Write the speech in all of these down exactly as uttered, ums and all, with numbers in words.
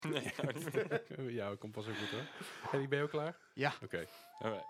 Nee, ja, komt pas ook goed hoor. Eddie, ben je ook klaar? Ja. Oké. Okay. alright.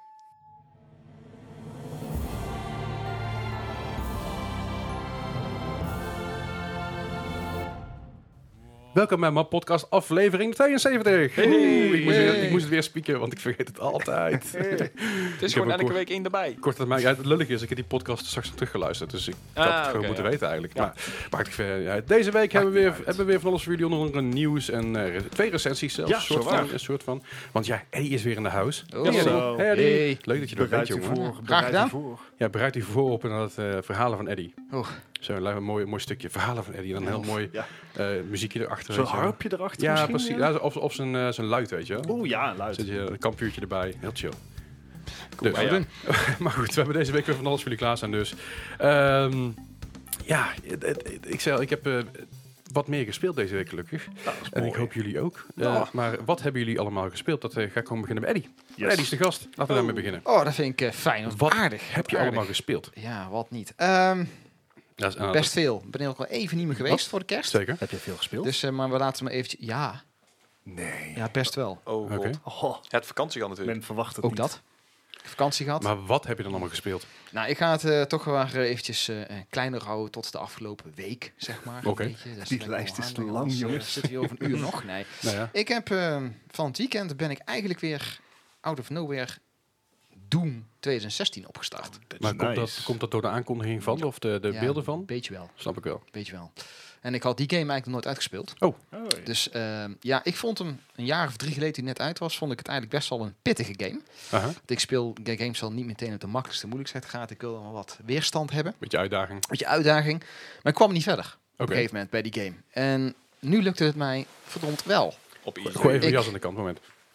Welkom bij mijn podcast aflevering tweeënzeventig. Hey. Oeh, ik, moest Hey. weer, ik moest het weer spieken, want ik vergeet het altijd. Het is heb gewoon ook elke kort- week één erbij. Kort dat mij, ja, het lullige is, ik heb die podcast straks nog teruggeluisterd, dus ik had Ah, het gewoon oké, moeten ja. weten eigenlijk. Ja. Maar, maar ik, vind, ja, deze week hebben we, niet weer, uit. hebben we weer van alles voor jullie, onder andere nieuws en uh, twee recensies zelfs. Ja, een soort zo van, waar. een soort van. Want ja, Eddie is weer in de house. Oh. Hey, Eddie. Zo. Hey, Eddie. Hey. Leuk dat je er bent, Bereid u jongen. voor. Graag bereid u gedaan. voor. Ja, bereid u voor op naar het uh, verhalen van Eddie. Oh. Zo, een mooi, mooi stukje verhalen van Eddie. En dan een heel mooi Ja. uh, muziekje erachter. Zo'n weet je wel. harpje erachter Ja, misschien, precies. ja? Ja, of, of zijn, uh, zijn luid, weet je wel. Oeh, ja, luid. Zet je een kampvuurtje erbij. Heel chill. Cool. Dus, Maar ja. maar goed, we hebben deze week weer van alles voor jullie klaarstaan. Dus um, ja, het, het, het, ik zei al, ik heb uh, wat meer gespeeld deze week gelukkig. Dat is En mooi. ik hoop jullie ook. Uh, Ja. Maar wat hebben jullie allemaal gespeeld? Dat uh, ga ik gewoon beginnen met Eddie. Yes. Eddie is de gast. Laten we daarmee beginnen. Oh, dat vind ik uh, fijn. Of Wat aardig. heb je aardig. allemaal gespeeld? Ja, wat niet. Um, Dat is, uh, best veel. Ik ben ook al even niet meer geweest voor de kerst. Zeker. Heb je veel gespeeld? Dus, uh, maar we laten me eventjes... Ja, nee. ja, best wel. Oh Oké. god. Oh, Het vakantie natuurlijk. men verwacht het Ook niet. dat. Vakantie gehad. Maar wat heb je dan allemaal gespeeld? Nou, ik ga het uh, toch wel uh, eventjes uh, kleiner houden tot de afgelopen week, zeg maar. Oké. Okay. Die lijst is te lang, jongens. Zitten we over een uur nog? Nee. Nou ja. Ik heb uh, van het weekend ben ik eigenlijk weer out of nowhere Doom twintig zestien opgestart. Maar komt, nice. dat, komt dat door de aankondiging van? Of de, de Ja, beelden van? Beetje wel, Snap ik wel. beetje wel. En ik had die game eigenlijk nog nooit uitgespeeld. Oh, Dus uh, ja, ik vond hem een jaar of drie geleden die net uit was, vond ik het eigenlijk best wel een pittige game. Aha. Want ik speel games al niet meteen op de makkelijkste moeilijkheidsgraad. Ik wil wel wat weerstand hebben, Beetje uitdaging. beetje uitdaging. Maar ik kwam niet verder op Oké. een gegeven moment bij die game. En nu lukte het mij verdomd wel. Op easy. Gooi even Ik- je jas aan de kant, moment.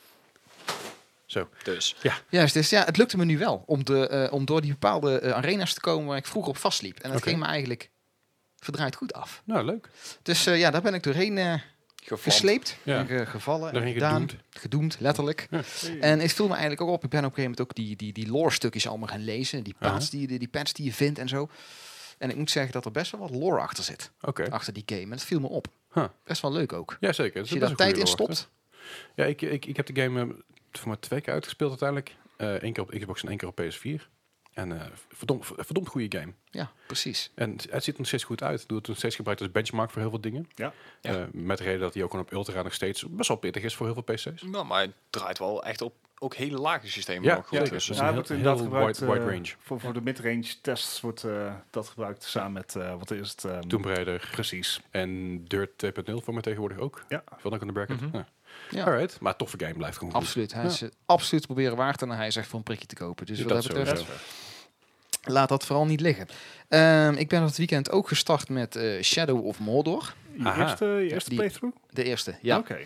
Zo. Dus. Juist, dus ja, het lukte me nu wel om, de, uh, om door die bepaalde uh, arena's te komen waar ik vroeger op vastliep. En dat Oké. ging me eigenlijk verdraaid goed af. Nou, leuk. Dus uh, ja, daar ben ik doorheen uh, Gevlamd. gesleept, Ja. en ge- gevallen, en Daarin gedaan, gedoemd. gedoemd, letterlijk. Ja. En het viel me eigenlijk ook op. Ik ben op een gegeven moment ook die, die, die lore stukjes allemaal gaan lezen. Die Aha. pads, die, die, die pads die je vindt en zo. En ik moet zeggen dat er best wel wat lore achter zit. Oké. Achter die game. En dat viel me op. Huh. Best wel leuk ook. Ja, zeker. Dat Als is je best daar een tijd in goede lore, stopt. hè? Ja, ik, ik, ik heb de game uh, voor maar twee keer uitgespeeld uiteindelijk. Eén uh, keer op Xbox en één keer op P S vier. En uh, verdomd, verdomd goede game. Ja, precies. En het ziet er nog steeds goed uit. Ik doe het nog steeds gebruikt als benchmark voor heel veel dingen. Ja. Ja. Uh, met de reden dat hij ook gewoon op Ultra nog steeds best wel pittig is voor heel veel P C's. Nou, maar het draait wel echt op ook hele lage systemen. Ja, nog. ja, Dus, zeker. eh, Dus Ja, een hij heel- wordt inderdaad heel gebruikt wide- wide eh, range. Voor, voor de midrange tests wordt uh, dat gebruikt samen met, uh, wat is het? Um, Tomb Raider Precies. en Dirt twee punt nul voor mij tegenwoordig ook. Ja. Vond ik in de bracket. Mhm. Ja. Ja. Alright. Maar toffe game blijft gewoon goed. Absoluut. Hij Ja. is uh, absoluut te proberen waard. En hij is echt voor een prikje te kopen. Dus Ja, wat dat dat betreft, sowieso. laat dat vooral niet liggen. Um, ik ben op het weekend ook gestart met uh, Shadow of Mordor. Je Aha. eerste, je eerste Die- playthrough? De eerste, ja. Oké.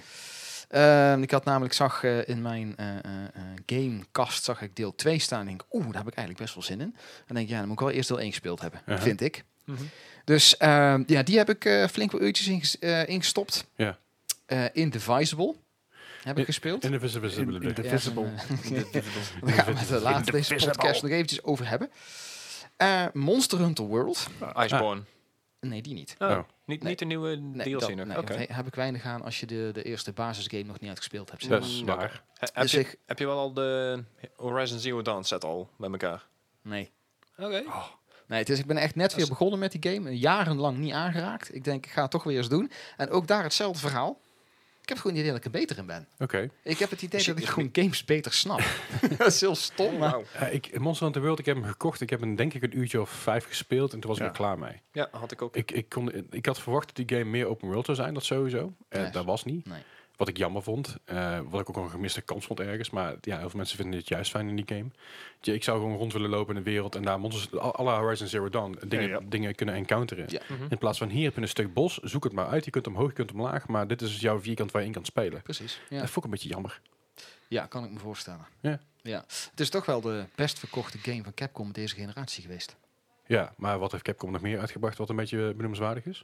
Um, ik had namelijk, zag uh, in mijn uh, uh, uh, gamekast zag ik deel twee staan. En denk, oeh, daar heb ik eigenlijk best wel zin in. En dan denk ik, ja, dan moet ik wel eerst deel één gespeeld hebben. Uh-huh. Vind ik. mhm. Dus um, ja, die heb ik uh, flink wat uurtjes inges- uh, ingestopt. Ja. Uh, Indivisible heb ik In- gespeeld. Indivisible. In- in- Ja, Invisible. zo'n, uh, Daar gaan we het uh, later deze Indivisible. podcast nog eventjes over hebben. Uh, Monster Hunter World. Iceborne. Nee, die niet. Oh, Oh. Niet, Nee. niet de nieuwe Nee, D L C dat, nog. nee, Oké. daar heb ik weinig aan als je de, de eerste basisgame nog niet uitgespeeld hebt. Dat is Mm, waar. He- heb, Dus je, ik- heb je wel al de Horizon Zero Dawn set al bij elkaar? Nee. Oké. Nee, dus ik ben echt net weer begonnen met die game. Jarenlang niet aangeraakt. Ik denk, ik ga het toch weer eens doen. En ook daar hetzelfde verhaal. Ik heb gewoon het idee dat ik er beter in ben. Oké. Ik heb het idee Is- dat ik is- gewoon games beter snap. Dat is heel stom, maar... Wauw. Uh, ik, Monster Hunter World, ik heb hem gekocht. Ik heb hem denk ik een uurtje of vijf gespeeld. En toen was ik Ja. er klaar mee. Ja, had ik ook. Ik, ik, kon, ik had verwacht dat die game meer open world zou zijn. Dat sowieso. Uh, Nee. Dat was niet. Nee. Wat ik jammer vond. Uh, wat ik ook al een gemiste kans vond ergens. Maar ja, heel veel mensen vinden dit juist fijn in die game. Je, ik zou gewoon rond willen lopen in de wereld. En daar monsters, alle Horizon Zero Dawn dingen, Ja, ja. dingen kunnen encounteren. Ja. Mhm. In plaats van hier heb je een stuk bos. Zoek het maar uit. Je kunt omhoog, je kunt omlaag. Maar dit is jouw vierkant waar je in kan spelen. Precies. Dat Ja. vond ik een beetje jammer. ja, kan ik me voorstellen. Ja. Ja. Het is toch wel de best verkochte game van Capcom deze generatie geweest. Ja, maar wat heeft Capcom nog meer uitgebracht wat een beetje benoemenswaardig is?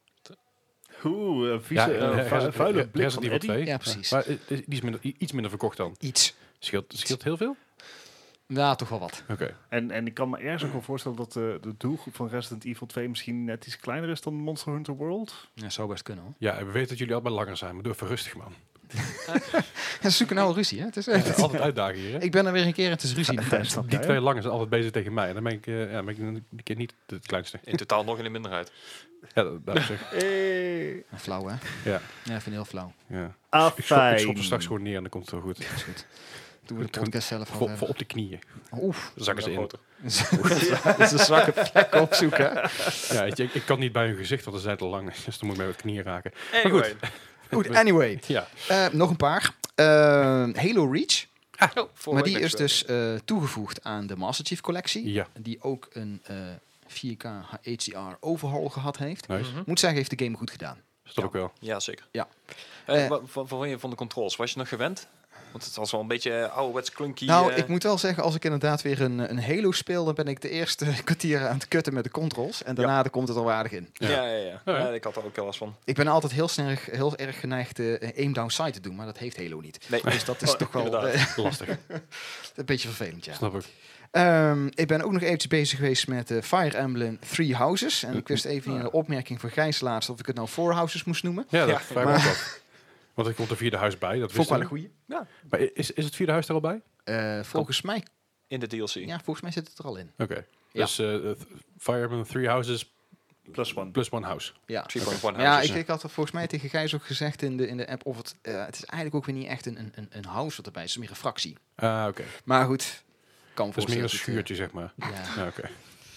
Oeh, uh, vieze, Ja, uh, eh, vu- Resi- vuile Re- blik van Resident Evil Eddie. twee. Ja, precies. Maar eh, die is minder, i- iets minder verkocht dan. Iets. Scheelt, scheelt heel veel? Ja, toch wel wat. Oké. En, en ik kan me ergens ook wel voorstellen dat de, de doelgroep van Resident Evil twee misschien net iets kleiner is dan Monster Hunter World. Ja, zou best kunnen hoor. Ja, we weten dat jullie allemaal langer zijn, maar doe even rustig, man. Ja, ze zoeken nou al ruzie, hè? Het is Ja, echt... altijd uitdagen hier, hè? Ik ben er weer een keer, het is ruzie. Ja, snap Die jij, twee hè? langen zijn altijd bezig tegen mij. En dan ben ik, uh, ja, ben ik een keer niet het kleinste. In totaal nog in de minderheid. Ja, dat, dat zeg. Hey. Flauw, hè? Ja, Ja, ik vind het heel flauw. ja. Ah, Ik schop, ik fijn. schop er straks gewoon neer en dan komt het wel goed. Dat is goed. Doen we de podcast zelf Voor, al voor op de knieën. Oef. Zakken ze in. groter. Dat is een zwakke plek opzoeken. Ja, weet je, ik, ik kan niet bij hun gezicht, want ze zijn te lang. Dus dan moet ik met mijn knieën raken. Anyway. Goed, anyway. Ja. Uh, nog een paar. Uh, Halo Reach. Oh, Maar die is dus uh, toegevoegd aan de Master Chief collectie. Ja, Die ook een uh, vier K H D R overhaul gehad heeft. nice. Mhm. Moet zeggen, heeft de game goed gedaan. Is dat Ja. ook wel. Ja, zeker. Ja. Eh, Eh, wat wat vond je van de controls? Was je nog gewend? Want het was wel een beetje uh, ouderwets clunky. Nou, eh, ik moet wel zeggen, als ik inderdaad weer een, een Halo speel, dan ben ik de eerste kwartier aan het kutten met de controls. En daarna dan komt het al aardig in. Ja, Ja. ja, ja. Ja, ja. Ja, ik had er ook wel last van. Ik ben altijd heel, snel, heel erg geneigd uh, aim down sight te doen, maar dat heeft Halo niet. Nee, Dus dat is Oh, toch wel inderdaad. uh, Lastig. een beetje vervelend, ja. Snap ik. Um, ik ben ook nog eventjes bezig geweest met uh, Fire Emblem Three Houses. En ik wist even niet in de opmerking van Gijs laatst of ik het nou Four Houses moest noemen. Ja, dat Ja, vraag ik me ook af. Want er komt een vierde huis bij. Dat Vond ik wist wel een ik. goeie. Maar is, is het vierde huis er al bij? Uh, volgens mij, In de D L C. ja, volgens mij zit het er al in. Oké. Ja. Dus uh, th- Fire Emblem Three Houses Plus one. plus one house. Ja. drie point one Maar ja, houses. ik, ik had er volgens mij tegen Gijs ook gezegd in de, in de app of het, uh, het is eigenlijk ook weer niet echt een, een, een house wat erbij is, het is meer een fractie. Ah, oké. Maar goed, kan Dat is meer een voorstellen dat schuurtje, zeg maar. het, uh, ja. Ja, oké.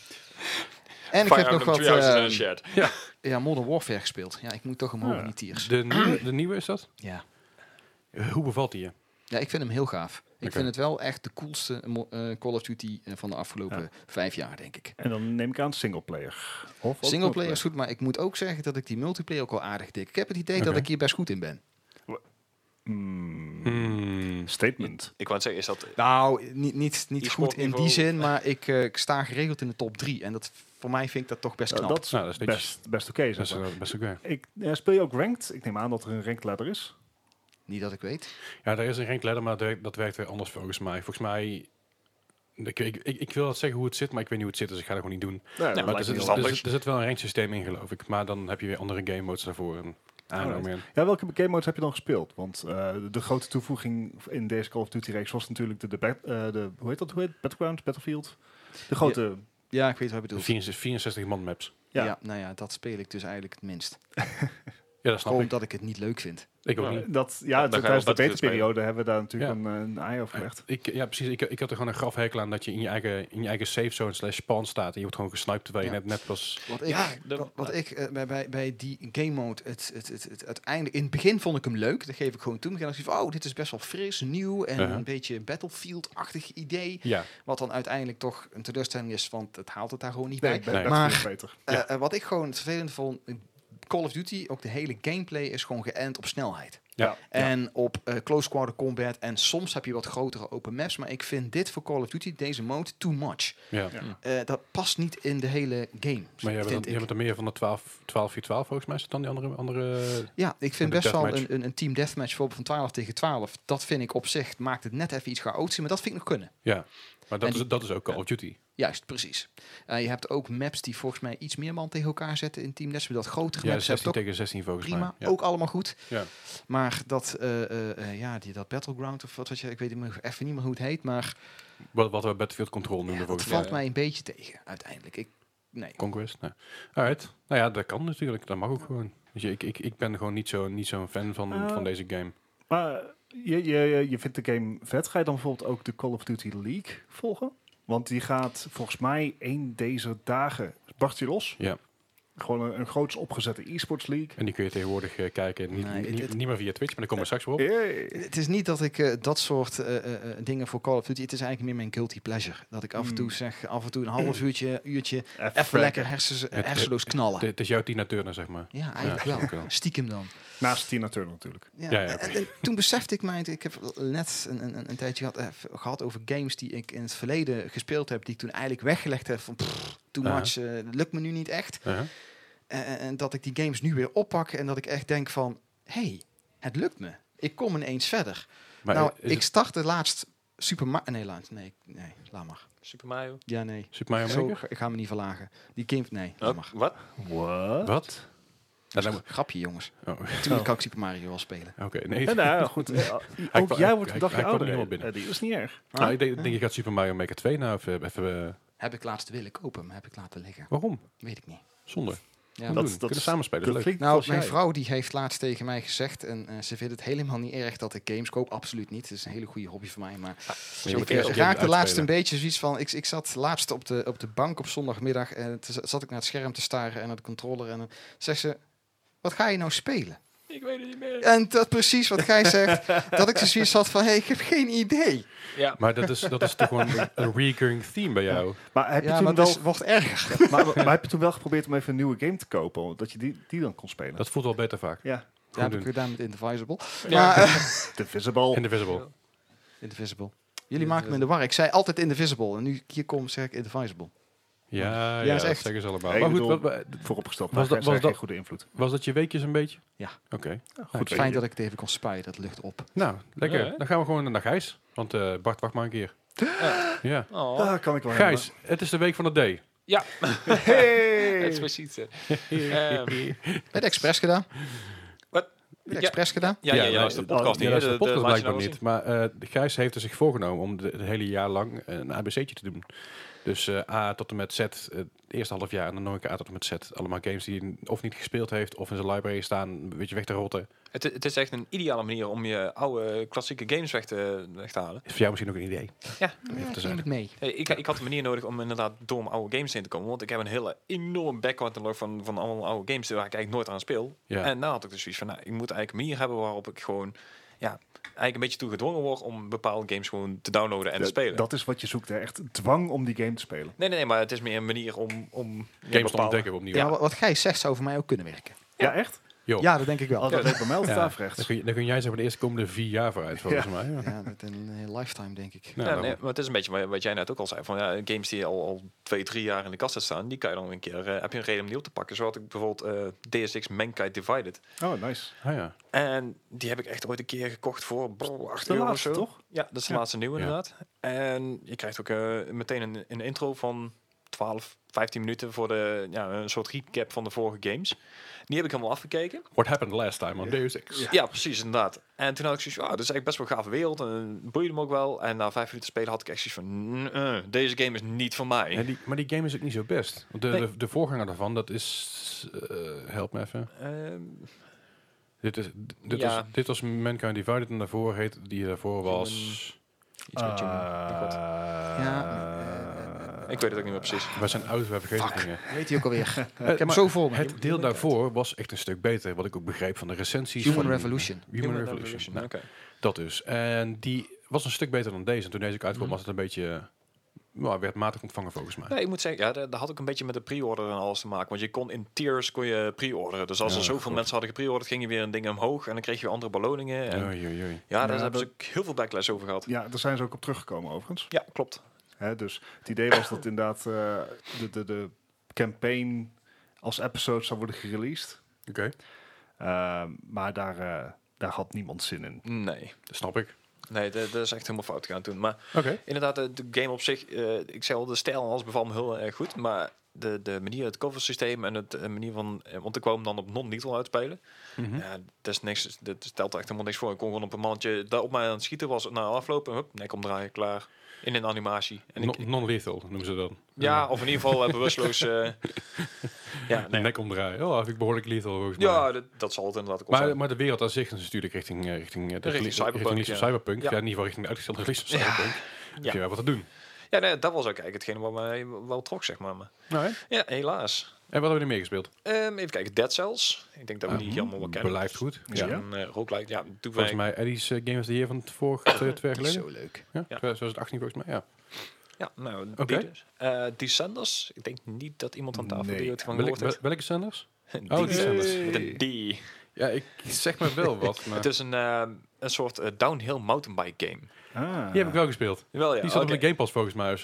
En ik Fire heb nog Emblem wat Three Houses in a uh, shed. ja, Modern Warfare gespeeld. Ja, ik moet toch omhoog Ja. in die tiers. De nieuwe, de nieuwe is dat? Ja. Uh, hoe bevalt die je? Ja, ik vind hem heel gaaf. Ik Oké. vind het wel echt de coolste mo- uh, Call of Duty uh, van de afgelopen Ja. vijf jaar, denk ik. En dan neem ik aan singleplayer. Of ook Singleplayer is goed, maar ik moet ook zeggen dat ik die multiplayer ook wel aardig dik. Ik heb het idee dat Oké. ik hier best goed in ben. Hmm. Hmm. Statement. Ik wou het zeggen, is dat... Nou, niet, niet, niet E-sport goed in die niveau. zin, maar ik, uh, ik sta geregeld in de top drie. En dat, voor mij vind ik dat toch best Nou, knap. dat is Nou, dat is netjes. best, best oké. Dat zeg is maar. uh, best oké. Ik, ja, speel je ook ranked? Ik neem aan dat er een ranked ladder is. Niet dat ik weet. Ja, er is een rank ladder, maar dat werkt, dat werkt weer anders volgens mij. Volgens mij... Ik, ik, ik, ik wil dat zeggen hoe het zit, maar ik weet niet hoe het zit, dus ik ga dat gewoon niet doen. Nee, Ja, dat Maar lijkt er me zit, heel er, handig. zit, er zit wel een ranksysteem in, geloof ik. Maar dan heb je weer andere game modes daarvoor. En, I don't know, Alright. man. Ja, welke game modes heb je dan gespeeld? Want uh, de grote toevoeging in deze Call of Duty reeks was natuurlijk de, de, bat- uh, de hoe heet dat? Hoe heet Battleground, Battlefield? De grote. Ja, ik weet wat je bedoelt. vierenzestig, vierenzestig man maps. Ja. Ja. nou ja, dat speel ik dus eigenlijk het minst. Ja, dat snap Gewoon ik. omdat ik het niet leuk vind. Ik ook Ja. niet. Dat, ja, Dan ga je tijdens de wel Battlefield betaperiode hebben we daar natuurlijk Ja. een, een ei over gelegd. Ik, ja, precies. Ik, ik had er gewoon een grafhekel aan dat je in je eigen, in je eigen safe zone slash spawn staat. En je wordt gewoon gesniped terwijl je Ja. net, net was... Wat ik, Ja, de- wat, wat ik uh, bij, bij, bij die game mode, het, het, het, het, uiteindelijk, in het begin vond ik hem leuk, dat geef ik gewoon toe. Ik dacht van, oh, dit is best wel fris, nieuw en Uh-huh. een beetje Battlefield-achtig idee. Ja, Wat dan uiteindelijk toch een teleurstelling is, want het haalt het daar gewoon niet Nee, bij. Nee. Battlefield Maar- beter. Uh, Ja. uh, wat ik gewoon het vervelend vond, Call of Duty, ook de hele gameplay is gewoon geënt op snelheid. ja. En op uh, close quarter combat. En soms heb je wat grotere open maps. Maar ik vind dit voor Call of Duty, deze mode, too much. ja. Ja. Uh, dat past niet in de hele game, Maar jij bent, vind dan- jij ik. bent er meer van de twaalf vier twaalf volgens mij. Is het dan die andere... andere Ja, ik vind de best wel deathmatch. een, een, een team deathmatch bijvoorbeeld van twaalf tegen twaalf. Dat vind ik op zich, maakt het net even iets chaotischer. Maar dat vind ik nog kunnen. ja, maar dat, En is, die- dat is ook Call of Duty. Juist, precies. Uh, je hebt ook maps die volgens mij iets meer man tegen elkaar zetten in team deathmatch. Dat grotere Ja, maps hebt zestien ook tegen zestien volgens prima. mij. Ja. Ook allemaal goed. Ja. Maar dat, uh, uh, uh, ja, die, dat Battleground of wat, wat je, ik weet niet meer, even niet meer hoe het heet. Maar Wat, wat we Battlefield Control noemen ja, dat volgens valt mij. mij een beetje tegen uiteindelijk. Ik, nee. Conquest? Nee. Alright. Nou ja, dat kan natuurlijk. Dat mag ook gewoon. Dus ik, ik, ik ben gewoon niet zo'n niet zo'n fan van, Uh, van deze game. Maar je, je, je vindt de game vet. Ga je dan bijvoorbeeld ook de Call of Duty League volgen? Want die gaat volgens mij één deze dagen, barst die los. Ja. Gewoon een, een groots opgezette e-sports league. En die kun je tegenwoordig uh, kijken. Niet, Nee, niet, het- niet meer via Twitch, maar daar komen we straks wel op. Hey. Het is niet dat ik uh, dat soort uh, uh, dingen voor Call of Duty... Het is eigenlijk meer mijn guilty pleasure. Dat ik af en toe Mm. zeg, af en toe een half uurtje, uurtje... Even, Even lekker hersens, Het- hersenloos knallen. Het is jouw Tina Turner, zeg maar. Ja, eigenlijk Ja, wel. ook wel. Stiekem dan. Naast Tina Turner natuurlijk. Ja. Ja, ja, En, en toen besefte ik mij... Ik heb net een, een, een tijdje gehad, eh, gehad over games die ik in het verleden gespeeld heb... die ik toen eigenlijk weggelegd heb van... Pff, too Uh-huh. much, uh, dat lukt me nu niet echt. Uh-huh. En, en dat ik die games nu weer oppak en dat ik echt denk van... hey, het lukt me. Ik kom ineens verder. Maar nou, is ik het- startte laatst Super Mario... Nee, laat, nee, nee, laat maar. Super Mario. Ja, nee. Super Mario Zo, Maker? ik ga me niet verlagen. Die game... Nee, laat Oh, maar. wat? What? Wat? Ja, dan- Grapje, jongens. oh, Toen Oh. kan ik Super Mario wel spelen. Oké, nee. Ja, nou, goed. eh, Hij ook kwam- jij hij- wordt een hij- dagje hij kwam er ouder. helemaal hè? binnen. Eh, die is niet erg. Nou, ik denk, denk je gaat Super Mario Maker twee nou even... even Heb ik laatst willen kopen, maar heb ik laten liggen. waarom? Weet ik niet. Zonde. Ja, Dat, dat- doen. dat Kunnen is- samen spelen. Dat Dat is leuk. klinkt nou, zoals mijn jij. vrouw die heeft laatst tegen mij gezegd... en uh, ze vindt het helemaal niet erg dat ik games koop. Absoluut niet. Het is een hele goede hobby voor mij. Maar je ik moet uh, eerst op je raakte laatst uitspelen. een beetje zoiets van... Ik, ik zat laatst op de, op de bank op zondagmiddag... en toen zat ik naar het scherm te staren en naar de controller... en dan zegt ze... Wat ga je nou spelen? Ik weet het niet meer. En dat precies wat Gij zegt... dat ik dus zoiets had van... Hey, ik heb geen idee. Ja. Maar dat is, dat is toch gewoon een, een recurring theme bij jou. Maar heb je Ja, toen maar wel... het is- wordt erger. maar, maar heb je toen wel geprobeerd om even een nieuwe game te kopen? Dat je die, die dan kon spelen? Dat voelt wel beter vaak. Ja. Dat heb doen. ik gedaan met Indivisible. Ja. Maar, eh, Divisible. Indivisible. Indivisible. Jullie maken me in de war. Ik zei altijd Indivisible. En nu hier kom zeg ik Indivisible. Ja, ja, Ja, is dat echt. zeggen ze allemaal. Nee, maar ik goed, bedoel- wat, wat- Vooropgesteld. Was Maar dat- was was geen dat- goede invloed. was dat je weekjes een beetje? Ja. Oké. Goed Oké. Fijn weetje. dat ik het even kon spuien. Dat lucht op. Nou, lekker. Ja, hè? Dan gaan we gewoon naar Gijs. Want eh, Bart, wacht maar een keer. Ja. Oh. Ah, kan ik wel Gijs, het is de week van de day. Ja, hebben. Hey! het is precies. eh. Ehm, Met Express gedaan. Wat? Met Ja. Express gedaan. Ja, ja, Ja, ja, nou, dat is de podcast Ja, niet. dat is hè? de podcast laat je blijkbaar nou niet. Maar eh Gijs heeft er zich voorgenomen om de- het hele jaar lang een A B C'tje te doen. Dus eh, A tot en met Z, eh, het eerste half jaar en dan nog een keer A tot en met Z. Allemaal games die hij of niet gespeeld heeft of in zijn library staan, een beetje weg te rotten. Het, het is echt een ideale manier om je oude klassieke games weg te, weg te halen. Is voor jou misschien ook een idee? Ja. Om even te Ja, ik neem zeggen. het mee. Hey, ik, ik had een manier nodig om inderdaad door mijn oude games heen te komen. Want ik heb een hele enorm backcatalog van, van allemaal oude games waar ik eigenlijk nooit aan speel. Ja. En nou had ik dus zoiets van, nou, ik moet eigenlijk een manier hebben waarop ik gewoon, ja, eigenlijk een beetje toe gedwongen word om bepaalde games gewoon te downloaden en te spelen. Dat is wat je zoekt, hè? Echt dwang om die game te spelen. Nee, nee, nee, maar het is meer een manier om... om Games te bepaalde- ontdekken opnieuw. Ja, wat, wat Gijs zegt zou voor mij ook kunnen werken. Ja, echt? Jo. Ja, dat denk ik wel. Oh, dat lijkt bij mij altijd Ja. averechts. Dan kun, je, dan kun jij zeg maar de eerste komende vier jaar vooruit, volgens Ja. mij. Ja. Ja, dat een eh, lifetime denk ik. Ja, Ja, daarom. nee, maar het is een beetje wat- wat jij net ook al zei. Van, ja, games die al, al twee, drie jaar in de kast staan, die kan je dan een keer, eh, heb je een reden om die op te pakken. Zo had ik bijvoorbeeld eh, D S X Mankind Divided. Oh, nice. Ah, ja. En die heb ik echt ooit een keer gekocht voor brrr, acht De euro laatste, of zo. toch? Ja, dat is de Ja. laatste nieuwe Ja. inderdaad. En je krijgt ook eh, meteen een, een intro van twaalf, vijftien minuten voor de, ja, een soort recap van de vorige games. Die heb ik helemaal afgekeken. What happened last time on Deus Ex? Ja, precies, inderdaad. En toen had ik zoiets van, ah, dat is eigenlijk best wel een gave wereld. En het boeide me ook wel. En na vijf minuten spelen had ik echt zoiets van, "Mm, eh, deze game is niet van mij. Ja, die, maar die game is ook niet zo best. Want de, Nee. de, de voorganger daarvan, dat is... eh, help me even. Ehm, Dit, is, dit, Ja. was, dit was Mankind Divided en daarvoor heet die daarvoor was... iets met Human. Oh, God. Ja, Ik weet het ook niet meer precies. Wij zijn oud, we vergeten dingen. Weet je ook alweer. ik Eh, heb hem maar zo vol. me. Het deel daarvoor was echt een stuk beter, wat ik ook begreep van de recensies. Human van, Revolution. Human, Revolution. Nou, Oké. dat dus. En die was een stuk beter dan deze. En toen deze ook uitkwam, Mhm. was het een beetje... Nou, werd matig ontvangen volgens mij. Nee, ik moet zeggen, ja, dat, dat had ook een beetje met de pre-order en alles te maken. Want je kon in tiers kon je pre-orderen. Dus als Ja, er zoveel goed. mensen hadden gepreorderd, ging je weer een ding omhoog. En dan kreeg je weer andere beloningen. En, Oei, oei, oei. ja, daar Ja, hebben dat- ze ook heel veel backlash over gehad. Ja, daar zijn ze ook op teruggekomen overigens. Ja, klopt. Hè, dus het idee was dat inderdaad eh, de, de, de campaign als episode zou worden gereleased. Oké, Ehm, maar daar, eh, daar had niemand zin in. Nee, dat snap ik. nee dat, dat is echt helemaal fout gegaan toen. Maar Oké. inderdaad, de, de game op zich, eh, ik zei al, de stijl en alles beval me heel erg goed. Maar de, de manier, het coversysteem en het eh, manier van... eh, want ik kwam dan op non-lethal uitspelen. Mhm. Ja, dat is niks. Dat stelt er echt helemaal niks voor. Ik kon gewoon op een mannetje daar op mij aan het schieten was, na aflopen, hup, nek omdraaien, klaar. In een animatie. En ik, Non- Non-lethal noemen ze dan. ja, of in ieder geval uh, bewusteloos. eh, ja, De nee. nek omdraaien. Oh, vind ik behoorlijk lethal volgens mij. Ja, dat, dat zal het inderdaad ook wel Maar, zijn. maar de wereld aan zich is natuurlijk richting, eh, richting, eh, de Richting release- Cyberpunk, richting release van ja. Cyberpunk. Ja. Ja. in ieder geval richting de uitgestelde release van Ja. Cyberpunk. Ja. Heb je wel wat te doen. Ja, nee, dat was ook eigenlijk hetgene wat mij wel trok, zeg maar. maar Nou, hè? ja, helaas. En wat hebben we er meer gespeeld? Ehm, even kijken, Dead Cells. Ik denk dat we die Ah, allemaal wel kennen. Blijft goed. Ja. Ja. Een uh, roguelike. Ja, doe Volgens wij. mij Eddie's uh, Game of the Year van het vorige twee, twee jaar Die is geleden. zo leuk. Ja, twintig achttien volgens mij. Ja. Ja, nou, Oké. die dus. Eh, Descenders. Ik denk niet dat iemand aan tafel Nee. die het van Welke, gehoord heeft. wel- welke Sanders? Die- Oh, Descenders. Met een D. Ja, ik zeg maar wel wat. Maar Het is een, eh, een soort eh, downhill mountainbike game. Ah. die heb ik wel gespeeld. Wel ja, Die zat oké. op de Game Pass volgens mij of zo.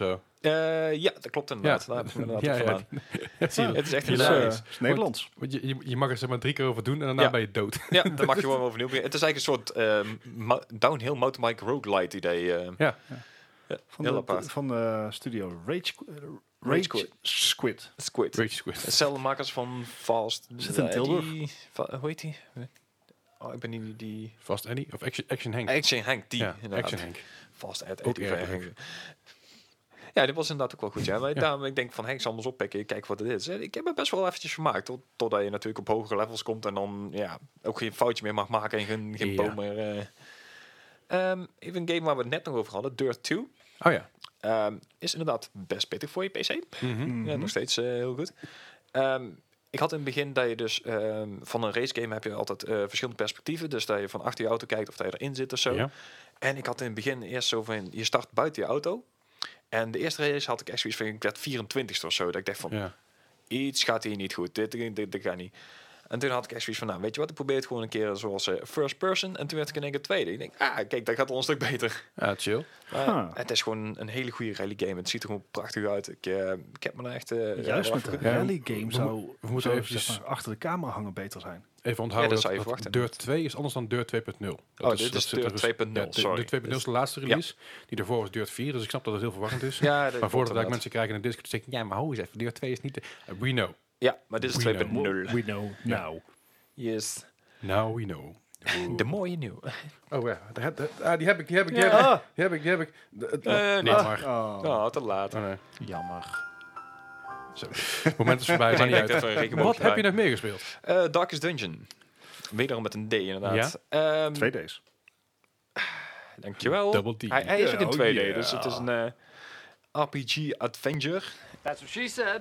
Uh, ja, dat klopt inderdaad. Ja. Daar heb ik me inderdaad Ja, op ja. vandaan. Zie je. Het is echt Het is, hilarisch. eh, is Nederlands. Want je, je, je mag er zeg maar drie keer over doen en daarna Ja. ben je dood. Ja, dan mag je gewoon overnieuw beginnen. Het is eigenlijk een soort ehm, mo- downhill motorbike roguelite idee. eh. Ja. Ja, Van heel de, apart. van de studio Rage, Squ- eh, Rage Rage Squid. Squid. Squid. Rage Squid. Hetzelfde makers van Fast. Zit in eh, Tilburg. die- va- hoe heet die? Oh, ik ben niet die... die Fast Annie of Action, Action Hank? Action Hank, die. ja, inderdaad. Action Hank. Fast Ed, Ook Eddie erg Hank. leuk. Ja, dit was inderdaad ook wel goed. Ja. Maar Ja. daarom, ik denk van, Henk zal anders oppikken. Kijk wat het is. Ik heb me best wel eventjes vermaakt. Tot, totdat je natuurlijk op hogere levels komt. En dan ja, ook geen foutje meer mag maken. En geen, geen Ja. boom meer. eh. Ehm, even een game waar we het net nog over hadden. Dirt twee. Oh ja. Ehm, is inderdaad best pittig voor je P C. Mhm. Ja, nog steeds eh, heel goed. Ehm, ik had in het begin dat je dus ehm, van een race game heb je altijd eh, verschillende perspectieven. Dus dat je van achter je auto kijkt of dat je erin zit of zo. Ja. En ik had in het begin eerst zo van, je start buiten je auto. En de eerste race had ik echt zoiets van, ik werd vierentwintigste of zo. Dat ik dacht van, Ja. iets gaat hier niet goed. Dit, dit, dit, dit gaat niet. En toen had ik echt zoiets van, nou, weet je wat, ik probeer het gewoon een keer zoals eh, first person. En toen werd ik in één keer tweede. Ik denk, ah, kijk, dat gaat al een stuk beter. Ja, chill. Maar Ah. het is gewoon een hele goede rally game. Het ziet er gewoon prachtig uit. Ik, eh, ik heb me daar echt... eh, Juist wel met afge- de Ja, rally we- game we zou, mo- we moeten zou eventjes- zeg maar, achter de camera hangen beter zijn. Even onthouden Ja, dat dat, zou je dat verwachten, Dirt twee is anders dan Dirt twee punt nul. Dat Oh, dit dat is zit er Dirt dus- twee punt nul, ja, de- sorry. De twee punt nul is de laatste release. Die daarvoor was Dirt vier, dus ik snap dat het heel verwarrend is. Ja, dat maar klopt voordat ik inderdaad. mensen krijgen in de Discord zeggen, ja, maar hou eens even, Dirt twee is niet... De, Uh, we know. Ja, maar dit is We twee know. punt nul. We know Ja. now. Yes. Now we know. De mooie nieuw. Oh ja, de, de, de- ah, die heb ik, die heb ik, die Ja. heb ik, die heb ik, die heb ik. De- de- Eh, niet. laat maar. Oh. Oh, te laat. Oh, nee. Jammer. Zo. Het moment is voorbij, maar Ik niet denk uit. even een regenboogje Wat heb je bij. nog meer gespeeld? Eh, Darkest Dungeon. Wederom met een D inderdaad. Ja? Twee D's. Dankjewel. Double D. Hij, hij is Ja, ook in oh twee D, yeah. dus het is een eh, R P G adventure. That's what she said.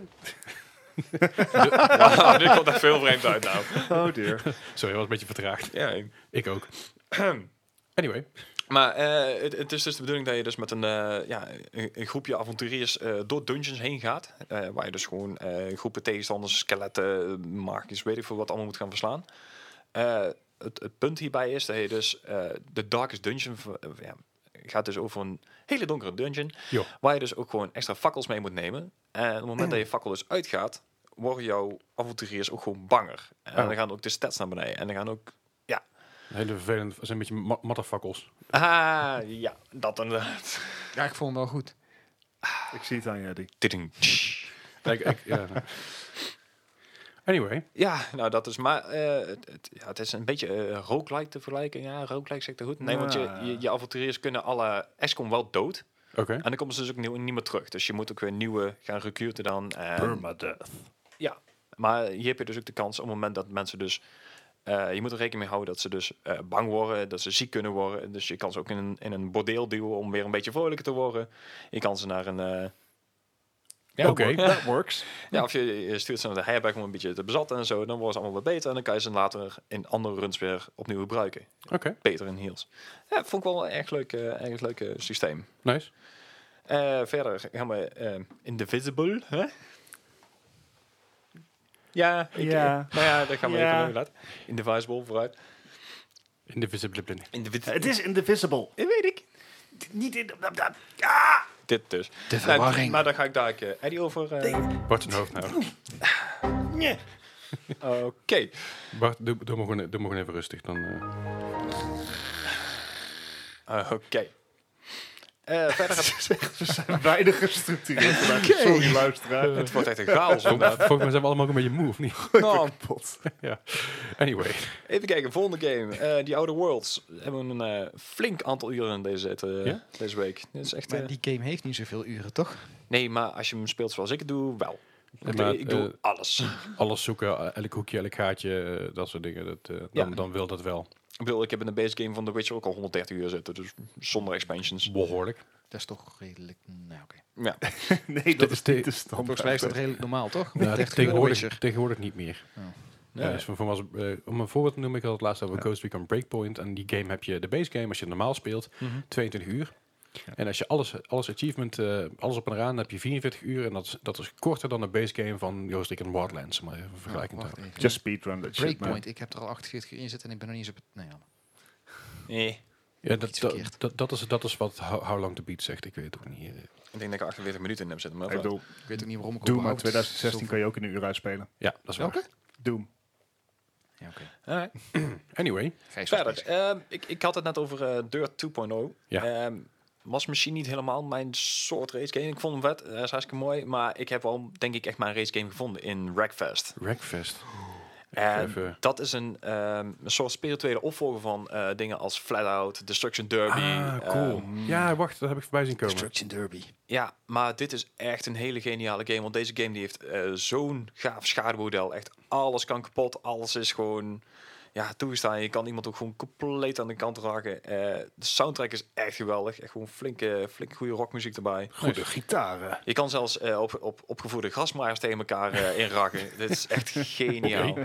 Wow, dit komt echt veel vreemd uit nou. Oh dear. Sorry, was een beetje vertraagd. Ja, ik- Ik ook. Anyway. maar eh, het, het is dus de bedoeling dat je dus met een, eh, ja, een, een groepje avonturiers eh, door dungeons heen gaat. Eh, waar je dus gewoon eh, groepen tegenstanders, skeletten, markjes, weet ik veel wat allemaal moet gaan verslaan. Eh, het, het punt hierbij is dat je dus eh, de Darkest Dungeon... v- eh, ja, gaat dus over een hele donkere dungeon. Jo. Waar je dus ook gewoon extra fakkels mee moet nemen. En op het moment dat je fakkel dus uitgaat... worden jouw avonturiers ook gewoon banger. En Oh. dan gaan ook de stats naar beneden. En dan gaan ook... Een hele vervelend, zijn een beetje ma matterfakkels. Ah, ja, dat inderdaad. Ja, ik vond hem wel goed. Ik zie het aan je, Eddie. Tiding. ik, ik, ja. Anyway. Ja, nou dat is maar... eh, het, het, ja, het is een beetje uh, roguelike te vergelijken. Ja, roguelike zeg ik er goed. Nee, want je, Ja. je, je avonturiers kunnen alle X COM wel dood. Oké. En dan komen ze dus ook nieuw, niet meer terug. Dus je moet ook weer nieuwe gaan recruiten dan. En, Permadeath. ja, maar hier heb je dus ook de kans op het moment dat mensen dus... eh, je moet er rekening mee houden dat ze dus eh, bang worden, dat ze ziek kunnen worden. Dus je kan ze ook in een, in een bordeel duwen om weer een beetje vrolijker te worden. Je kan ze naar een... eh, ja, Oké. ja. That works. Ja, of je, je stuurt ze naar de herberg om een beetje te bezatten en zo. Dan worden ze allemaal weer beter. En dan kan je ze later in andere runs weer opnieuw gebruiken. Oké. Beter in heals. Ja, vond ik wel een erg leuk, eh, erg leuk eh, systeem. Nice. Eh, verder gaan we eh, Indivisible. Hè? Ja, ik, Ja. eh, nou ja, dat gaan we Ja. even doen. Laat. Indivisible, vooruit. Invisible blending. Indivisible. Het is indivisible. Dat weet ik. Niet in... Dit dus. De Nou, verwarring. maar daar ga ik daar uh, Eddie over... eh, Bart zijn hoofd nou. Nee. Oké. Bart, doe, doe, maar gewoon, doe maar gewoon even rustig. Dan, eh. Uh, Oké. Eh, verder gaat We zijn weinig gestructureerd vandaag. Sorry, luisteraar. het wordt echt een chaos. Vol- inderdaad. Volgens mij zijn we allemaal ook een beetje moe, of niet? Nou, Kapot. Ja. Anyway. even kijken, volgende game. Eh die Outer Worlds. We hebben een uh, flink aantal uren in deze, uh, Ja? deze week. Dit is echt, Maar uh, die game heeft niet zoveel uren, toch? nee, maar als je hem speelt zoals ik het doe, wel. Ja, Ik, maar, ik doe eh, alles. Alles zoeken, elk hoekje, elk gaatje, eh, dat soort dingen. Dat, eh, dan, Ja. dan wil dat wel. Ik bedoel, ik heb in de base game van The Witcher ook al honderddertig uur zitten. Dus zonder expansions. Behoorlijk. Dat is toch redelijk... Nou, oké. Ja. Nee, dat is te- niet de standaard. Volgens mij is dat redelijk normaal, toch? Nou, dertig uur tegenwoordig, Witcher. tegenwoordig niet meer. Ja, dus voor, voor was, uh, om een voorbeeld te noemen, ik had het laatst over Ja. Ghost Recon Breakpoint. En die game heb je, de base game, als je normaal speelt, Mhm. tweeëntwintig uur. Ja. En als je alles, alles achievement, uh, alles op en eraan, dan heb je vierenveertig uur. En dat is, dat is korter dan de base game van Ghost Recon Wildlands. Maar even vergelijking te wacht houden. even. Just speedrun that shit, man. Breakpoint, ik heb er al achtenveertig uur in zitten en ik ben nog niet eens op het... Nee, ja. Nee. Ja, dat, Iets dat, verkeerd. dat, dat, is, dat is wat How, How Long to Beat zegt. Ik weet het ook niet. Ik denk dat ik achtenveertig minuten in heb zitten. Maar Ik bedoel, Ik weet ook niet waarom ik Doom uit überhaupt twintig zestien zoveel- kan je ook in een uur uitspelen. Ja, dat is waar. Welke? Doom. Ja, oké. Alright. Anyway. Gijs was Verder, bezig. ehm, ik, ik had het net over eh Dirt twee punt nul. Ja. Ehm, was misschien niet helemaal mijn soort race game. Ik vond hem vet, hij is hartstikke mooi. Maar ik heb wel, denk ik, echt mijn race game gevonden in Wreckfest. Wreckfest. En Even- dat is een, ehm, een soort spirituele opvolger van eh, dingen als Flatout, Destruction Derby. Ah, cool. ehm, ja, wacht, dat heb ik voorbij zien komen. Destruction Derby. ja, maar dit is echt een hele geniale game. Want deze game die heeft eh, zo'n gaaf schaduwmodel. Echt alles kan kapot. Alles is gewoon ja, toegestaan. Je kan iemand ook gewoon compleet aan de kant raken. Eh, de soundtrack is echt geweldig. Echt gewoon flinke, flinke goede rockmuziek erbij. Goede gitaren. Je kan zelfs eh, op, op, opgevoerde grasmaaiers tegen elkaar eh, inraken. Dit is echt geniaal.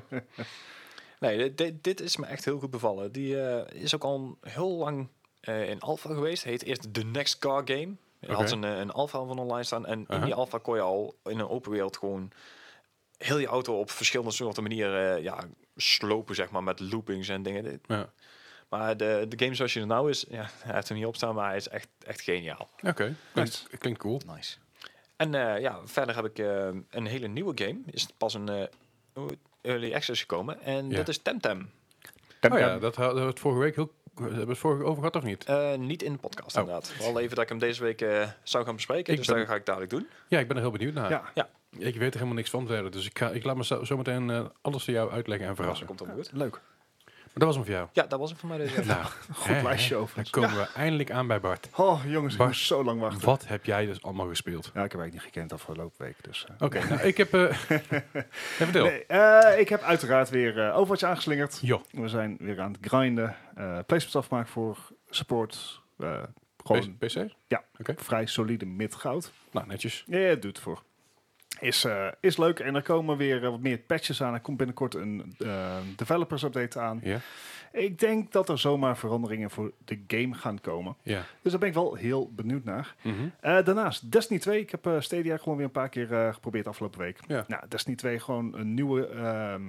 Nee, dit, dit, dit is me echt heel goed bevallen. Die eh, is ook al heel lang eh, in alpha geweest. Heet eerst The Next Car Game. Er had Oké. een, eh, een alpha van online staan. En in Aha. die alpha kon je al in een open wereld gewoon heel je auto op verschillende soorten manieren eh, ja, slopen, zeg maar, met loopings en dingen. Dit- Ja. Maar de, de game zoals je er nou is, ja, hij heeft hem niet op staan, maar hij is echt, echt geniaal. Oké, klinkt, klinkt cool. Nice. En eh, ja, verder heb ik eh, een hele nieuwe game. Is pas een eh, early access gekomen. En Ja. dat is Temtem. Tem, Oh ja, tem. dat hadden we het vorige week heel... Hebben we het vorige over gehad of niet? Eh, niet in de podcast, Oh. inderdaad. Wel even dat ik hem deze week eh, zou gaan bespreken. Ik dus ben- dat ga ik dadelijk doen. Ja, ik ben er heel benieuwd naar. Ja. Ja. Ik weet er helemaal niks van verder, dus ik, ga, ik laat me zo, zometeen eh, alles voor jou uitleggen en Ja, verrassen. dat komt dan goed. Leuk. Maar dat was hem voor jou. Ja, dat was het voor mij deze week. Nou, Goed hè, lijstje hè. overigens. Dan komen we eindelijk aan bij Bart. Oh, jongens, ik Bart, moest zo lang wachten. Wat heb jij dus allemaal gespeeld? Ja, ik heb eigenlijk niet gekend afgelopen week. Dus, eh. Oké, nou, ik heb... eh ja, vertel. Nee, eh, ik heb uiteraard weer eh, Overwatch aangeslingerd. Jo, We zijn weer aan het grinden. eh placements afgemaakt voor support. eh, gewoon P C? Ja. Oké, vrij solide mid-goud. nou netjes. Ja, het doet het voor. Is, eh, is leuk. En er komen weer eh, wat meer patches aan. Er komt binnenkort een eh, developers update aan. Ja, Ik denk dat er zomaar veranderingen voor de game gaan komen. ja. Dus daar ben ik wel heel benieuwd naar. Mhm. Eh, daarnaast, Destiny twee. Ik heb eh, Stadia gewoon weer een paar keer eh, geprobeerd afgelopen week. Ja. Nou, Destiny twee gewoon een nieuwe ehm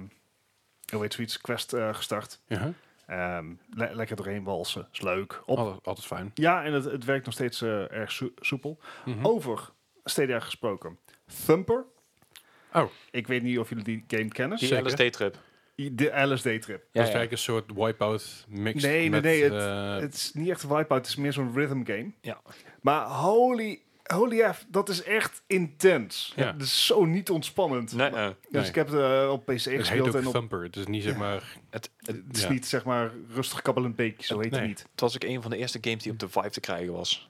hoe heet zoiets, quest eh, gestart. Ja, Ehm, le- lekker doorheen walsen. Is leuk. Op. altijd, altijd fijn. Ja, en het, het werkt nog steeds eh, erg soe- soepel. Mhm. Over Stadia gesproken. Thumper. Oh. Ik weet niet of jullie die game kennen. Die Zeker. L S D-trip. De L S D-trip. Ja, dat is ja. eigenlijk een soort wipeout mix Nee, nee, met... nee, het- eh, Het is niet echt een wipeout, het is meer zo'n rhythm game. Ja. Maar holy, holy F, dat is echt intens. Ja. Het is zo niet ontspannend. Nee, eh, Dus Nee. ik heb het eh, op P C het heet gespeeld ook en op, Thumper. Het is niet zeg maar... het, het, het is Ja. niet zeg maar rustig kabbelend beekje, zo heet Nee. het niet. het was ook een van de eerste games die op de Vive te krijgen was.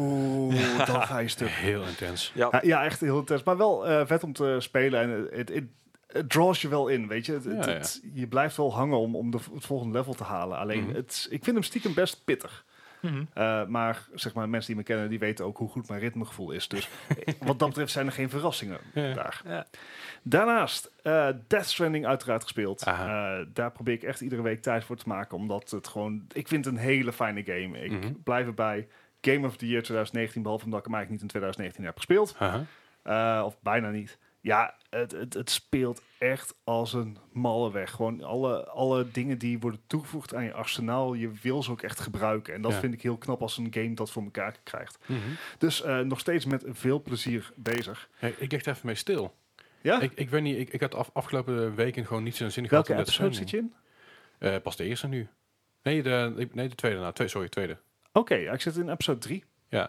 Oeh, dat ga je stuk. Heel intens. Ja, Ja, ja, echt heel intens. Maar wel eh, vet om te spelen. En het, het, het, het draws je wel in, weet je. Het, het- Ja, ja. het- je blijft wel hangen om, om de, het volgende level te halen. Alleen, Mhm. het, ik vind hem stiekem best pittig. Mhm. Uh, maar zeg maar, mensen die me kennen, die weten ook hoe goed mijn ritmegevoel is. Dus wat dat betreft zijn er geen verrassingen Ja. daar. Ja. Daarnaast, uh, Death Stranding uiteraard gespeeld. Aha. Uh, daar probeer ik echt iedere week tijd voor te maken. Omdat het gewoon... Ik vind het een hele fijne game. Ik Mhm. blijf erbij. Game of the Year twintig negentien, behalve omdat ik hem eigenlijk niet in twintig negentien heb gespeeld. Haha. Uh, of bijna niet. Ja, het, het, het speelt echt als een malle weg. Gewoon alle, alle dingen die worden toegevoegd aan je arsenaal, je wil ze ook echt gebruiken. En dat Ja. vind ik heel knap als een game dat voor elkaar krijgt. Mhm. Dus uh, nog steeds met veel plezier bezig. Hey, ik ligt even mee stil. Ja? Ik, ik weet niet, ik, ik had af, afgelopen weken gewoon niet zo'n zin gehad. Welke in Death episode zit Stranding. je in? Eh, pas de eerste nu. Nee, de, ik- nee, de tweede. Nou, twee, sorry, tweede. Oké, okay, ik zit in episode drie.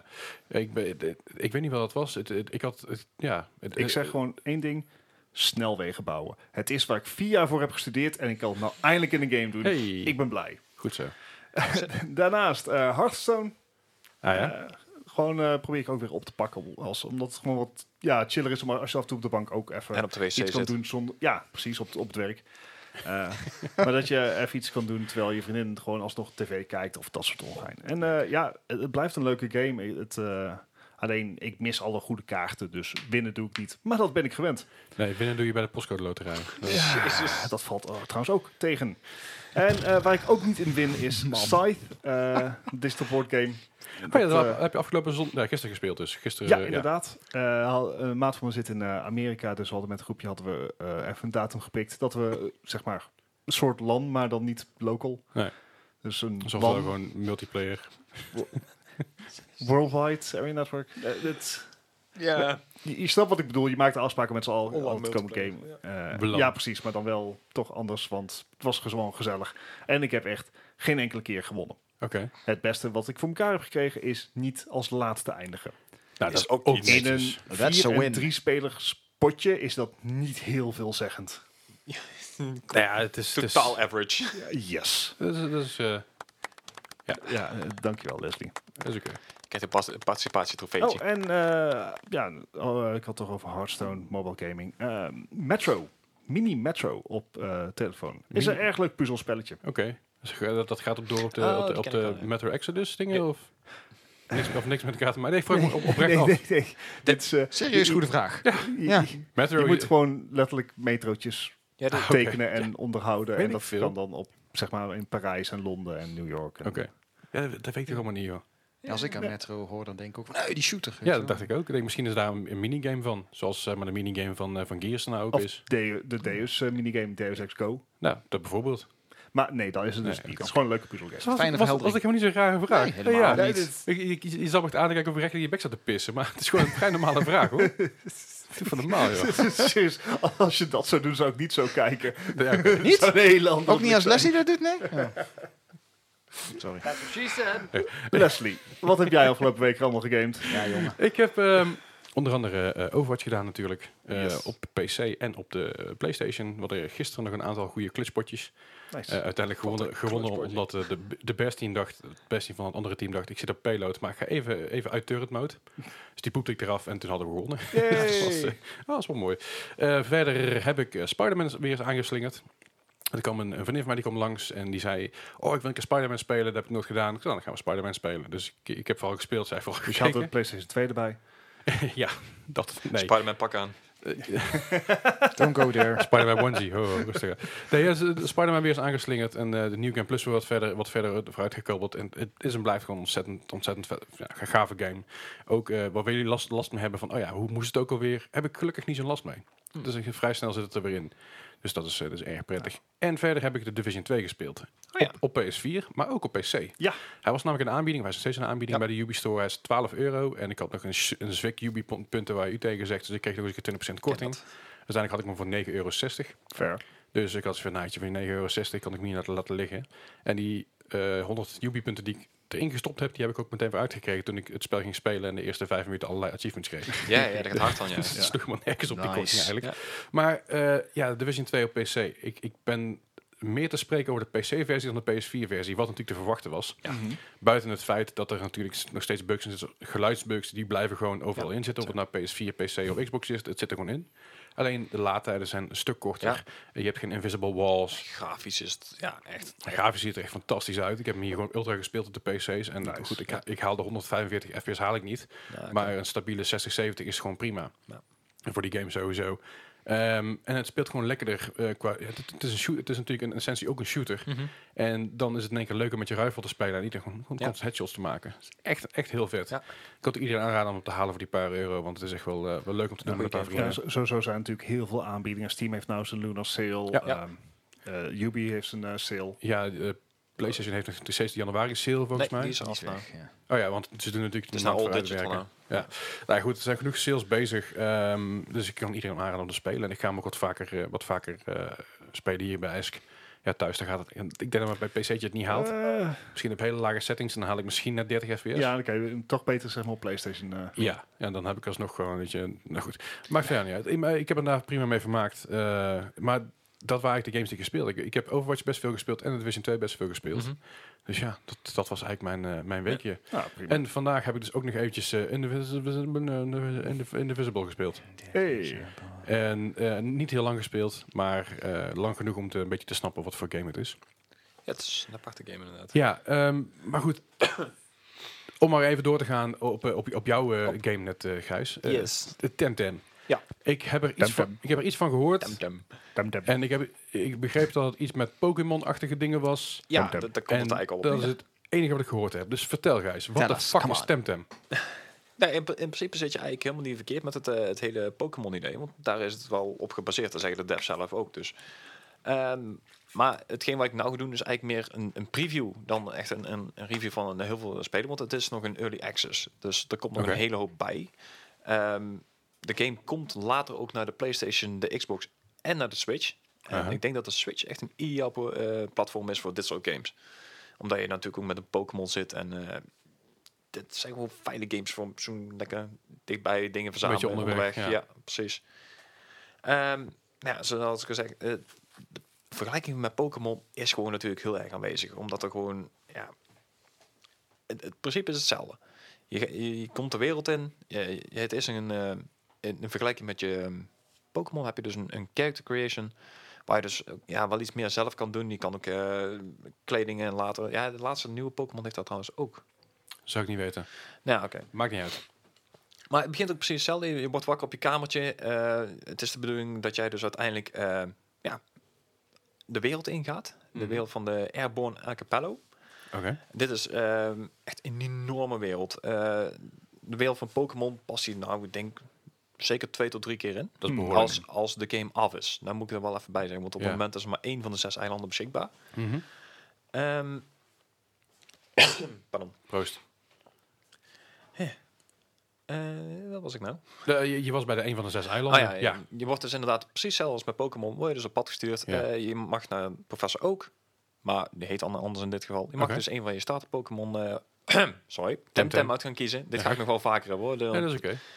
Ik, ben- de- ik weet niet wat dat was. Het, het- ik had, het, ja. Het, Ik zeg gewoon één ding. Snelwegen bouwen. Het is waar ik vier jaar voor heb gestudeerd en ik kan het nou eindelijk in een game doen. Hey. Ik ben blij. Goed zo. Daarnaast, uh, Hearthstone. Ah ja? Uh, gewoon uh, probeer ik ook weer op te pakken. Als, omdat het gewoon wat ja, chiller is. Maar als je af en toe op de bank ook even En op de wc iets kan zit. doen zonder... Ja, precies, op, op het werk. Uh, maar dat je even iets kan doen terwijl je vriendin gewoon alsnog tv kijkt of dat soort ongein. En uh, ja, het, het blijft een leuke game. Het, uh, alleen, ik mis alle goede kaarten, dus winnen doe ik niet. Maar dat ben ik gewend. Nee, winnen doe je bij de postcode loterij. Dat is- Ja, dat valt oh, trouwens ook tegen. En uh, waar ik ook niet in win is Scythe, uh, digital board game. Oh ja, dat uh, heb je afgelopen zon, ja, gisteren gespeeld dus. Gisteren, Ja, eh, inderdaad. Uh, al- een maat van me zit in uh, Amerika, dus we hadden met een groepje hadden we uh, even een datum gepikt dat we uh, zeg maar een soort LAN, maar dan niet local. Nee. Dus een Alsof LAN, we gewoon multiplayer. Worldwide Area Network. Uh, dit, Ja. Je, je snapt wat ik bedoel. Je maakt de afspraken met z'n allen Online al het komen game. multiplayer, Eh, Belang. ja, precies. Maar dan wel toch anders, want het was gewoon gezellig. En ik heb echt geen enkele keer gewonnen. Oké. Het beste wat ik voor elkaar heb gekregen is niet als laatste eindigen. Nou, Is ook iets. In een netjes. That's vier a en win. drie spelers potje is dat niet heel veelzeggend. Nou ja, het is... het is- Totaal average. Yes. Dat is... Dat is, eh, Ja, eh, dankjewel Leslie. dat is oké. Kijk, een pas- een participatietrofeetje. Oh, en uh, ja, oh, uh, ik had het toch over Hearthstone, mobile gaming. Uh, Metro, mini Metro op uh, telefoon. Is Mini- een erg leuk puzzelspelletje. Oké. Dus dat, dat gaat op door op de, Oh, op de, die op ken de ik wel, ja. Metro Exodus dingen? Ja. Of, niks, of niks met elkaar te maken? Nee, ik vraag me op, oprecht nee, af. nee, nee. Dit is, uh, Serieus je- goede vraag. Je, Ja. je- Metro, je moet gewoon letterlijk metrootjes Ja, dat, Ah, oké. tekenen en onderhouden. Weet En ik dat veel. kan dan op, zeg maar, in Parijs en Londen en New York. En- Oké. Ja, dat dat weet ik toch allemaal niet, joh. Ja, als ik aan Metro hoor, dan denk ik ook van, nee, die shooter. weet Ja, je dat wel. dacht ik ook. Ik denk, misschien is daar een, een minigame van. Zoals uh, maar de minigame van, uh, van Gears er nou ook Of is. de, de Deus uh, minigame, Deus Ex Go. Nou, dat bijvoorbeeld. Maar nee, dat is het dus Nee, niet. oké. Het is gewoon een leuke puzzelgame. Was, Fijne was, was, verheldering. ik helemaal niet zo'n rare vraag. Nee, helemaal ja, niet. dit- Ik, ik, je, je zal me het aan te kijken of ik recht in je bek zat te pissen. Maar het is gewoon een vrij normale vraag, hoor. Van normaal, joh. Serieus, als je dat zou doen, zou ik niet zo kijken. Ja, oké. Niet? Zou een hele andere Ook niet als blik zijn. Leslie dat doet, nee? Ja. Sorry. Leslie, wat heb jij afgelopen week allemaal gegamed? Ja, jongen. Ik heb ehm, onder andere eh, Overwatch gedaan natuurlijk. Eh, Yes. Op P C en op de eh, PlayStation. We hadden gisteren nog een aantal goede clutchpotjes. Nice. Uh, uiteindelijk gewonnen, een gewonnen clutchpotje. omdat uh, de, de best team dacht, het best team van het andere team dacht, ik zit op payload, maar ik ga even, even uit turret mode. Dus die poepte ik eraf en toen hadden we gewonnen. Yay. dat, was, uh, oh, dat is wel mooi. Uh, verder heb ik uh, Spider-Man weer eens aangeslingerd. Er kwam een, een vriendin van mij die kwam langs en die zei, oh, ik wil een keer Spider-Man spelen, dat heb ik nooit gedaan. Ik zei, dan gaan we Spider-Man spelen. Dus ik, ik heb vooral gespeeld, zij vooral Dus je had gekeken. de PlayStation twee erbij. Ja, dat, nee. Spider-Man pak aan. Don't go there. Spider-Man onesie, oh, rustig aan. Nee, ja, ze- de Spider-Man weer is aangeslingerd en uh, de New Game Plus weer wat verder, wat verder vooruit gekoppeld. En het is en blijft gewoon ontzettend, ontzettend vet, ja, een gave game. Ook uh, waar jullie last, last mee hebben van, oh ja, hoe moest het ook alweer? Heb ik gelukkig niet zo'n last mee. Hm. Dus ik, vrij snel zit het er weer in. Dus dat is, uh, dat is erg prettig. Ja. En verder heb ik de Division twee gespeeld. Oh ja. op, op P S vier, maar ook op P C. Ja. Hij was namelijk een aanbieding. Hij is nog steeds een aanbieding Ja. bij de Ubi Store. Hij is twaalf euro. En ik had nog een, sh- een zwik Ubi pon- punten waar u tegen zegt. Dus ik kreeg nog eens een twintig procent korting. Uiteindelijk had ik hem voor negen euro zestig. Fair. Dus ik had zo'n naadje van negen euro zestig. Kan ik me niet laten, laten liggen. En die uh, honderd Ubi punten die ik erin gestopt heb, die heb ik ook meteen weer uitgekregen toen ik het spel ging spelen en de eerste vijf minuten allerlei achievements kreeg. Ja, ja, dat gaat hard van, ja. Dus het sloeg helemaal nergens op die Nice. korting eigenlijk. Ja. Maar uh, ja, Division twee op P C. Ik, ik ben meer te spreken over de P C-versie dan de P S vier-versie, wat natuurlijk te verwachten was. Ja. Mhm. Buiten het feit dat er natuurlijk nog steeds bugs in zitten, geluidsbugs, die blijven gewoon overal Ja. in zitten. Of het nou P S vier, P C of Xbox is, het zit er gewoon in. Alleen de laadtijden zijn een stuk korter. Je hebt geen invisible walls. Grafisch is het, ja, echt. Grafisch ziet er echt fantastisch uit. Ik heb hem hier gewoon ultra gespeeld op de P C's. En Nice. goed, ik, ha- ik haal de honderdvijfenveertig F P S haal ik niet. Ja, oké. Maar een stabiele zestig, zeventig is gewoon prima. Ja. En voor die game sowieso. Um, en het speelt gewoon lekkerder. Uh, qua, ja, het, het, is een shoot, het is natuurlijk in essentie ook een shooter. Mhm. En dan is het in één keer leuker met je rifle te spelen en niet gewoon, gewoon Ja. constant headshots te maken. Het is echt, echt heel vet. Ja. Ik kan het iedereen aanraden om het te halen voor die paar euro, want het is echt wel, uh, wel leuk om te doen Ja, met een paar goeie vrienden. Ja, zo- sowieso zijn natuurlijk heel veel aanbiedingen. Steam heeft nou zijn Lunar Sale. Ja. Ja. Um, uh, Ubi heeft zijn uh, sale. Ja, de PlayStation heeft nog steeds de januari sale volgens Nee, mij. die is er Die is af nou. weg, ja. Oh ja, want ze doen natuurlijk Het is de nou maand all voor digital uitwerken. nou. Ja. Nou goed, er zijn genoeg sales bezig. Um, dus ik kan iedereen aanraden om te spelen. En ik ga hem ook wat vaker, uh, wat vaker uh, spelen hier bij Esk. Ja, thuis dan gaat het. Ik denk dat bij P C'tje het niet haalt. Uh, Misschien op hele lage settings. En dan haal ik misschien net dertig F P S. ja, dan kan je toch beter zeg maar op PlayStation. Uh, Ja, ja, dan heb ik alsnog gewoon, weet je, nou goed. Maakt verder niet uit. Ik, maar ik heb er daar prima mee vermaakt. Uh, maar dat waren eigenlijk de games die ik gespeeld. Ik, ik heb Overwatch best veel gespeeld en de Division twee best veel gespeeld. Mhm. Dus ja, dat, dat was eigenlijk mijn, uh, mijn weekje. nou, prima. En vandaag heb ik dus ook nog eventjes uh, Indivisible, Indivisible gespeeld. Hey. En uh, niet heel lang gespeeld, maar uh, lang genoeg om te, een beetje te snappen wat voor game het is. Ja, het is een aparte game inderdaad. Ja, um, maar goed. Om maar even door te gaan op, uh, op, op jouw uh, game net, uh, Gijs. Uh, Yes. De Temtem. Ja. Ik heb, er iets Temtem. van, ik heb er iets van gehoord. Temtem. Dem, dem. En ik, heb, ik begreep dat het iets met Pokémon-achtige dingen was. Ja, Temtem. dat, dat komt En het eigenlijk al op. dat is neer. het enige wat ik gehoord heb. Dus vertel, Gijs. Wat Tell de us, fuck come is on. Temtem? Nee, in, in principe zit je eigenlijk helemaal niet verkeerd met het, uh, het hele Pokémon-idee. Want daar is het wel op gebaseerd. Dat zeggen de devs zelf ook. Dus. Um, maar hetgeen wat ik nou ga doen is eigenlijk meer een, een preview dan echt een, een, een review van een, heel veel spelen. Want het is nog een early access. Dus er komt nog Oké. een hele hoop bij. Um, de game komt later ook naar de PlayStation, de Xbox en naar de Switch. En Uh-huh. ik denk dat de Switch echt een ideaal uh, platform is voor dit soort games. Omdat je natuurlijk ook met een Pokémon zit en uh, dit zijn gewoon fijne games voor zo'n lekker dichtbij dingen verzamelen. Beetje onderweg, ja. ja, precies. Um, ja, zoals ik al zeg, uh, de vergelijking met Pokémon is gewoon natuurlijk heel erg aanwezig. Omdat er gewoon, ja, het, het principe is hetzelfde. Je, je, je komt de wereld in, je, je, het is een, uh, in, in vergelijking met je um, Pokémon heb je dus een, een character creation, waar je dus uh, ja, wel iets meer zelf kan doen. Je kan ook uh, kleding en later, ja, de laatste nieuwe Pokémon heeft dat trouwens ook. Zou ik niet weten. Nou, oké. Okay. Maakt niet uit. Maar het begint ook precies hetzelfde. Je, je wordt wakker op je kamertje. Uh, het is de bedoeling dat jij dus uiteindelijk uh, ja, de wereld ingaat. De Mm-hmm. wereld van de Airborne Archipelago. Okay. Dit is uh, echt een enorme wereld. Uh, de wereld van Pokémon past hier, nou, ik denk zeker twee tot drie keer in. Dat is behoorlijk. Als, als de game af is. Dan moet ik er wel even bij zeggen. Want op ja. het moment is er maar één van de zes eilanden beschikbaar. Mm-hmm. Um, pardon. Proost. Uh, wat was ik nou? De, je, je was bij de een van de zes eilanden. Oh, ja, ja. ja, je wordt dus inderdaad precies zelfs met Pokémon. Word je dus op pad gestuurd. Ja. Uh, je mag naar Professor Oak. Maar die heet anders in dit geval. Je mag okay. dus een van je starter Pokémon... Uh, sorry, Temtem uit gaan kiezen. Dit ga ik nog wel vaker hebben hoor. De, ja, dat is oké. Okay.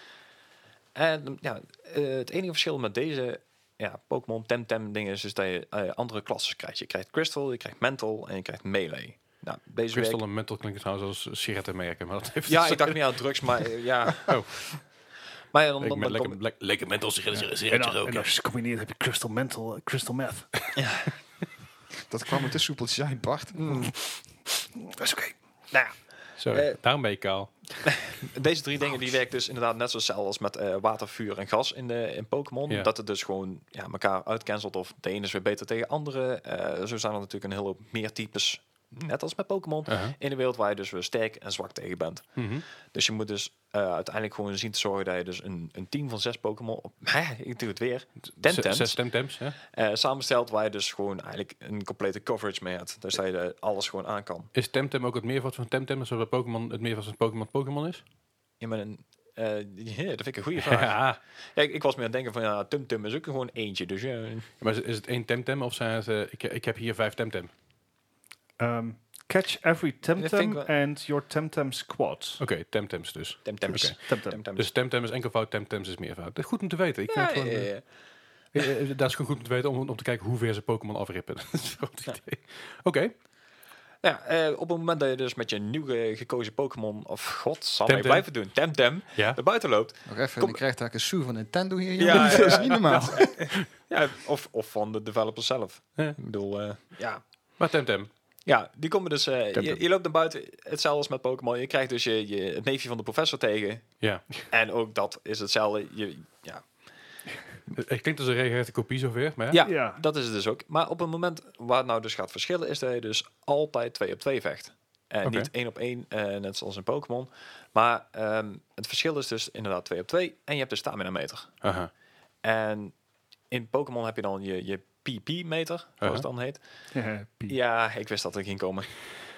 En ja, uh, het enige verschil met deze ja, Pokémon Temtem dingen is dus dat je uh, andere klassen krijgt. Je krijgt Crystal, je krijgt Mental en je krijgt Melee. Nou, deze Crystal week... en Mental klinkt trouwens als sigaretten merken. Maar dat heeft ja, ik dacht meer aan drugs, maar uh, ja... Oh. Maar ja, dan, dan, dan, lekker, dan, lekker, lekker Mental sigaretten ja. roken. En als je combineert heb je Crystal Mental, uh, Crystal Meth. Ja. Dat kwam er te soepeltjes uit, Bart. Mm. Dat is oké. Okay. Nou ja. Sorry, uh, daarom ben je kaal. Deze drie dingen die werken dus inderdaad net zo snel als met uh, water, vuur en gas in, de, in Pokémon. Ja. Dat het dus gewoon ja, elkaar uitcancelt of de ene is weer beter tegen andere. Uh, zo zijn er natuurlijk een hele hoop meer types, net als met Pokémon, uh-huh. in de wereld waar je dus weer sterk en zwak tegen bent. Mm-hmm. Dus je moet dus uh, uiteindelijk gewoon zien te zorgen dat je dus een, een team van zes Pokémon, op, ik doe het weer, Temtems, zes Temtems, ja. uh, samenstelt waar je dus gewoon eigenlijk een complete coverage mee hebt. Dus dat je uh, alles gewoon aan kan. Is Temtem ook het meervoud van Temtem, zoals bij Pokémon het meervoud van Pokémon Pokémon is? Ja, maar een, uh, ja, dat vind ik een goede vraag. Ja. Ja, ik, ik was meer aan het denken van, ja, Temtem is ook gewoon eentje. Dus, ja. Maar is, is het één Temtem of zijn het, uh, ik, ik heb hier vijf Temtem? Um, catch every Temtem and your Temtem squad. Oké, okay, Temtems dus. Temtems. Okay. Temtem. Temtems. Dus Temtem is enkelvoud, Temtems is meervoud. Dat is goed om te weten. Ik vind ja, het gewoon, ja, ja. Uh, dat is gewoon goed om te weten, om, om te kijken hoe ver ze Pokémon afrippen. Oké. Okay. Ja, uh, op het moment dat je dus met je nieuw gekozen Pokémon, of god, zal ik blijven doen, Temtem, ja. naar buiten loopt. Nog even, kom... je krijgt daar een soe van Nintendo hier. Ja, ja, dat is niet normaal. ja, of, of van de developer zelf. Ja. Ik bedoel, uh, ja. Maar Temtem. Ja, die komen dus, uh, je, je loopt naar buiten, hetzelfde als met Pokémon. Je krijgt dus je, je, het neefje van de professor tegen. Ja. En ook dat is hetzelfde. Je, ja. Het klinkt als een regelrechte kopie zover, maar ja. Ja, ja, dat is het dus ook. Maar op het moment waar het nou dus gaat verschillen, is dat je dus altijd twee op twee vecht. En okay. niet één op één, uh, net zoals in Pokémon. Maar um, het verschil is dus inderdaad twee op twee. En je hebt de stamina meter. Aha. En in Pokémon heb je dan je, je P P-meter, zoals uh-huh. het dan heet. Ja, ja, ik wist dat er ging komen.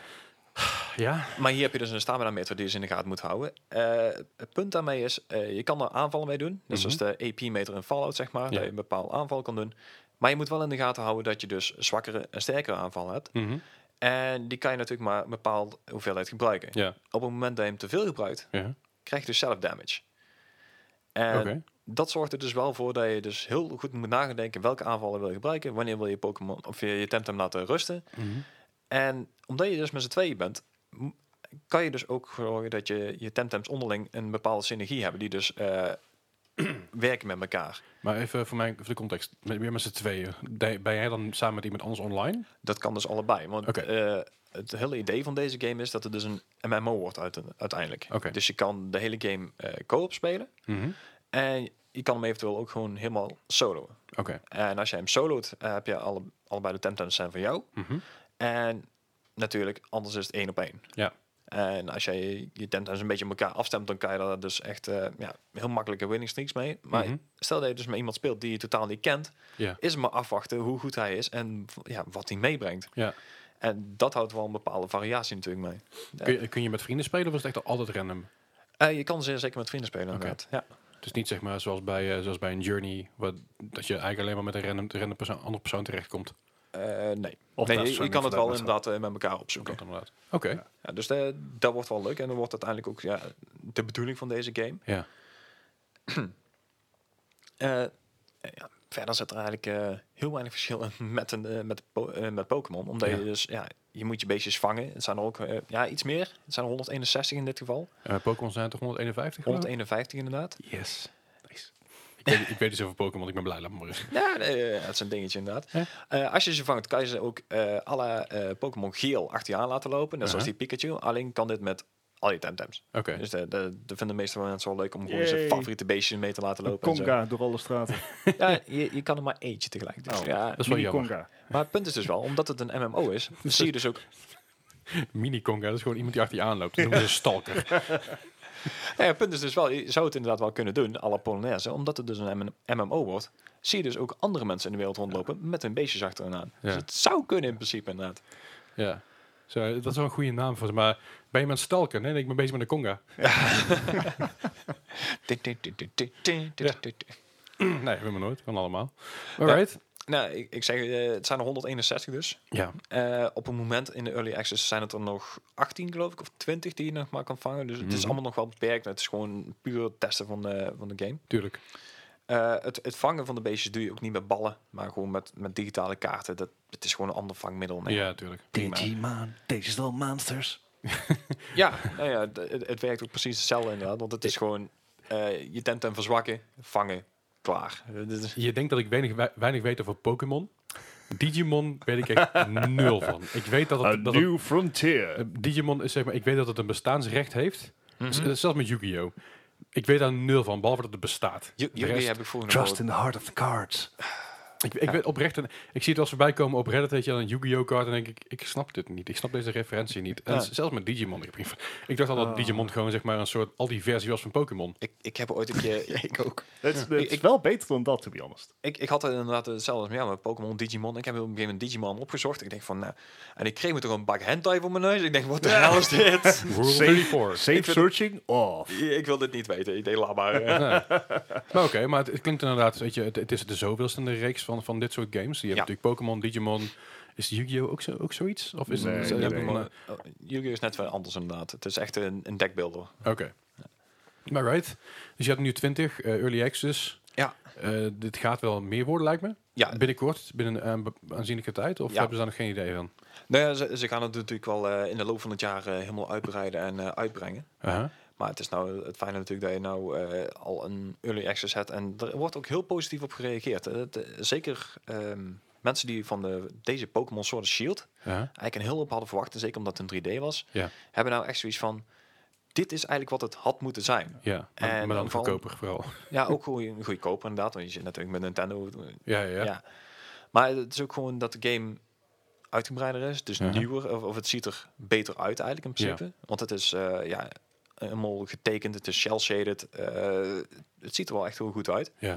Ja. Maar hier heb je dus een stamina meter die je in de gaten moet houden. Uh, het punt daarmee is, uh, je kan er aanvallen mee doen. Dus mm-hmm. zoals de A P-meter in Fallout, zeg maar. Ja. Dat je een bepaald aanval kan doen. Maar je moet wel in de gaten houden dat je dus zwakkere en sterkere aanvallen hebt. Mm-hmm. En die kan je natuurlijk maar een bepaalde hoeveelheid gebruiken. Ja. Op het moment dat je hem te veel gebruikt, ja. krijg je dus self-damage. En okay. dat zorgt er dus wel voor dat je dus heel goed moet nadenken welke aanvallen wil je gebruiken. Wanneer wil je Pokémon of je, je Temtem laten rusten. Mm-hmm. En omdat je dus met z'n tweeën bent, kan je dus ook zorgen dat je je Temtems onderling een bepaalde synergie hebben. Die dus uh, werken met elkaar. Maar even voor mij, voor de context. Weer met z'n tweeën. Ben jij dan samen met iemand anders online? Dat kan dus allebei. Want okay. uh, het hele idee van deze game is dat het dus een M M O wordt uit, uiteindelijk. Okay. Dus je kan de hele game uh, co-op spelen. Mm-hmm. En je kan hem eventueel ook gewoon helemaal solo. Okay. En als jij hem solo't, uh, heb je alle, allebei de Temtems zijn van jou. Mm-hmm. En natuurlijk, anders is het één op één. Ja. En als jij je, je Temtems een beetje op elkaar afstemt, dan kan je daar dus echt uh, ja, heel makkelijke winning streaks mee. Maar mm-hmm. stel dat je dus met iemand speelt die je totaal niet kent, yeah. is het maar afwachten hoe goed hij is en ja, wat hij meebrengt. Ja. En dat houdt wel een bepaalde variatie natuurlijk mee. Kun je, kun je met vrienden spelen of is het echt altijd random? Uh, je kan zeer zeker met vrienden spelen, Oké. inderdaad. Ja. Het is niet zeg maar zoals bij, uh, zoals bij een Journey, wat, dat je eigenlijk alleen maar met een random, random persoon, andere persoon terechtkomt. Uh, nee, Of nee Death je, je Stranding kan voor het dat wel matter. inderdaad uh, met elkaar opzoeken. Kan inderdaad. Oké. Ja. Ja, dus de, dat wordt wel leuk. En dan wordt uiteindelijk ook ja, de bedoeling van deze game. Ja. Uh, ja, verder zit er eigenlijk uh, heel weinig verschil in met, een, uh, met, po uh, met Pokémon. Omdat Ja. je dus, ja, je moet je beestjes vangen. Het zijn er ook uh, ja, iets meer. Het zijn er honderdeenenzestig in dit geval. Uh, Pokémon zijn toch honderdeenenvijftig? geloof ik? honderdeenenvijftig inderdaad. Yes. Nice. Ik weet, ik weet dus over Pokémon, ik ben blij, laat me maar eens. Ja, nee, uh, dat is een dingetje inderdaad. Huh? Uh, als je ze vangt, kan je ze ook uh, alle uh, Pokémon geel achter je aan laten lopen. Net zoals Uh-huh. die Pikachu. Alleen kan dit met al je Temtems. Oké. Okay. Dus de, de, de vinden de meeste mensen wel leuk om gewoon Yay. zijn favoriete beestjes mee te laten lopen. en zo. Conga door alle straten. Ja, je, je kan er maar eentje tegelijk. Dus, Oh, ja. Dat is wel Mini jammer. Conga. Maar het punt is dus wel, omdat het een M M O is, zie je dus ook... Mini-Conga, dat is gewoon iemand die achter je aanloopt. Dat noemen ze een stalker. Ja, het punt is dus wel, je zou het inderdaad wel kunnen doen, à la Polonaise, omdat het dus een M M O wordt, zie je dus ook andere mensen in de wereld rondlopen met hun beestjes achteraan. Ja. Dus het zou kunnen in principe inderdaad. Ja. Zo, dat is wel een goede naam voor ze. Maar ben je met een stalker? Nee, nee, ik ben bezig met een Conga. Nee, we hebben nooit. Kan allemaal. Alright. Nou, ik, ik zeg, uh, het zijn er honderdeenenzestig dus. Ja. Uh, op een moment in de Early Access zijn het er nog achttien, geloof ik, of twintig die je nog maar kan vangen. Dus het is Mhm. allemaal nog wel beperkt. Het is gewoon puur testen van de, van de game. Tuurlijk. Uh, het, het vangen van de beestjes doe je ook niet met ballen, maar gewoon met, met digitale kaarten. Dat, het is gewoon een ander vangmiddel. Nee. Ja, tuurlijk. Prima. Digimon, Digital Monsters. Ja, nou ja, d- het, het werkt ook precies hetzelfde inderdaad. Want het is gewoon uh, je Temtem verzwakken, vangen, klaar. Uh, dit is- Je denkt dat ik weinig, wei- weinig weet over Pokémon. Digimon weet ik echt nul van. Ik weet dat A het... Dat het new frontier. eh, Digimon is zeg maar... Ik weet dat het een bestaansrecht heeft. Mhm. Z- Zelfs met Yu-Gi-Oh! Ik weet daar nul van, behalve dat het bestaat. Yu- De Yu-Gi-Oh rest- heb ik vroeger nog Trust wel- in the heart of the cards. Ik, ik weet oprecht, en ik zie het als voorbij komen op Reddit, weet je, een Yu-Gi-Oh kaart en denk ik, ik snap dit niet. Ik snap deze referentie niet. En Ja. z- zelfs met Digimon. Ik, ik dacht al dat Oh. Digimon gewoon zeg maar een soort al die versie was van Pokémon. Ik, ik heb ooit een keer... ik ook. Het is, het Ik- is wel beter dan dat, to be honest. Ik, ik had het inderdaad hetzelfde als ja, met Pokémon, Digimon. Ik heb op een gegeven moment Digimon opgezocht. Ik denk van, nou... En ik kreeg me toch een bak hentai voor mijn neus. Ik denk, wat de hel is dit? World Safe- vierendertig. Safe Ik vind- searching off. ik wil dit niet weten. Ik denk, laat maar. eh. Nee. Maar oké, maar het, het klinkt inderdaad, weet je, het, het is de zoveelste in de reeks van, van dit soort games. Je hebt Ja. natuurlijk Pokémon, Digimon. Is Yu-Gi-Oh ook, zo, ook zoiets? Of is Nee, het, nee, ja, nee. Pokémon, Oh, Yu-Gi-Oh is net wel anders inderdaad. Het is echt een, een deckbuilder. Oké. Maar right. Dus je hebt er nu twintig, uh, Early Access. Ja. Uh, dit gaat wel meer worden, lijkt me. Ja, Binnenkort, binnen een uh, aanzienlijke tijd? Of Ja. hebben ze daar nog geen idee van? nou ja, ze, ze gaan het natuurlijk wel eh, in de loop van het jaar eh, helemaal uitbreiden en eh, uitbrengen. Aha. Maar het is nou het fijne natuurlijk dat je nou eh, al een early access hebt. En er wordt ook heel positief op gereageerd. Eh, het, eh, zeker ehm, mensen die van de, deze Pokémon Sword and Shield Aha. eigenlijk een heel hoop hadden verwacht, en zeker omdat het een drie D was, Ja. hebben nou echt zoiets van, dit is eigenlijk wat het had moeten zijn. Ja, maar, En maar dan vooral- goedkoper vooral. Ja, ook goeie- een goedkoper inderdaad, want je zit natuurlijk met Nintendo. Ja, ja, Ja. ja. Maar het is ook gewoon dat de game uitgebreider is, dus Ja. nieuwer, of, of het ziet er beter uit eigenlijk in principe. Want het is eh, ja, helemaal getekend, het is shell-shaded, eh, het ziet er wel echt heel goed uit. Ja.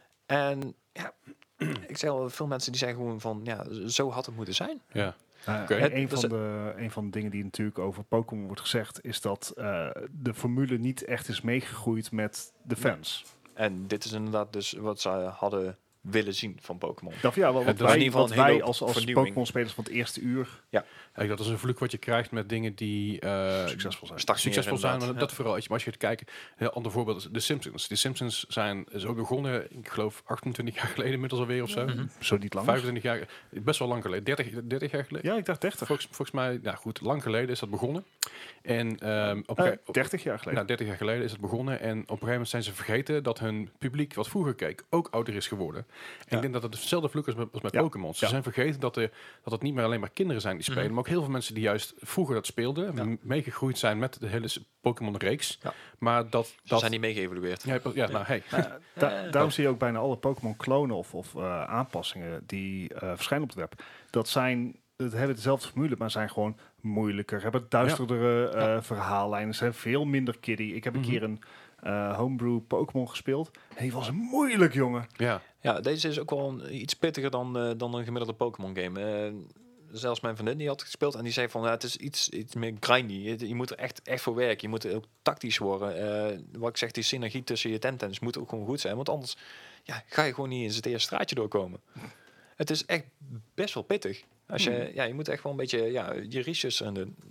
En ja, ik zeg al, veel mensen die zeggen gewoon van, ja, zo had het moeten zijn. ja. Uh, Oké. een, een Dus van de, een van de dingen die natuurlijk over Pokémon wordt gezegd, is dat uh, de formule niet echt is meegegroeid met de fans. En dit is inderdaad dus wat ze hadden willen zien van Pokémon. Dat, ja, wat, Het wat was in wij, ieder geval wat een hele wij hoop als, als vernieuwing. Pokémon-spelers van het eerste uur Kijk, dat is een vloek wat je krijgt met dingen die uh, succesvol zijn. Stagneren succesvol zijn. Maar inderdaad. dat vooral. weet je, Maar als je gaat kijken, een heel ander voorbeeld is de Simpsons. De Simpsons zijn is ook begonnen, ik geloof achtentwintig jaar geleden inmiddels alweer of zo. Mhm. Zo niet lang. vijfentwintig jaar, best wel lang geleden. dertig, dertig jaar geleden. Ja, ik dacht dertig. Volgens, volgens mij, ja goed, lang geleden is dat begonnen. En um, op, een Uh, ge- op- dertig jaar geleden. nou, dertig jaar geleden is het begonnen. En op een gegeven moment zijn ze vergeten dat hun publiek wat vroeger keek ook ouder is geworden. En Ja. ik denk dat het hetzelfde vloek is met, als met Ja. Pokémon. Ze Ja. zijn vergeten dat, er, dat het niet meer alleen maar kinderen zijn die spelen, Mhm. maar ook heel veel mensen die juist vroeger dat speelden, Ja. m- meegegroeid zijn met de hele s- Pokémon-reeks. Ja. Maar dat... Ze dat zijn niet meegeëvalueerd. ja, ja, nou, hey. Uh, da- Eh, daarom zie je ook bijna alle Pokémon-klonen of, of uh, aanpassingen die uh, verschijnen op het web. Dat zijn, het hebben dezelfde formule, maar zijn gewoon moeilijker. Hebben duisterdere uh, Ja. verhaallijnen, zijn veel minder kiddie. Ik heb een Mhm. keer een uh, homebrew Pokémon gespeeld. En die was moeilijk, jongen. Ja, Ja, deze is ook wel een- iets pittiger dan, eh, dan een gemiddelde Pokémon game. Eh, zelfs mijn vriendin die had gespeeld en die zei van, ja, het is iets, iets meer grindy. Je, je moet er echt, echt voor werken. Je moet ook tactisch worden. Uh, wat ik zeg, die synergie tussen je tentens moet ook gewoon goed zijn. Want anders ja, ga je gewoon niet in het eerste straatje doorkomen. Het is echt best wel pittig. Als je, hmm. ja, je moet echt wel een beetje ja, je research aan doen.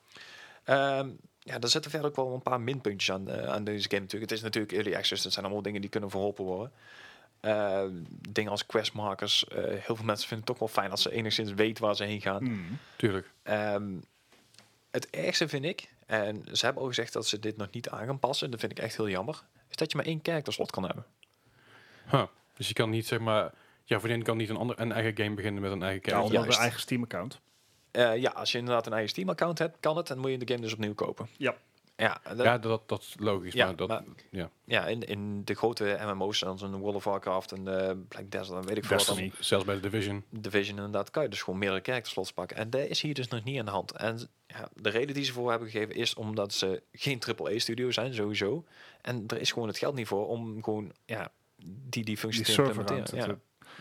Um, ja, er zitten verder ook wel een paar minpuntjes aan, uh, aan deze game natuurlijk. Het is natuurlijk early access. Dat zijn allemaal dingen die kunnen verholpen worden. Uh, dingen als questmarkers. Uh, heel veel mensen vinden het toch wel fijn als ze enigszins weten waar ze heen gaan. Mm, tuurlijk. Um, het ergste vind ik, en ze hebben ook gezegd dat ze dit nog niet aan gaan passen. Dat vind ik echt heel jammer. Is dat je maar één karakterslot kan hebben. Huh. Dus je kan niet, zeg maar... Ja, vriendin kan niet een, ander, een eigen game beginnen met een eigen karakter. Ja, onder een eigen Steam-account. Uh, ja, als je inderdaad een eigen Steam-account hebt, kan het. En moet je de game dus opnieuw kopen. Ja. Ja, dat, ja, dat, dat is logisch. Ja, maar dat, maar, ja. ja in, in de grote M M O's, zoals een World of Warcraft en uh, Black Desert, weet ik veel wat dan. Zelfs bij de Division. Division inderdaad, kan je dus gewoon meerdere karakterslots pakken. En dat is hier dus nog niet aan de hand. En ja, de reden die ze voor hebben gegeven is omdat ze geen triple A-studio zijn, sowieso. En er is gewoon het geld niet voor om gewoon ja, die, die functie die te implementeren. Ja.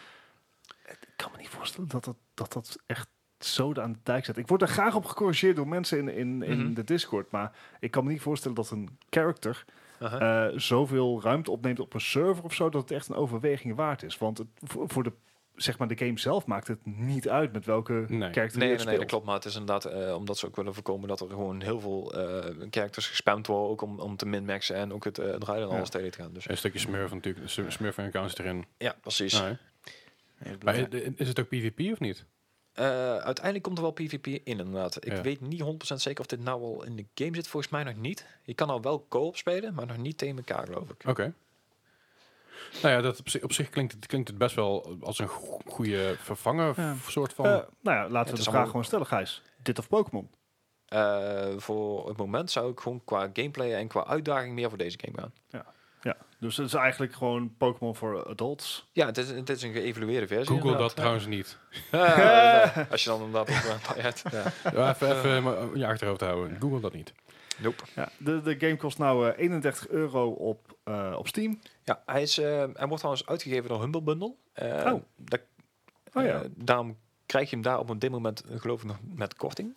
Ik kan me niet voorstellen dat dat, dat, dat echt zo aan de dijk zet. Ik word er graag op gecorrigeerd door mensen in, in, in mm-hmm. de Discord, maar ik kan me niet voorstellen dat een character uh-huh. uh, zoveel ruimte opneemt op een server of zo, dat het echt een overweging waard is. Want het, voor, voor de, zeg maar, de game zelf maakt het niet uit met welke nee. character nee, je nee, nee, dat klopt, maar het is inderdaad uh, omdat ze ook willen voorkomen dat er gewoon heel veel uh, characters gespamd worden, ook om, om te min-maxen en ook het uh, draaien en alles ja. tegen te gaan. Dus. Een stukje smurf natuurlijk, smurf en accounts erin. Ja, precies. Nee. Nee, maar is het ook PvP of niet? Uh, uiteindelijk komt er wel PvP in, inderdaad. Ik ja. weet niet honderd procent zeker of dit nou al in de game zit. Volgens mij nog niet. Je kan al wel co-op spelen, maar nog niet tegen elkaar, geloof ik. Oké. Okay. Nou ja, dat op zich, op zich klinkt, het, klinkt het best wel als een go- goede vervanger ja. soort van... Uh, nou ja, laten we de vraag allemaal... gewoon stellen, Gijs. Dit of Pokémon? Uh, voor het moment zou ik gewoon qua gameplay en qua uitdaging meer voor deze game gaan. Ja. Ja, dus het is eigenlijk gewoon Pokémon voor adults. Ja, het is, het is een geëvalueerde versie. Google inderdaad. dat trouwens niet. Ja, ja, ja, als je dan inderdaad op een hebt. Ja. Ja, even even uh, je achterhoofd houden. Google dat niet. Nope. Ja, de, de game kost nou uh, eenendertig euro op, uh, op Steam. Ja, hij, is, uh, hij wordt trouwens uitgegeven door Humble Bundle. Uh, oh. Dat, uh, oh ja. Daarom krijg je hem daar op een dit moment, geloof ik, nog met korting.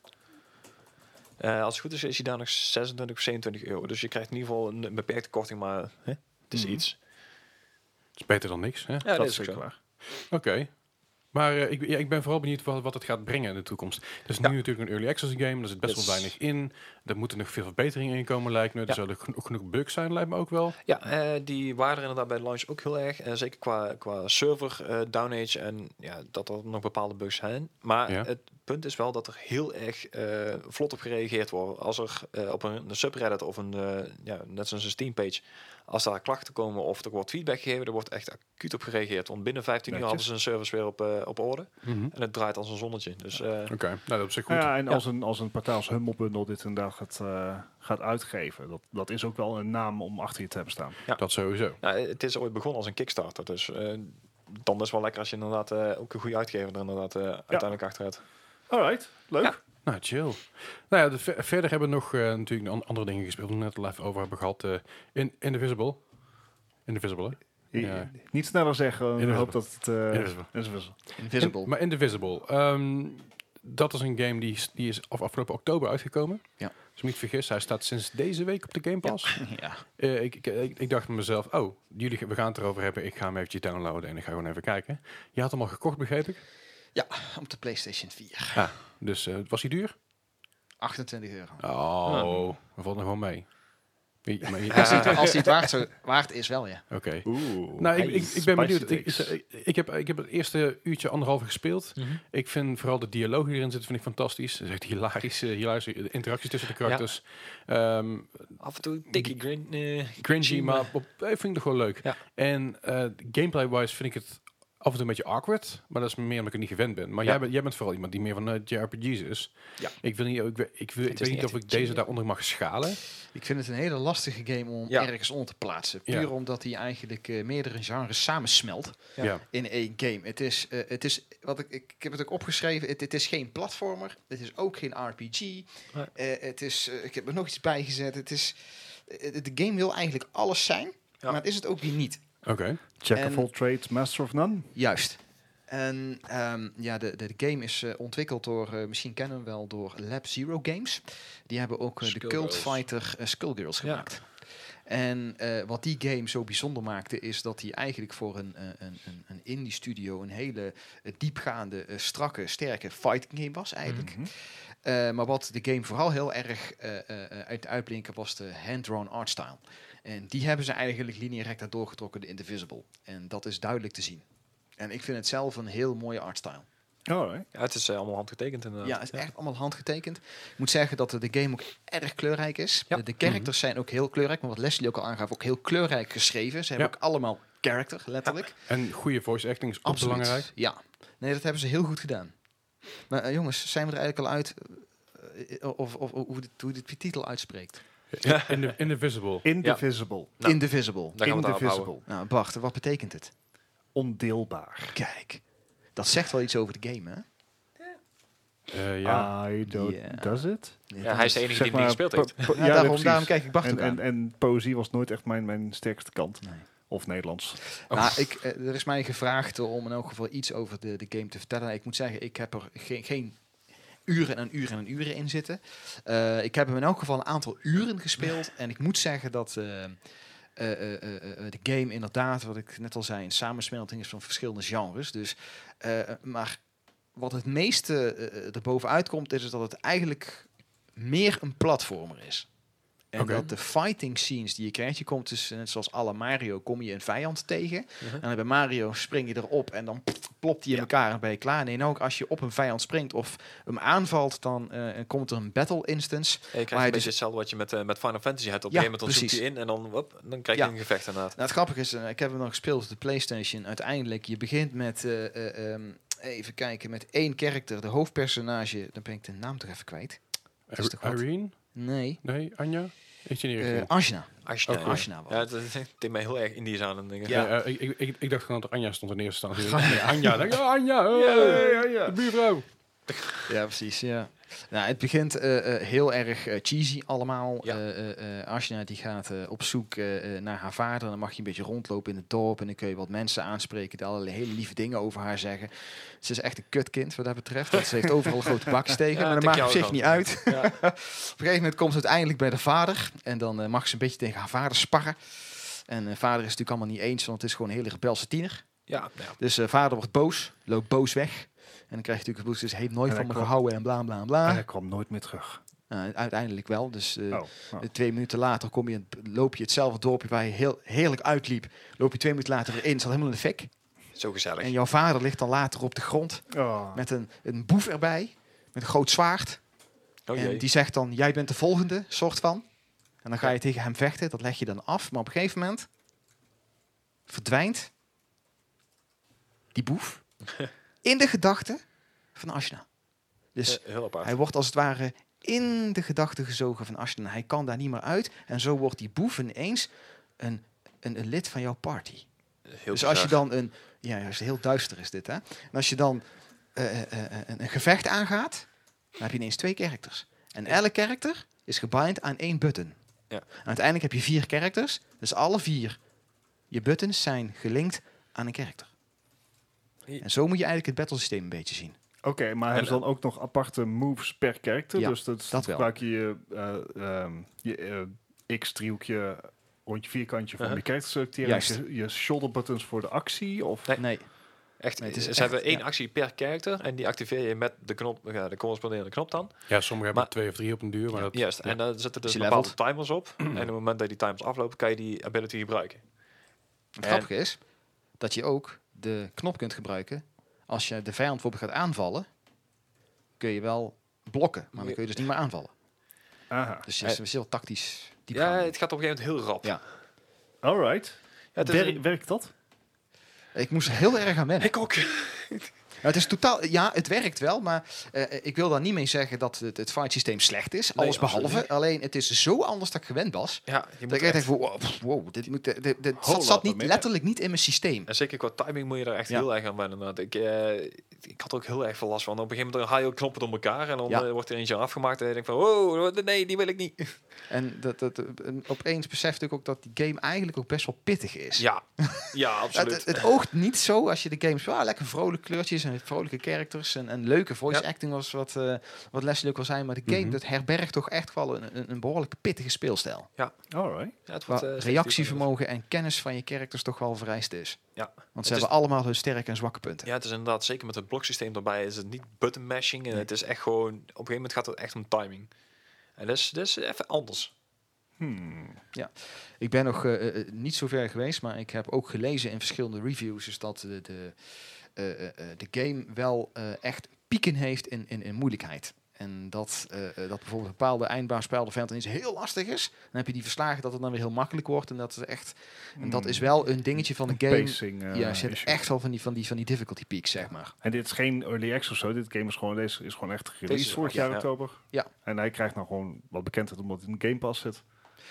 Uh, als het goed is, is hij daar nog zesentwintig of zevenentwintig euro. Dus je krijgt in ieder geval een, een beperkte korting, maar hè, het is mm-hmm. iets. Het is beter dan niks, hè? Ja, dat, dat is zeker waar. Oké. Okay. Maar uh, ik, ja, ik ben vooral benieuwd wat, wat het gaat brengen in de toekomst. Het is ja. nu natuurlijk een early access game. Er zit best yes. wel weinig in. Er moeten nog veel verbeteringen in komen, lijkt me. Er ja. zullen geno- genoeg bugs zijn, lijkt me ook wel. Ja, uh, die waren er inderdaad bij de launch ook heel erg. Uh, zeker qua, qua server uh, downage en ja, dat er nog bepaalde bugs zijn. Maar ja. het punt is wel dat er heel erg uh, vlot op gereageerd wordt. Als er uh, op een, een subreddit of een, uh, ja, net zoals een Steampage, als daar klachten komen of er wordt feedback gegeven, er wordt echt acuut op gereageerd. Want binnen vijftien uur hadden ze een service weer op, uh, op orde. Mm-hmm. En het draait als een zonnetje. Dus, uh, Oké, okay. nou, dat is goed. Ja, en ja. als een, als een partij als Humble Bundle dit een dag gaat, uh, gaat uitgeven, dat, dat is ook wel een naam om achter je te hebben staan. Ja. Dat sowieso. Ja, het is ooit begonnen als een Kickstarter. Dus uh, dan is het wel lekker als je inderdaad uh, ook een goede uitgever er inderdaad uh, ja. uiteindelijk achter hebt. Alright, leuk. Ja. Nou, chill. Nou ja, de, ver, verder hebben we nog uh, natuurlijk an- andere dingen gespeeld. We net live over hebben gehad. Uh, in Indivisible. Indivisible, hè? Ja. Niet sneller zeggen. Ik hoop dat het... Uh, Invisible. Invisible. Invisible. In, maar Indivisible. Um, dat is een game die, die is af, afgelopen oktober uitgekomen. Ja. Als ik me niet vergis, hij staat sinds deze week op de Game Pass. Ja. ja. Uh, ik, ik, ik, ik dacht bij mezelf, oh, jullie, we gaan het erover hebben. Ik ga hem eventjes downloaden en ik ga gewoon even kijken. Je had hem al gekocht, begreep ik? Ja, op de PlayStation vier. Ah, dus uh, was hij duur? achtentwintig euro. Oh, we ja. valt nog wel mee. Je, maar je, als hij het, als hij het waard, zo, waard is, wel, ja. Oké. Okay. Nou, ik, ik, ik ben benieuwd. Ik, ik, ik, heb, ik heb het eerste uurtje, anderhalf gespeeld. Mm-hmm. Ik vind vooral de dialoog die erin zit, vind ik fantastisch. Het is echt hilarisch. Uh, hilarische interacties tussen de karakters. Ja. Um, Af en toe tikkie grin, uh, cringy, maar op, ik vind het toch wel leuk. Ja. En uh, gameplay-wise vind ik het af en toe een beetje awkward, maar dat is meer omdat ik er niet gewend ben. Maar ja. jij, bent, jij bent vooral iemand die meer van uh, J R P G's is. Ja. Ik, wil niet, ik, ik, ik, wil, ik weet niet of ik deze daaronder mag schalen. Ik vind het een hele lastige game om ja. ergens onder te plaatsen. Puur ja. omdat hij eigenlijk uh, meerdere genres samensmelt ja. Ja. in één game. Het is, uh, het is wat ik, ik, ik heb het ook opgeschreven, het, het is geen platformer, het is ook geen R P G. Nee. Uh, het is, uh, ik heb er nog iets bij gezet. Het is, uh, de game wil eigenlijk alles zijn, ja. maar het is het ook weer niet. Oké. Okay. Jack of all trades, master of none. Juist. En um, ja, de, de, de game is uh, ontwikkeld door, uh, misschien kennen we hem wel, door Lab Zero Games. Die hebben ook uh, de cult fighter uh, Skullgirls gemaakt. Ja. En uh, wat die game zo bijzonder maakte, is dat hij eigenlijk voor een, uh, een, een, een indie studio een hele uh, diepgaande, uh, strakke, sterke fighting game was eigenlijk. Mm-hmm. Uh, maar wat de game vooral heel erg uh, uh, uit uitblinken was de hand-drawn art style. En die hebben ze eigenlijk lineair recht doorgetrokken de Indivisible. En dat is duidelijk te zien. En ik vind het zelf een heel mooie artstyle. Oh, ja, het is uh, allemaal handgetekend inderdaad. Ja, het is ja. echt allemaal handgetekend. Ik moet zeggen dat de game ook erg kleurrijk is. Ja. De, de characters mm-hmm. zijn ook heel kleurrijk, maar wat Leslie ook al aangaf, ook heel kleurrijk geschreven. Ze hebben ja. ook allemaal character, letterlijk. Ja. En goede voice acting is ook belangrijk. Ja, nee, dat hebben ze heel goed gedaan. Maar uh, jongens, zijn we er eigenlijk al uit uh, of, of, of hoe, de, hoe de titel uitspreekt? Ja. In the, Indivisible. Indivisible. Ja. Nou, Indivisible. Indivisible. Nou, Bart, wat betekent het? Ondeelbaar. Kijk, dat zegt wel iets over de game, hè? Uh, ja. I don't, yeah. Does it? Ja, ja, hij is de enige zeg die hem gespeeld heeft. Po- po- ja, ja, daarom, daarom kijk ik Bart en, ook aan. En, en poëzie was nooit echt mijn, mijn sterkste kant. Nee. Of Nederlands. Oh. Nou, ik, uh, er is mij gevraagd om in elk geval iets over de, de game te vertellen. Ik moet zeggen, ik heb er geen, geen uren en uren en uren in zitten. Uh, ik heb hem in elk geval een aantal uren gespeeld. En ik moet zeggen dat uh, uh, uh, uh, de game inderdaad, wat ik net al zei, een samensmelting is van verschillende genres. Dus, uh, maar wat het meeste uh, erbovenuit komt, is dat het eigenlijk meer een platformer is. En okay. dat de fighting scenes die je krijgt, je komt dus, net zoals alle Mario, kom je een vijand tegen. Uh-huh. En bij Mario spring je erop en dan pff, plopt hij in ja. elkaar en ben je klaar. Nee, en ook als je op een vijand springt of hem aanvalt, dan uh, komt er een battle instance. Ja, je krijgt een beetje dus hetzelfde wat je met, uh, met Final Fantasy hebt. Op een ja, gegeven moment dan zoek je in en dan, wop, dan krijg je ja. een gevecht inderdaad. Nou, het grappige is, uh, ik heb hem nog gespeeld op de PlayStation. Uiteindelijk, je begint met, uh, uh, um, even kijken, met één karakter, de hoofdpersonage. Dan ben ik de naam toch even kwijt. Irene? Nee. Nee, Anja? Uh, Ashna. Ashna, oh, Ashna ja, dat deed mij heel erg Indisch aan. En dingen. Ja, uh, ik, ik, ik dacht gewoon dat Anja stond in eerste instantie. Anja, denk, oh, Anja, oh, yeah, yeah, yeah. de buurvrouw. Ja, precies, ja. Nou, het begint uh, uh, heel erg uh, cheesy allemaal. Ja. Uh, uh, Ashna die gaat uh, op zoek uh, naar haar vader. Dan mag je een beetje rondlopen in het dorp. En dan kun je wat mensen aanspreken die allerlei hele lieve dingen over haar zeggen. Ze is echt een kutkind wat dat betreft. Want ze heeft overal grote bakjes tegen. Ja, maar dat maakt op zich niet uit. Ja. Op een gegeven moment komt ze uiteindelijk bij de vader. En dan uh, mag ze een beetje tegen haar vader sparren. En uh, vader is natuurlijk allemaal niet eens. Want het is gewoon een hele rebelse tiener. Ja, ja. Dus uh, vader wordt boos. Loopt boos weg. En dan krijg je natuurlijk het boek, dus hij heeft nooit en van me kwam, gehouden en bla bla bla. En hij kwam nooit meer terug. Uh, uiteindelijk wel. Dus uh, oh, oh. twee minuten later kom je, loop je hetzelfde dorpje waar je heel heerlijk uitliep. Loop je twee minuten later weer in. Het zat helemaal in de fik. Zo gezellig. En jouw vader ligt dan later op de grond. Oh. Met een, een boef erbij. Met een groot zwaard. Oh, en die zegt dan, jij bent de volgende, soort van. En dan ga je ja. tegen hem vechten. Dat leg je dan af. Maar op een gegeven moment verdwijnt die boef in de gedachten van Ashna. Dus uh, heel apart. Hij wordt als het ware in de gedachten gezogen van Ashna. Hij kan daar niet meer uit. En zo wordt die boef ineens een, een, een lid van jouw party. Heel dus als je dan een... Ja, juist heel duister is dit, hè. En als je dan uh, uh, uh, een, een gevecht aangaat, dan heb je ineens twee characters. En elk character is gebind aan één button. Ja. En uiteindelijk heb je vier characters. Dus alle vier je buttons zijn gelinkt aan een character. En zo moet je eigenlijk het battlesysteem een beetje zien. Oké, okay, maar hebben ze dan ook nog aparte moves per character? Ja, dus dat, dat gebruik je je, uh, um, je uh, X-driehoekje, rondje vierkantje van uh-huh. je character selecteren. Je, je shoulder buttons voor de actie? Of? Nee. nee. Echt, nee, het is ze echt, hebben één ja. actie per character en die activeer je met de knop, ja, de corresponderende knop dan. Ja, sommigen hebben twee of drie op een duur. Maar ja, dat, juist, ja. en dan zitten dus bepaalde leveled. timers op. En op het moment dat die timers aflopen, kan je die ability gebruiken. Het grappige is dat je ook de knop kunt gebruiken. Als je de vijand bijvoorbeeld gaat aanvallen, kun je wel blokken, maar dan kun je dus niet meer aanvallen. Aha. Dus het is heel tactisch. Ja, het gaat op een gegeven moment heel rap. Ja. Alright. Ja, Wer- een... Werkt dat? Ik moest heel erg aan wennen. Ik ook. het is totaal, ja, het werkt wel, maar uh, ik wil daar niet mee zeggen dat het, het fight systeem slecht is. Nee, alles behalve. absoluut. Alleen het is zo anders dan ik gewend was. Ja, je Dat moet ik echt echt, denk van, wow, pff, wow, dit, moet, dit, dit, dit Hold zat, zat up, niet, man. letterlijk niet in mijn systeem. en zeker qua timing moet je er echt Ja. heel erg aan wennen. inderdaad. Ik, uh, ik had er ook heel erg veel last van. Op een gegeven moment haal je knoppen door elkaar en dan Ja. uh, wordt er eentje afgemaakt en je denkt van, wow, nee, die wil ik niet. En dat, dat, en opeens besefte ik ook dat die game eigenlijk ook best wel pittig is. Ja, ja, Het, absoluut. het, het oogt niet zo als je de games... Ah, lekker vrolijke kleurtjes en vrolijke characters en, en leuke voice Ja. acting was wat, uh, wat Leslie ook al zei. Maar de game Mhm. dat herbergt toch echt wel een, een, een behoorlijke pittige speelstijl. Alright. Ja, het Waar wordt, uh, steeds reactievermogen en kennis van je characters toch wel vereist is. Ja. Want ze Het hebben allemaal hun sterke en zwakke punten. Ja, het is inderdaad, zeker met het bloksysteem erbij, is het niet button mashing. En Nee. het is echt gewoon, op een gegeven moment gaat het echt om timing. En dat is, dat is even anders. Hmm. Ik ben nog uh, uh, niet zo ver geweest, maar ik heb ook gelezen in verschillende reviews dus dat de, de, uh, uh, uh, de game wel uh, echt pieken heeft in, in, in moeilijkheid. En dat, uh, uh, dat bijvoorbeeld een bepaalde eindbaas, bepaalde vijand ineens heel lastig is. Dan heb je die verslagen dat het dan weer heel makkelijk wordt. En dat is echt. En dat is wel een dingetje van de Een game. pacing, uh, ja, je hebt issue. echt wel van die, van die, van die difficulty peaks, zeg maar. En dit is geen early access of zo. Dit game is gewoon, deze is gewoon echt gereleased Deze- vorig ja, jaar ja. oktober. Ja. En hij krijgt nou gewoon wat bekendheid omdat hij in de Game Pass zit.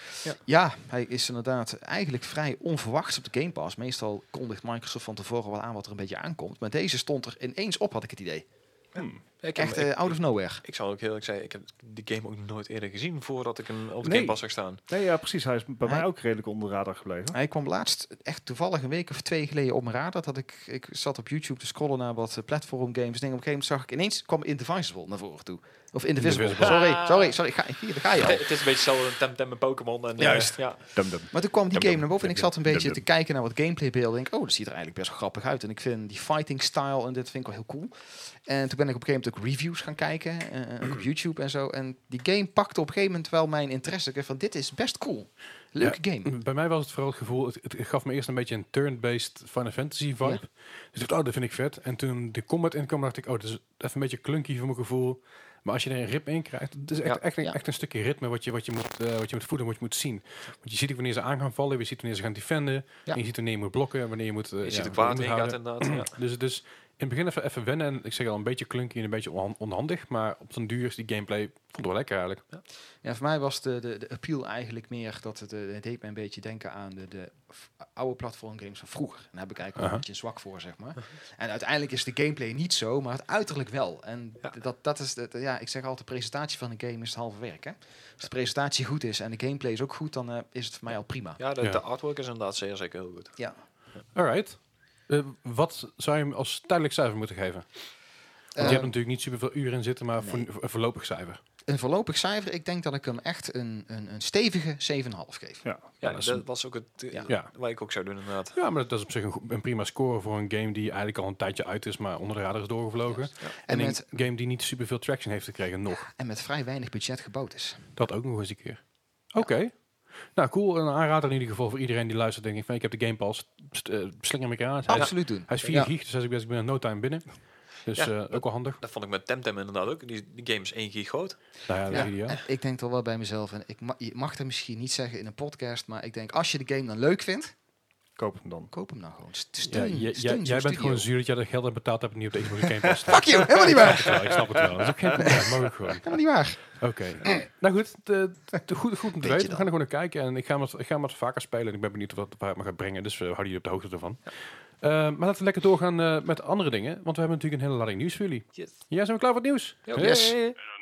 Ja, hij is inderdaad eigenlijk vrij onverwachts op de Game Pass. Meestal kondigt Microsoft van tevoren wel aan wat er een beetje aankomt. Maar deze stond er ineens op, had ik het idee. Hmm. Ik, heb, Echt ik, uh, out of nowhere. ik zou ook heel erg zeggen, ik heb die game ook nooit eerder gezien voordat ik hem op de Nee. Game Pass zag staan. Nee, ja, precies. Hij is bij Hij- mij ook redelijk onder de radar gebleven. Hij kwam laatst, echt toevallig een week of twee geleden op mijn radar. Dat ik, ik zat op YouTube te scrollen naar wat uh, platform games. En op een gegeven moment zag ik ineens, kwam Indivisible naar voren toe. Of Indivisible. Indivisible. Sorry, sorry, sorry. Ga, hier, daar ga je al. Het is een beetje hetzelfde met Temtem en Pokémon. En, Juist. Ja. Dum dum. Maar toen kwam die Dum, game dum, naar boven en ik dum, zat een dum, beetje dum. te kijken naar wat gameplaybeelden. En denk, oh, dat ziet er eigenlijk best wel grappig uit. En ik vind die fighting style en dit vind ik wel heel cool. En toen ben ik op een gegeven moment ook reviews gaan kijken. Uh, ook op YouTube en zo. En die game pakte op een gegeven moment wel mijn interesse. Ik dacht van, dit is best cool. Leuke Ja, game. Bij mij was het vooral het gevoel, het, het gaf me eerst een beetje een turn-based Final Fantasy vibe. Ja. Dus ik dacht, oh, dat vind ik vet. En toen de combat inkwam, dacht ik, oh, dat is even een beetje clunky voor mijn gevoel. Maar als je er een ritme in krijgt, het is echt, Ja. echt, een, Ja. echt een stukje ritme wat je, wat, je moet, uh, wat je moet voeden, wat je moet zien. Want je ziet ook wanneer ze aan gaan vallen, je ziet wanneer ze gaan defenden. Ja. En je ziet wanneer je moet blokken, wanneer je moet uh, Je ja, ziet ook waar het heen gaat onderhouden. inderdaad. Ja. Dus, dus in het begin even, even wennen. En ik zeg al, een beetje clunky en een beetje on- onhandig. Maar op zo'n duur is die gameplay, vond ik wel lekker eigenlijk. Ja, voor mij was de, de, de appeal eigenlijk meer dat het, uh, het deed me een beetje denken aan de, de f- oude platform games van vroeger. En daar heb ik eigenlijk wel Aha. een beetje zwak voor, zeg maar. En uiteindelijk is de gameplay niet zo, maar het uiterlijk wel. En Ja. d- dat, dat is, de, de- ja, ik zeg altijd, de presentatie van een game is het halve werk. Hè? Als de presentatie goed is en de gameplay is ook goed, dan uh, is het voor mij al prima. Ja, de, Ja. de artwork is inderdaad zeer zeker heel goed. Ja. Alright. Uh, wat zou je hem als tijdelijk cijfer moeten geven? Want Uh, je hebt natuurlijk niet superveel uren in zitten, maar nee. voor, voor een voorlopig cijfer. een voorlopig cijfer, ik denk dat ik hem echt een, een, een stevige zeven komma vijf geef. Ja. Ja, dat is dat een- was ook het uh, Ja. Ja. wat ik ook zou doen inderdaad. Ja, maar dat is op zich een, go- een prima score voor een game die eigenlijk al een tijdje uit is, maar onder de radar is doorgevlogen. Ja. En En een met, game die niet superveel traction heeft gekregen nog. en met vrij weinig budget gebouwd is. Dat ook nog eens een keer. Oké. Nou, cool. Een aanrader in ieder geval voor iedereen die luistert. Denk ik van, ik heb de Game Pass. St- uh, slinger me aan. Hij is, Absoluut doen. hij is vier Ja. gig, dus hij is best binnen no time binnen. Dus Ja, eh, dat- ook wel handig. Dat vond ik met Temtem inderdaad ook. Die, die game is één gig groot. Nou ja, dat Ja, is ideaal. en ik denk toch wel bij mezelf, en ik ma je mag het misschien niet zeggen in een podcast, maar ik denk, als je de game dan leuk vindt, Koop hem dan. koop hem nou gewoon. St- Ja, Steun, jij- jij, steun jij zo'n bent studio. gewoon zuur dat jij er geld hebt betaald hebt en niet op de Xbox Game Pass staat. Fuck you, helemaal niet waar. Ja, ik snap het wel. Dat is ook geen probleem. Mag ook gewoon. Helemaal niet waar. Oké. Nou goed, de, de, goed, goed om te Weet je weten. We dan. gaan er gewoon naar kijken. En ik ga hem wat, ik ga hem wat vaker spelen. En ik ben benieuwd wat waar het me gaat brengen. Dus we houden jullie op de hoogte ervan. Uh, maar laten we lekker doorgaan uh, met andere dingen. Want we hebben natuurlijk een hele lading nieuws voor jullie. Yes. Ja, zijn we klaar voor het nieuws? Ja, Hey. yes.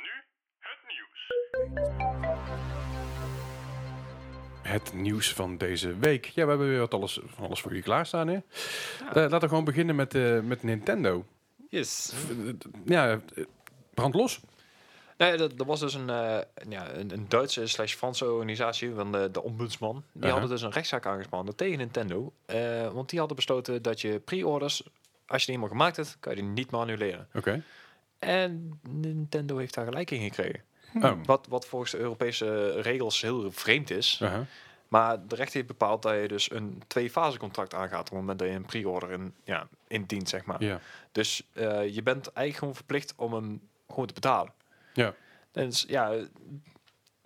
Het nieuws van deze week. Ja, we hebben weer wat alles, van alles voor jullie klaarstaan. Hè? Ja. Uh, laten we gewoon beginnen met, uh, met Nintendo. Yes. Uh, ja, uh, brand los. Nee, dat, dat was dus een, uh, ja, een, een Duitse slash Franse organisatie van de, de ombudsman. Die uh-huh. hadden dus een rechtszaak aangespannen tegen Nintendo. Uh, want die hadden besloten dat je pre-orders, als je die eenmaal gemaakt hebt, kan je die niet meer annuleren. Oké. Okay. En Nintendo heeft daar gelijk in gekregen. Oh. Wat, wat volgens de Europese regels heel vreemd is. Uh-huh. Maar de rechter heeft bepaald dat je dus een twee-fase contract aangaat op het moment dat je een pre-order in, ja, indient, zeg maar. Yeah. Dus uh, je bent eigenlijk gewoon verplicht om hem gewoon te betalen. Ja. Dus ja,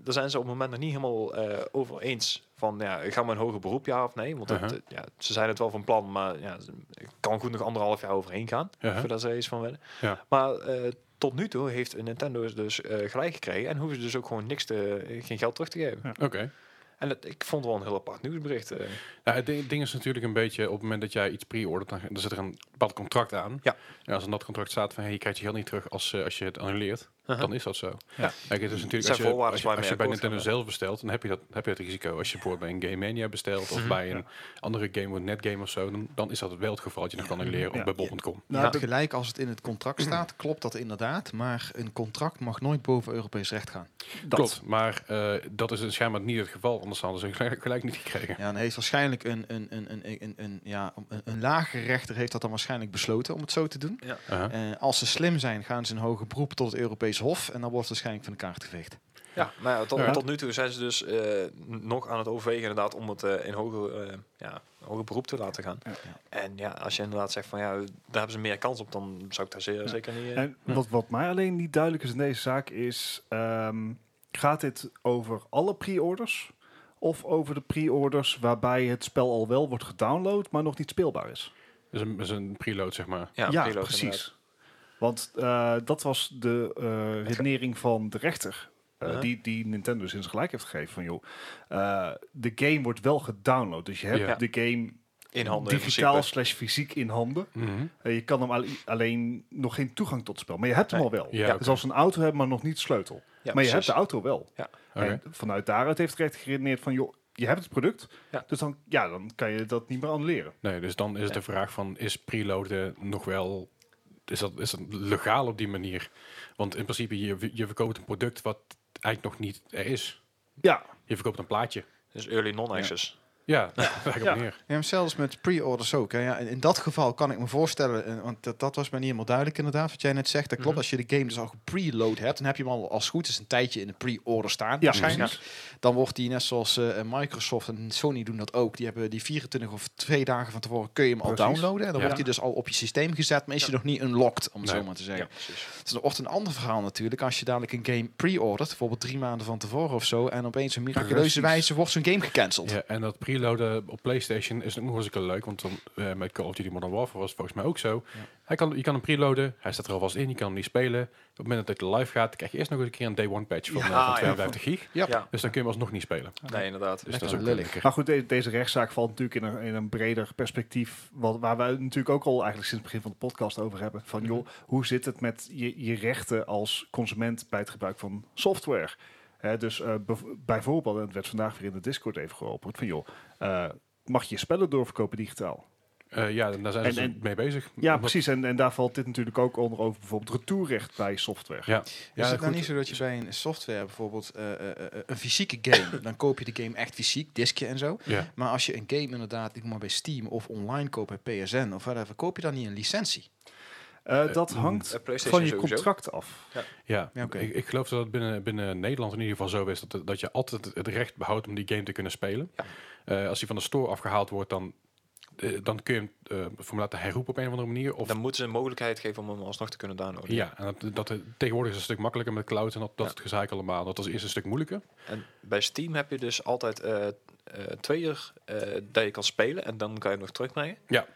daar zijn ze op het moment nog niet helemaal uh, over eens van, ja, gaan we een hoger beroep, ja of nee? Want Uh-huh. het, uh, ja, ze zijn het wel van plan, maar ja, er kan goed nog anderhalf jaar overheen gaan, Uh-huh. voordat ze er iets van willen. Ja. Maar uh, tot nu toe heeft Nintendo dus uh, gelijk gekregen en hoeven ze dus ook gewoon niks te, geen geld terug te geven. Ja. Oké. Okay. En het, ik vond het wel een heel apart nieuwsbericht. Uh. Nou, het ding, ding is natuurlijk een beetje, op het moment dat jij iets pre-ordert, dan, dan zit er een bepaald contract aan. Ja. En als in dat contract staat van, hey, je krijgt je geld niet terug als, uh, als je het annuleert, Uh-huh. dan is dat zo. Ja. Kijk, het is natuurlijk, het als je, als je, waar als je bij akkoord Nintendo gaan, zelf bestelt, dan heb je dat, heb je dat risico. Als je bijvoorbeeld bij een Game Mania bestelt, of Mm-hmm. bij een Ja. andere game, een netgame of zo, dan, dan is dat wel het geval dat je nog kan annuleren, Ja. of bij bol punt com. Nou, Ja. gelijk als het in het contract staat, klopt dat inderdaad. Maar een contract mag nooit boven Europees recht gaan. Dat. Klopt, maar uh, dat is schijnbaar niet het geval, anders hadden ze gelijk, gelijk niet gekregen. Ja, dan heeft waarschijnlijk een, een, een, een, een, een, ja, een, een lage rechter heeft dat dan waarschijnlijk besloten om het zo te doen. Ja. Uh-huh. Uh, als ze slim zijn, gaan ze een hoger beroep tot het Europees Hof. En dan wordt het waarschijnlijk van de kaart geveegd. Ja, maar ja, tot, Ja. tot nu toe zijn ze dus uh, nog aan het overwegen inderdaad om het uh, in hoger, uh, ja, hoger beroep te laten gaan. Ja. En ja, als je inderdaad zegt van ja, daar hebben ze meer kans op, dan zou ik daar zeer, Ja. zeker niet... Uh, En wat, wat mij alleen niet duidelijk is in deze zaak is, um, gaat dit over alle pre-orders of over de pre-orders waarbij het spel al wel wordt gedownload, maar nog niet speelbaar is? Dat is een, dat is een preload, zeg maar. ja, Ja, preload precies. inderdaad. Want uh, dat was de uh, redenering van de rechter. Uh, Uh-huh. die, die Nintendo sinds gelijk heeft gegeven van joh, uh, de game wordt wel gedownload. Dus je hebt Ja. de game In handen in digitaal principe. slash fysiek in handen. Mm-hmm. Uh, je kan hem al, alleen nog geen toegang tot het spel. Maar je hebt hem Nee. al wel. Ja, Dus oké. als we een auto hebben, maar nog niet de sleutel. Ja, maar je precies. hebt de auto wel. Ja. Oké. En vanuit daaruit heeft het recht geredeneerd van joh, je hebt het product. Ja. Dus dan, ja, dan kan je dat niet meer annuleren. Nee, dus dan is het de vraag van, is preloaden nog wel, is dat, is dat legaal op die manier? Want in principe, je, je verkoopt een product wat eigenlijk nog niet er is. Ja, Je verkoopt een plaatje. Dus early non-access. Ja, daar ga ik Ja. op neer. Ja, maar zelfs met pre-orders ook. Hè. Ja, in, in dat geval kan ik me voorstellen, eh, want dat, dat was mij niet helemaal duidelijk inderdaad, wat jij net zegt. Dat klopt, Mhm. als je de game dus al gepreload hebt, dan heb je hem al als goed is een tijdje in de pre-order staan. ja waarschijnlijk. precies. Dan wordt die net zoals uh, Microsoft en Sony doen dat ook. Die hebben die vierentwintig of twee dagen van tevoren kun je hem al Precies. downloaden. En dan Ja. wordt hij dus al op je systeem gezet, maar is Ja. hij nog niet unlocked, om het Nee. zo maar te zeggen. Ja, precies. Dus dan wordt een ander verhaal natuurlijk als je dadelijk een game pre-ordert, bijvoorbeeld drie maanden van tevoren of zo, en opeens een miraculeuze Precies. wijze wordt zo'n game gecanceld. Ja, en dat preloaden op PlayStation is ook nog eens een keer leuk, want dan, uh, met Call of Duty Modern Warfare was het volgens mij ook zo. Ja. Hij kan, je kan hem preloaden, hij staat er alvast in, je kan hem niet spelen. Op het moment dat het live gaat, krijg je eerst nog eens een keer een day one patch van, Ja, uh, van ja, tweeënfvijftig gig. Ja. Ja. Dus dan kun je hem alsnog niet spelen. Nee, inderdaad. Dus Lekker dat is ook lullig. lekker. Maar goed, de- deze rechtszaak valt natuurlijk in een, in een breder perspectief, wat, waar we natuurlijk ook al eigenlijk sinds het begin van de podcast over hebben. Van joh, hoe zit het met je, je rechten als consument bij het gebruik van software? Hè, dus uh, bev- bijvoorbeeld, en het werd vandaag weer in de Discord even geopend, van joh, uh, mag je je spellen doorverkopen digitaal? Uh, ja, daar zijn En- ze en- mee bezig. Ja, Omdat- precies. En, en daar valt dit natuurlijk ook onder over bijvoorbeeld retourrecht bij software. Ja, Is ja, het nou goed. niet zo dat je bij een software bijvoorbeeld uh, uh, uh, een fysieke game, dan koop je de game echt fysiek, diskje en zo. Ja. Maar als je een game inderdaad, ik noem maar bij Steam of online koopt bij P S N of whatever, koop je dan niet een licentie? Uh, dat Uh, hangt Uh, PlayStation van je sowieso. contract af. Ja, Ja, oké. ik, ik geloof dat het binnen, binnen Nederland in ieder geval zo is dat, dat je altijd het recht behoudt om die game te kunnen spelen. Ja. Uh, als die van de store afgehaald wordt, dan, uh, dan kun je hem uh, voor me laten herroepen op een of andere manier. Of, Dan moeten ze een mogelijkheid geven om hem alsnog te kunnen downloaden. ja, en dat, dat, tegenwoordig is het een stuk makkelijker met cloud en dat, dat Ja. het gezeik allemaal. Dat was eerst een stuk moeilijker. En bij Steam heb je dus altijd uh, uh, twee uur uh, dat je kan spelen en dan kan je hem nog terugbrengen. Ja.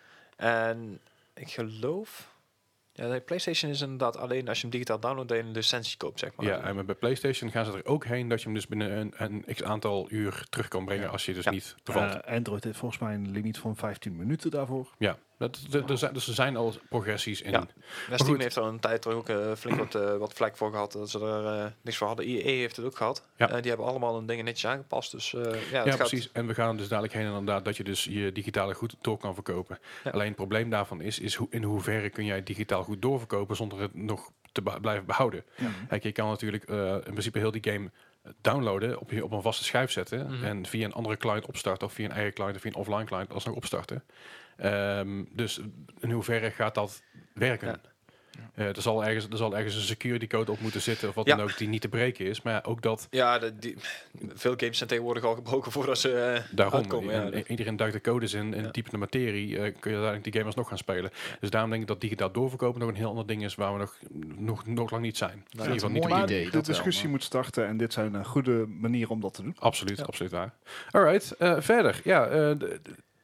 En ik geloof... Ja, nee, PlayStation is inderdaad alleen als je hem digitaal downloadt, dat je een licentie koopt, zeg maar. Ja, en bij PlayStation gaan ze er ook heen dat je hem dus binnen een, een x aantal uur terug kan brengen Ja. als je dus Ja. niet bevalt. Uh, Android heeft volgens mij een limiet van vijftien minuten daarvoor. ja, dat, dat, er zijn, dus er zijn al progressies in. Ja. Ja, Steam goed. heeft er een tijd terug ook uh, flink wat, uh, wat vlek voor gehad, dat ze er uh, niks voor hadden. I E heeft het ook gehad. Ja. Uh, die hebben allemaal hun dingen netjes aangepast. Dus uh, ja, het Ja, gaat... precies. En we gaan dus dadelijk heen inderdaad dat je dus je digitale goed door kan verkopen. Ja. Alleen het probleem daarvan is, is hoe, in hoeverre kun jij digitaal goed doorverkopen zonder het nog te be- blijven behouden. Ja. Kijk, je kan natuurlijk uh, in principe heel die game downloaden, op, je, op een vaste schijf zetten Mhm. en via een andere client opstarten of via een eigen client of via een offline client alsnog opstarten. Um, dus in hoeverre gaat dat werken? Ja. Uh, er, zal ergens, er zal ergens een security code op moeten zitten of wat Ja. dan ook die niet te breken is. Maar ja, ook dat Ja, de, die, veel games zijn tegenwoordig al gebroken voordat ze uh, daarom. uitkomen. Ja, En dat- iedereen duikt de codes in en Ja. diep in de materie uh, kun je uiteindelijk die gamers nog gaan spelen. Dus daarom denk ik dat digitaal doorverkopen nog een heel ander ding is waar we nog, nog, nog lang niet zijn. In ieder is geval een niet mooi te- idee. de dat wel, discussie maar- moet starten en dit zijn een goede manier om dat te doen. Absoluut, Ja. absoluut waar. Alright, uh, verder. Ja, uh, de, de,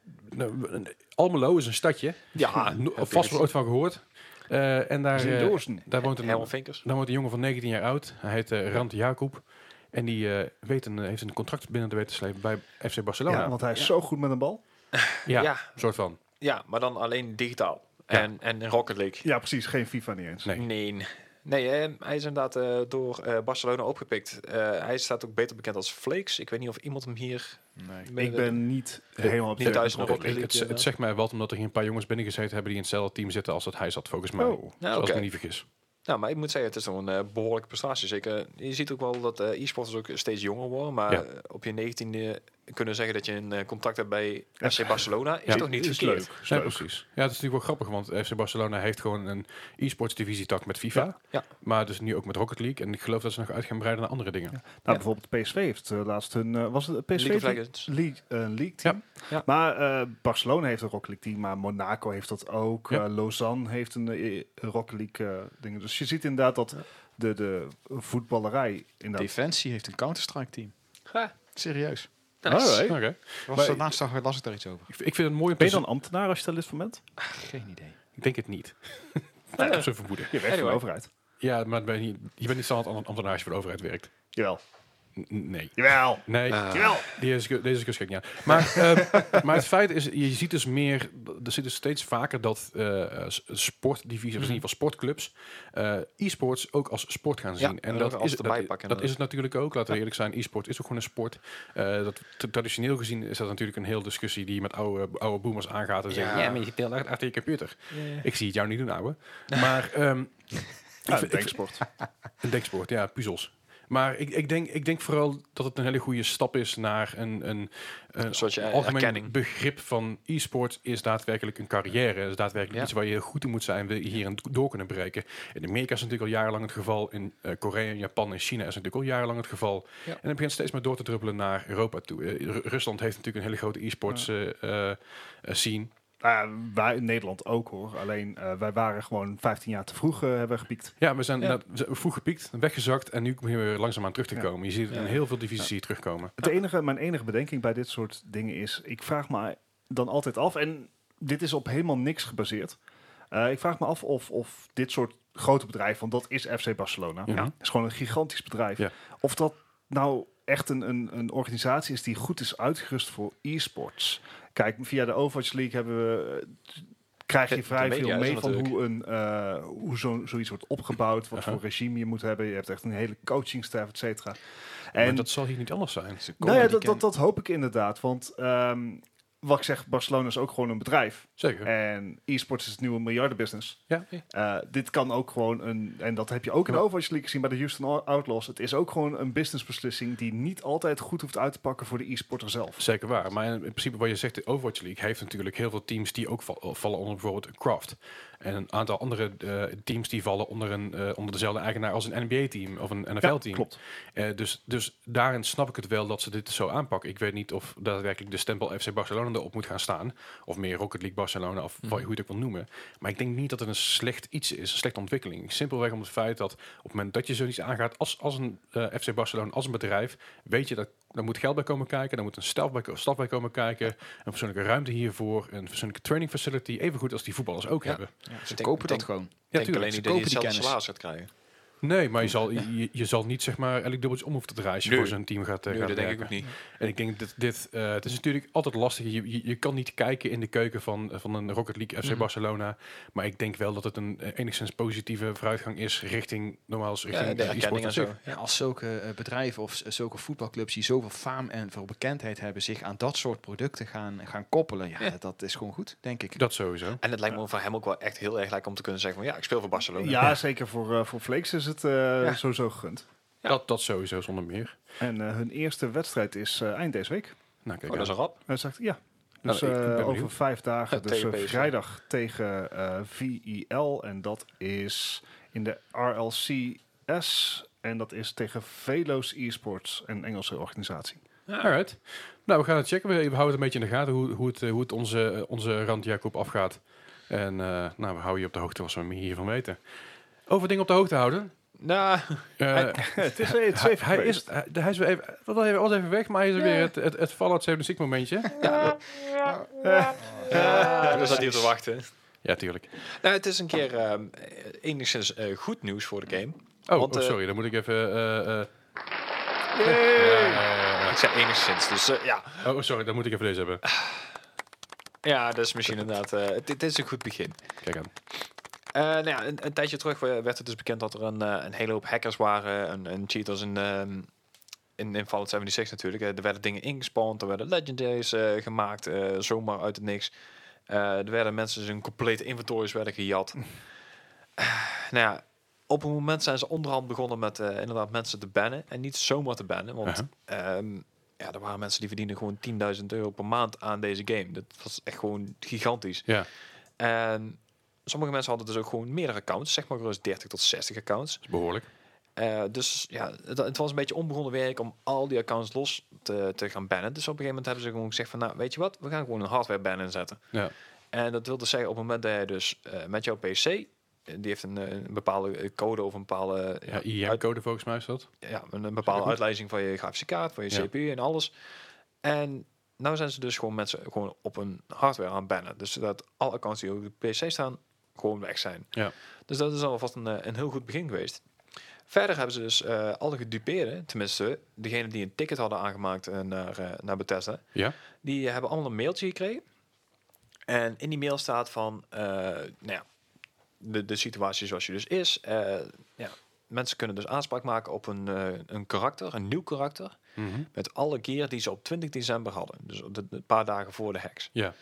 nou, Almelo is een stadje. ja, No- ja, vast wel ooit van gehoord. Uh, en daar, uh, Zindozen. daar woont een, Herman Vinkers. daar woont een jongen van negentien jaar oud. Hij heet uh, Rand Jacob. En die uh, weet een, heeft een contract binnen te weten te slepen bij F C Barcelona. Ja, want hij is zo goed met een bal. Ja, Ja. soort van. Ja, maar dan alleen digitaal. Ja. En, en in Rocket League. Ja, precies. Geen FIFA niet eens. Nee. Nee. Nee, eh, hij is inderdaad eh, door eh, Barcelona opgepikt. Eh, hij staat ook beter bekend als Flakes. Ik weet niet of iemand hem hier... Nee. Ik ben niet helemaal op Niet de thuis hoogte. nog Het, op Rocket het, League, het zegt mij wat, omdat er hier een paar jongens binnen gezeten hebben die in hetzelfde team zitten als dat hij zat, volgens mij. Oh. Nou, Als oké. ik me niet vergis. Nou, maar ik moet zeggen, het is nog een eh, behoorlijke prestatie. Zeker, je ziet ook wel dat eh e-sporters ook steeds jonger worden. Maar Ja. eh, op je negentiende kunnen zeggen dat je een eh, contact hebt bij Ja. F C Barcelona. Is Ja, toch niet is verkeerd? leuk. Is Ja, leuk. precies. Ja, het is natuurlijk wel grappig, want F C Barcelona heeft gewoon een e-sports divisietak met FIFA. Ja, ja. Maar dus nu ook met Rocket League. En ik geloof dat ze nog uit gaan breiden naar andere dingen. Nou, bijvoorbeeld P S V heeft uh, laatst hun... uh, was het P S V? League of Legends. League, uh, League team. Ja. Maar uh, Barcelona heeft een Rocket League team, maar Monaco heeft dat ook. Ja. Uh, Lausanne heeft een, uh, een Rocket League uh, ding. Dus je ziet inderdaad dat de, de voetballerij... Inderdaad. Defensie heeft een Counter-Strike team. Ha, Serieus. nice. Alright. Oké. Was Maar- de laatste dag las ik daar iets over. Ik, ik vind het mooi om Ben te je z- dan ambtenaar als je daar lid van bent? Geen idee. Ik denk het niet. Ik heb zo'n vermoeden. Je werkt voor Anyway. de overheid. Ja, maar ben je, niet, je bent niet standaard ambtenaar als je voor de overheid werkt. Jawel. N- nee. Jawel. Nee. Ah. Jawel. Die is, deze is niet aan. Maar, ehm, maar het feit is, je ziet dus meer, er zit dus steeds vaker dat uh, sportdivisies, of in ieder geval sportclubs, uh, e-sports ook als sport gaan zien. Ja, en en dat, ook als is, erbij dat, pakken, dat is het natuurlijk ook, laten we eerlijk zijn, e-sport is ook gewoon een sport. Uh, dat, t- traditioneel gezien is dat natuurlijk een heel discussie die met oude, oude boomers aangaat en Ja. zeggen, ja, maar je zit heel erg achter je computer. Ja. Ik zie het jou niet doen, ouwe. Maar, um, Ja, een denksport. een denksport, ja, puzzels. Maar ik, ik, denk, ik denk vooral dat het een hele goede stap is naar een, een, een soort, eh, algemeen erkenning. begrip van e-sport is daadwerkelijk een carrière. is daadwerkelijk Ja. iets waar je heel goed in moet zijn, wil je hierin door kunnen breken. In Amerika is het natuurlijk al jarenlang het geval. In uh, Korea, Japan en China is het natuurlijk al jarenlang het geval. Ja. En het begint steeds maar door te druppelen naar Europa toe. Uh, Ru- Rusland heeft natuurlijk een hele grote e-sports uh, uh, scene. Nou ja, wij in Nederland ook hoor. Alleen uh, wij waren gewoon vijftien jaar te vroeg uh, hebben gepiekt. Ja, we zijn Ja. ja. we zijn vroeg gepiekt, weggezakt en nu beginnen we langzaamaan terug te Ja. komen. Je ziet het in Ja. heel veel divisies zie je terugkomen. Het enige, mijn enige bedenking bij dit soort dingen is, ik vraag me dan altijd af, en dit is op helemaal niks gebaseerd. Uh, ik vraag me af of, of dit soort grote bedrijven, want dat is F C Barcelona, Ja. ja. is gewoon een gigantisch bedrijf, Ja. of dat nou echt een, een, een organisatie is die goed is uitgerust voor e-sports. Kijk, via de Overwatch League hebben we, uh, krijg je De- vrij de veel media is mee er van natuurlijk. hoe, een, uh, hoe zo, zoiets wordt opgebouwd, wat Aha. voor regime je moet hebben. Je hebt echt een hele coachingstaff, et cetera. En En dat zal hier niet anders zijn. Ze nou ja, komen dat, die dat, dat hoop ik inderdaad. Want ehm, wat ik zeg, Barcelona is ook gewoon een bedrijf. Zeker. En e-sports is het nieuwe miljardenbusiness. Ja. Uh, dit kan ook gewoon een... En dat heb je ook in de Ja. Overwatch League gezien bij de Houston Outlaws. Het is ook gewoon een businessbeslissing die niet altijd goed hoeft uit te pakken voor de e-sporter zelf. Zeker waar. Maar in principe wat je zegt, de Overwatch League heeft natuurlijk heel veel teams die ook val- vallen onder bijvoorbeeld een Craft. En een aantal andere uh, teams die vallen onder, een, uh, onder dezelfde eigenaar als een N B A-team of een N F L-team. Ja, klopt. Uh, dus, dus daarin snap ik het wel dat ze dit zo aanpakken. Ik weet niet of daadwerkelijk de stempel F C Barcelona erop moet gaan staan. Of meer Rocket League Barcelona, of Mhm. hoe je het ook wil noemen. Maar ik denk niet dat het een slecht iets is, een slechte ontwikkeling. Simpelweg om het feit dat op het moment dat je zoiets aangaat als, als een uh, F C Barcelona, als een bedrijf, weet je dat er moet geld bij komen kijken, er moet een staf bij, staf bij komen kijken, een persoonlijke ruimte hiervoor, een persoonlijke training facility, even goed als die voetballers ook Ja. hebben. Ja, ze Ik denk- kopen ik dat denk- gewoon. Ja, Ik denk tuurlijk. alleen ze niet dat je kopen die hetzelfde kennis. salaris gaat krijgen. Nee, maar je zal, je, je zal niet zeg maar elk dubbeltje om hoeven te draaien als je Nee. voor zo'n team gaat, uh, Nee, gaat dat denk ik werken. ook niet. En ik denk dat dit, uh, het is natuurlijk altijd lastig. Je, je, je kan niet kijken in de keuken van, van een Rocket League F C Mhm. Barcelona. Maar ik denk wel dat het een uh, enigszins positieve vooruitgang is richting, nogmaals, Ja, richting de de e-sport erkenning aan en zich. zo. Ja, als zulke uh, bedrijven of uh, zulke voetbalclubs die zoveel faam en veel bekendheid hebben, zich aan dat soort producten gaan, gaan koppelen, ja, Ja. Dat, dat is gewoon goed, denk ik. Dat sowieso. En het lijkt me voor hem ook wel echt heel erg lekker om te kunnen zeggen van ja, ik speel voor Barcelona. Ja, zeker voor, uh, voor Flakes is het uh, sowieso gegund. Ja. Dat, dat sowieso, zonder meer. En uh, hun eerste wedstrijd is uh, eind deze week. Nou, kijk Oh, dat is aan. een rap. Hij zegt, ja, Dus Nou, ik ben uh, benieuwd. over vijf dagen, Ja, dus tegen uh, P S. vrijdag tegen uh, V I L. En dat is in de R L C S. En dat is tegen Velo's Esports, een Engelse organisatie. Alright. Nou, we gaan het checken. We, we houden het een beetje in de gaten hoe, hoe het, hoe het onze, onze Rand Jacob afgaat. En uh, nou, we houden je op de hoogte als we meer hiervan weten. Over dingen op de hoogte houden. Nou, Uh, het is, het is hij, even hij, geweest. is, hij, hij is weer even, wat hij was even weg, maar hij is er Ja. weer het, het, het Fallout zevenenzestig momentje. ja, ja, daar zat hij op te wachten. Ja, tuurlijk. Nou, het is een keer uh, enigszins uh, goed nieuws voor de game. Oh, Want, oh, uh, sorry, dan moet ik even... Uh, uh, Uh, ik zei enigszins, dus uh, ja. oh, sorry, dan moet ik even deze hebben. Ja, dat is misschien inderdaad... Uh, dit is een goed begin. Kijk aan. Uh, nou ja, een, een tijdje terug werd het dus bekend dat er een, uh, een hele hoop hackers waren. En, en cheaters in, um, in, in Fallout zevenenzestig natuurlijk. Uh, er werden dingen ingespawnd, er werden legendaries uh, gemaakt, uh, zomaar uit het niks. Uh, er werden mensen zijn complete inventories werden gejat. Uh, nou ja, op een moment zijn ze onderhand begonnen met uh, inderdaad mensen te bannen. En niet zomaar te bannen, want uh-huh. um, ja, er waren mensen die verdienen gewoon tienduizend euro per maand aan deze game. Dat was echt gewoon gigantisch. Ja. En sommige mensen hadden dus ook gewoon meerdere accounts, zeg maar gerust dertig tot zestig accounts. Dat is behoorlijk. Uh, dus ja, het, het was een beetje onbegonnen werk om al die accounts los te, te gaan bannen. Dus op een gegeven moment hebben ze gewoon gezegd van, nou, weet je wat, we gaan gewoon een hardware ban inzetten. Ja. En dat wil dus zeggen, op het moment dat je dus uh, met jouw P C, die heeft een, een bepaalde code of een bepaalde... Ja, I A M-code volgens mij is dat. Ja, een, een bepaalde uitleiding van je grafische kaart, van je ja. C P U en alles. En nou zijn ze dus gewoon mensen gewoon op een hardware aan bannen. Dus dat alle accounts die op de P C staan, gewoon weg zijn. Ja. Dus dat is alvast een, een heel goed begin geweest. Verder hebben ze dus uh, alle gedupeerden, tenminste degene die een ticket hadden aangemaakt uh, naar, uh, naar Bethesda, Ja. die hebben allemaal een mailtje gekregen. En in die mail staat van, uh, nou ja, de, de situatie zoals je dus is. Uh, ja, mensen kunnen dus aanspraak maken op een, uh, een karakter, een nieuw karakter, Mm-hmm. met alle gear die ze op twintig december hadden. Dus de, de paar dagen voor de hacks. Ja.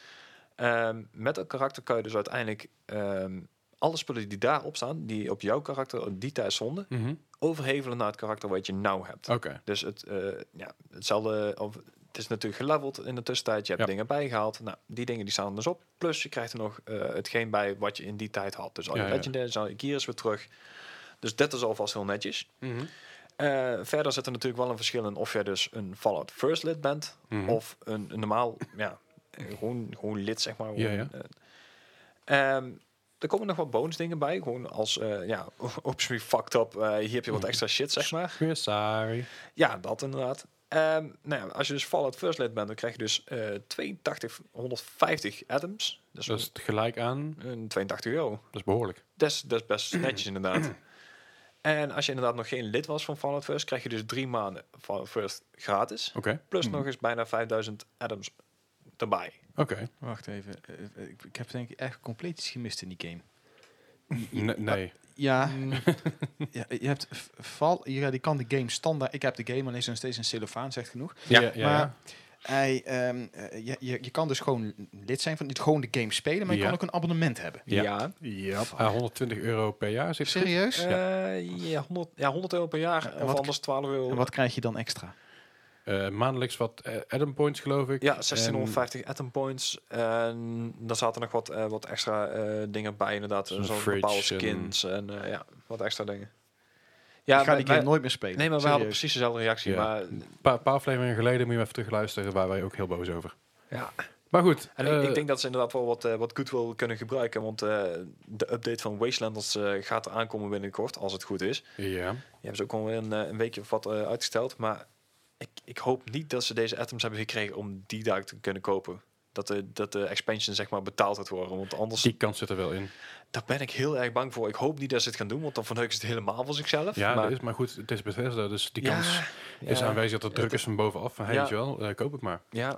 Um, met dat karakter kan je dus uiteindelijk um, alle spullen die daarop staan, die op jouw karakter op die tijd stonden, Mm-hmm. overhevelen naar het karakter wat je nou hebt. Oké. Okay. Dus het, uh, ja, hetzelfde, of, het is natuurlijk geleveld in de tussentijd. Je hebt ja. dingen bijgehaald. Nou, die dingen die staan dus op. Plus je krijgt er nog uh, hetgeen bij wat je in die tijd had. Dus al je ja, legendaries, al je gears weer terug. Dus dat is alvast heel netjes. Mm-hmm. Uh, verder zit er natuurlijk wel een verschil in of je dus een Fallout First lid bent Mm-hmm. of een, een normaal, ja, gewoon, gewoon lid, zeg maar. Gewoon, ja, ja. Uh, um, er komen nog wat bonusdingen bij. Gewoon als, uh, ja, ops, me fucked up. Uh, hier heb je wat extra shit, zeg maar. We're sorry. Ja, dat inderdaad. Um, nou ja, als je dus Fallout First lid bent, dan krijg je dus uh, tweeëntachtig honderdvijftig atoms. Dus dat is gelijk aan. Een tweeëntachtig euro. Dat is behoorlijk. Dat is, dat is best netjes inderdaad. En als je inderdaad nog geen lid was van Fallout First, krijg je dus drie maanden Fallout First gratis. Oké. Okay. Plus mm. nog eens bijna vijfduizend atoms erbij. Oké. Okay. Wacht even. Uh, ik, ik heb denk ik echt compleet iets gemist in die game. Nee. nee. Ja, ja, je hebt val, ja, die kan de game standaard. Ik heb de game, alleen is nog steeds een cellofaan, zegt genoeg. Ja, ja, ja. Maar ja. hij, um, uh, je, je, je kan dus gewoon lid zijn van niet gewoon de game spelen, maar je ja. kan ook een abonnement hebben. Ja. Ja. ja. Ah, honderdtwintig euro per jaar. Zit Serieus? Uh, ja, honderd, ja, honderd euro per jaar. En of wat, anders twaalf euro. En wat krijg je dan extra? Uh, maandelijks wat uh, Adam Points, geloof ik. Ja, zestienhonderdvijftig Atom Points. En dan zaten nog wat, uh, wat extra uh, dingen bij, inderdaad. Zo'n zo bepaalde skins en, en uh, ja, wat extra dingen. Ja, ik ga die game wij, nooit meer spelen. Nee, maar we hadden precies dezelfde reactie. Ja. Maar een paar, paar afleveringen geleden moet je even terugluisteren, waar wij ook heel boos over. Ja. Maar goed. En uh, ik, ik denk dat ze inderdaad wel wat, uh, wat goodwill kunnen gebruiken. Want uh, de update van Wastelanders uh, gaat er aankomen binnenkort, als het goed is. Ja. Die hebben ze ook alweer een, een weekje of wat uh, uitgesteld. Maar ik, ik hoop niet dat ze deze atoms hebben gekregen om die daar te kunnen kopen. Dat de, dat de expansion zeg maar betaald gaat worden. Want anders... Die kans zit er wel in. Daar ben ik heel erg bang voor. Ik hoop niet dat ze het gaan doen, want dan verneuken ze het helemaal voor zichzelf. Ja, maar, dat is, maar goed, het is Bethesda, dus die ja, kans ja, is aanwezig dat er druk ja, is van bovenaf. Van, hey, ja. weet je wel, uh, koop het maar. Ja.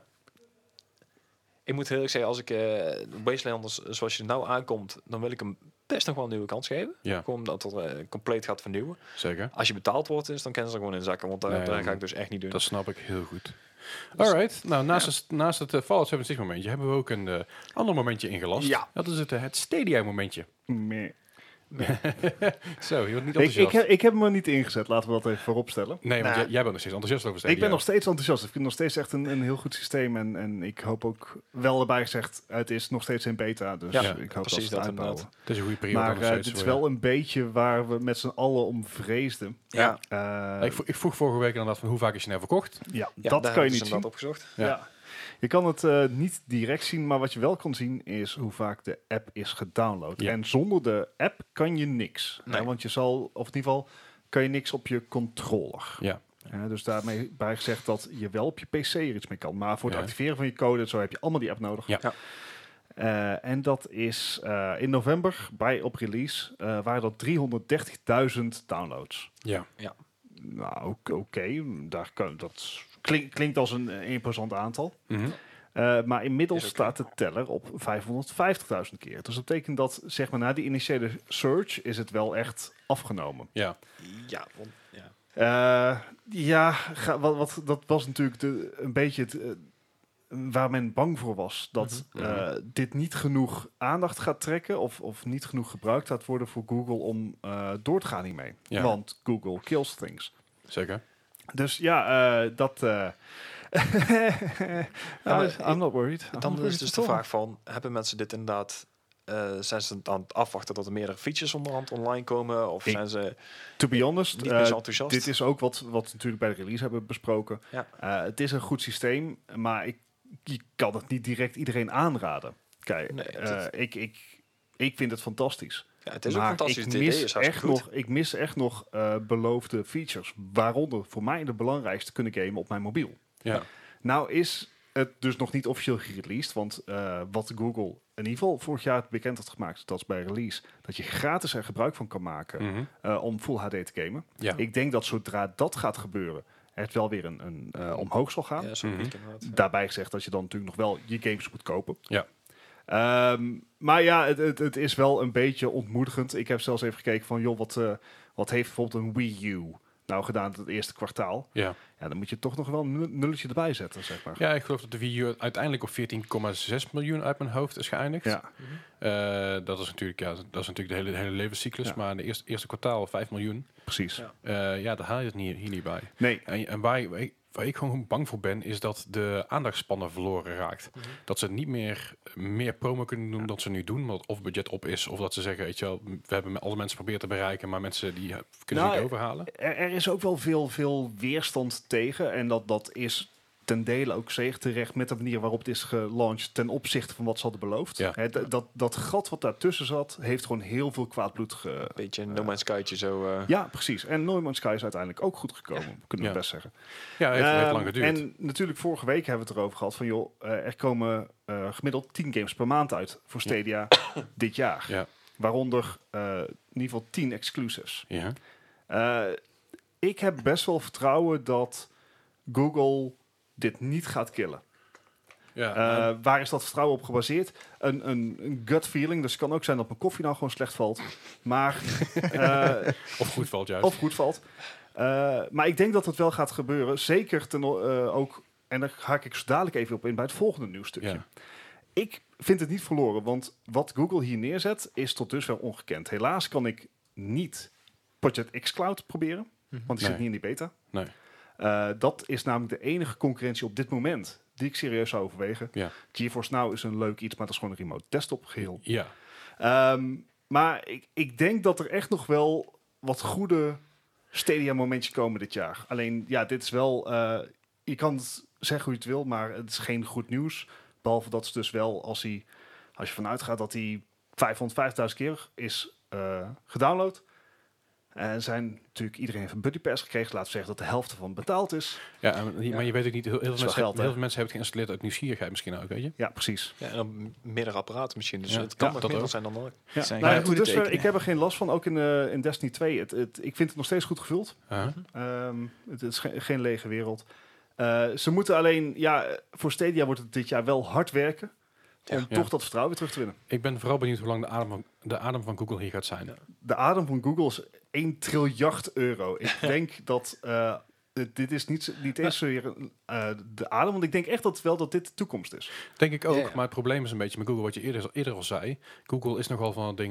Ik moet heel erg zeggen, als ik uh, Wastelanders zoals je er nou aankomt, dan wil ik hem best nog wel een nieuwe kans geven. Ja. Gewoon omdat het uh, compleet gaat vernieuwen. Zeker. Als je betaald wordt, is, dan kennen ze er gewoon in zakken, want uh, nee, dat ga ik dus echt niet doen. Dat snap ik heel goed. Dus, alright, nou naast, ja. het, naast het uh, Fallout zevenenzestig momentje hebben we ook een uh, ander momentje ingelast. Ja. Dat is het, uh, het Stadia momentje. Nee. Zo, je wordt niet Ik, enthousiast. ik, heb, ik heb hem er niet ingezet, laten we dat even voorop stellen. nee, want Nou, jij, jij bent nog steeds enthousiast over Stadia. Ik ben nog steeds enthousiast. Ik vind het nog steeds echt een, een heel goed systeem. En, en ik hoop ook wel erbij gezegd, het is nog steeds in beta. Dus Ja, ik hoop precies dat ze dat het uitbouwen. inderdaad. Het is een goede periode. Maar nog eh, steeds dit is voor je. wel een beetje waar we met z'n allen om vreesden. Ja, Eh, Ik, vroeg, ik vroeg vorige week inderdaad van hoe vaak is je nou verkocht? ja, ja, dat daar kan je hebben niet ze zien. inderdaad opgezocht. Ja. Ja. Je kan het eh, niet direct zien, maar wat je wel kan zien is hoe vaak de app is gedownload. Ja. En zonder de app kan je niks. Nee. Hè, want je zal, of in ieder geval, kan je niks op je controller. Ja. Ja, dus daarmee bij gezegd dat je wel op je P C er iets mee kan. Maar voor het Ja. activeren van je code, en zo heb je allemaal die app nodig. Ja. Ja. Eh, en dat is eh, in november, bij op release, eh, waren dat driehonderddertigduizend downloads. Ja. Nou, oké, oké, daar kan dat klink, klinkt als een eh, imposant aantal. Mhm. Uh, maar inmiddels Is oké. staat de teller op vijfhonderdvijftigduizend keer. Dus dat betekent dat, zeg maar, na die initiële search is het wel echt afgenomen. Ja. Ja, want, ja. Uh, ja, ga, wat, wat, dat was natuurlijk de, een beetje het, uh, waar men bang voor was. Dat Mhm. uh, dit niet genoeg aandacht gaat trekken of, of niet genoeg gebruikt gaat worden voor Google om uh, door te gaan hiermee. Ja. Want Google kills things. Zeker. Dus ja, uh, dat... Uh, maar I'm not worried. I'm not Dan is worried dus at de all. vraag van, hebben mensen dit inderdaad... Uh, zijn ze aan het afwachten dat er meerdere features onderhand online komen? Of Ik- zijn ze To be honest, niet meer zo uh, enthousiast? dit is ook wat, wat we natuurlijk bij de release hebben besproken. Ja. Uh, het is een goed systeem, maar ik, je kan het niet direct iedereen aanraden. Kijk, Nee, het uh, is- ik, ik, ik vind het fantastisch. Ja, het is ook maar fantastisch. ik Het idee mis, is hartstikke echt goed. nog, ik mis echt nog uh, beloofde features. Waaronder voor mij de belangrijkste kunnen gamen op mijn mobiel. Ja. Nou is het dus nog niet officieel gereleased, want uh, wat Google in ieder geval vorig jaar bekend had gemaakt, dat is bij release, dat je gratis er gebruik van kan maken Mhm. uh, om Full H D te gamen. Ja. Ik denk dat zodra dat gaat gebeuren, het wel weer een, een uh, omhoog zal gaan. Ja, zo Mhm. goed inderdaad. Daarbij gezegd dat je dan natuurlijk nog wel je games moet kopen. Ja. Um, maar ja, het, het, het is wel een beetje ontmoedigend. Ik heb zelfs even gekeken van, joh, wat, uh, wat heeft bijvoorbeeld een Wii U nou gedaan het eerste kwartaal? Ja. Ja, dan moet je toch nog wel een nulletje erbij zetten, zeg maar. Ja, ik geloof dat de Wii U uiteindelijk op veertien komma zes miljoen uit mijn hoofd is geëindigd. Ja. Uh, dat is natuurlijk, ja, dat is natuurlijk de hele, de hele levenscyclus. Ja. Maar in de eerste, eerste kwartaal vijf miljoen. Precies. Ja. Uh, ja, daar haal je het niet, hier niet bij. Nee, En, en waar, waar, ik, waar ik gewoon bang voor ben, is dat de aandachtspannen verloren raakt. Mhm. Dat ze niet meer meer promo kunnen doen dan ze nu doen, omdat of budget op is, of dat ze zeggen, weet je wel, we hebben alle mensen geprobeerd te bereiken, maar mensen die uh, kunnen Nou, ze niet overhalen. er, er is ook wel veel, veel weerstand tegen. En dat, dat is ten dele ook zeer terecht met de manier waarop het is gelaunched ten opzichte van wat ze hadden beloofd. Ja. Hè, d- dat, dat gat wat daartussen zat, heeft gewoon heel veel kwaad bloed ge... Beetje een No Man's Skytje zo. uh, Ja, precies. En No Man's Sky is uiteindelijk ook goed gekomen, kunnen we Ja. best zeggen. Ja, heeft, heeft Ehm, lang geduurd. En natuurlijk vorige week hebben we het erover gehad van, joh, uh, er komen uh, gemiddeld tien games per maand uit voor Stadia dit jaar. Ja. Waaronder uh, in ieder geval tien exclusives. Ja. Uh, ik heb best wel vertrouwen dat Google dit niet gaat killen. Ja, Uh, nou, waar is dat vertrouwen op gebaseerd? Een, een, een gut feeling. Dus het kan ook zijn dat mijn koffie nou gewoon slecht valt. Maar, uh, of goed valt juist. of goed valt. Uh, maar ik denk dat het wel gaat gebeuren. Zeker ten, uh, ook, en daar haak ik zo dadelijk even op in bij het volgende nieuwsstukje. Ja. Ik vind het niet verloren, want wat Google hier neerzet is tot dusver ongekend. Helaas kan ik niet Project xCloud proberen, want die Nee. zit niet in die beta. Nee. Uh, dat is namelijk de enige concurrentie op dit moment die ik serieus zou overwegen. Ja. GeForce Now is een leuk iets, maar dat is gewoon een remote desktop geheel. Ja. Um, maar ik, ik denk dat er echt nog wel wat goede Stadia momentjes komen dit jaar. Alleen, ja, dit is wel... Uh, je kan het zeggen hoe je het wil, maar het is geen goed nieuws. Behalve dat het dus wel, als, hij, als je vanuit gaat dat hij vijfhonderdvijftigduizend keer is uh, gedownload. En zijn natuurlijk iedereen heeft een buddy pass gekregen. Laten we zeggen dat de helft ervan betaald is. Ja, en- Ja. maar je weet ook niet, heel, heel, veel, is wel mensen, geld, heel hè? veel mensen hebben het geïnstalleerd uit nieuwsgierigheid misschien ook, weet je? Ja, precies. Ja, en dan meerdere apparaten misschien. Dus Ja, het kan ja, nog dat minder ook. zijn dan dat. Ja. Zijn Nou, geen ja, goede dus, uh, tekenen. ik heb er geen last van, ook in, uh, in Destiny twee. Het, het, ik vind het nog steeds goed gevuld. Uh-huh. Um, het is ge- geen lege wereld. Uh, ze moeten alleen, ja, voor Stadia wordt het dit jaar wel hard werken. Om Ja. toch dat vertrouwen weer terug te winnen. Ik ben vooral benieuwd hoe lang de adem van, de adem van Google hier gaat zijn. Ja. De adem van Google is één triljard euro. Ik denk dat uh, dit dit is niet, niet eens zozeer uh, de adem. Want ik denk echt dat wel dat dit de toekomst is. Denk ik ook, Ja, ja. maar het probleem is een beetje met Google, wat je eerder, eerder al zei. Google is nogal van dingen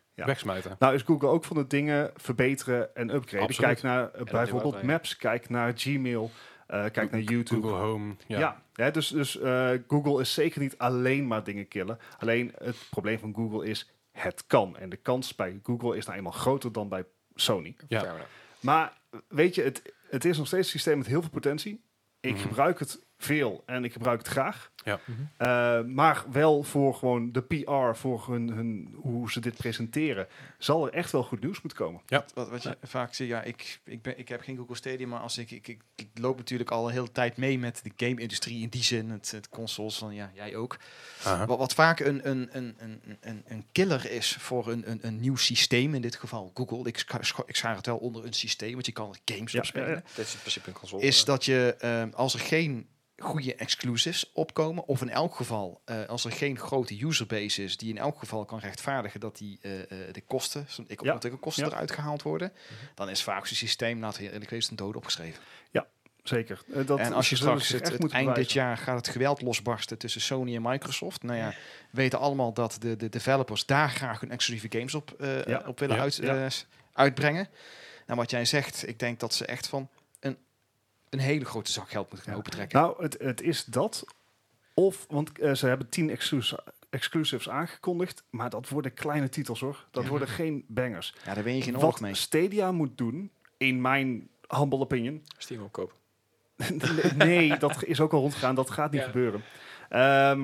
Ja. wegsmijten. Nou is Google ook van de dingen verbeteren en upgraden. Absoluut. Kijk naar uh, bijvoorbeeld uitbrengen. Maps, kijk naar Gmail, uh, kijk naar YouTube. Google Home. Ja. Ja, hè, dus, dus uh, Google is zeker niet alleen maar dingen killen. Alleen het probleem van Google is, het kan. En de kans bij Google is nou eenmaal groter dan bij Sony. Ja. Fair enough. Maar weet je, het, het is nog steeds een systeem met heel veel potentie. Ik Mhm. gebruik het veel en ik gebruik het graag. Ja. Uh, maar wel voor gewoon de P R, voor hun, hun, hoe ze dit presenteren, zal er echt wel goed nieuws moeten komen. Wat, wat je vaak ziet, ja, ik, ik, ben, ik heb geen Google Stadia, maar als ik, ik, ik, ik loop natuurlijk al een hele tijd mee met de game-industrie in die zin, het, het consoles van, ja, jij ook. Aha. Wat, wat vaak een, een, een, een, een, een killer is voor een, een, een nieuw systeem, in dit geval Google, ik, scha- scha- ik schaar het wel onder een systeem, want je kan er games Ja, op spelen, ja, ja. Dit is in principe een console. is hè? dat je, ehm, als er geen goede exclusives opkomen, of in elk geval, eh, als er geen grote userbase is, die in elk geval kan rechtvaardigen dat die eh, eh, de kosten, zo'n Ja. ontwikkelkosten Ja. eruit gehaald worden, dan is vaak zo'n systeem, laten we eerlijk wezen, een dood opgeschreven. Zeker. Uh, dat, en als je ze zullen straks zich het, echt het moeten eind dit bewijzen. jaar gaat het geweld losbarsten tussen Sony en Microsoft. Nou ja, we weten allemaal dat de, de developers daar graag hun exclusieve games op, uh, Ja. op willen Ja. uit, Ja. uh, uitbrengen. Nou, wat jij zegt, ik denk dat ze echt van een, een hele grote zak geld moeten gaan Ja. opentrekken. Nou, het, het is dat. Of, want uh, ze hebben tien exclus- exclusives aangekondigd, maar dat worden kleine titels hoor. Dat Ja. worden geen bangers. Ja, daar ben je geen oorlog Wat mee. Stadia moet doen, in mijn humble opinion, Steam opkopen. nee, dat is ook al rondgegaan. Dat gaat niet Ja. gebeuren. Ehm,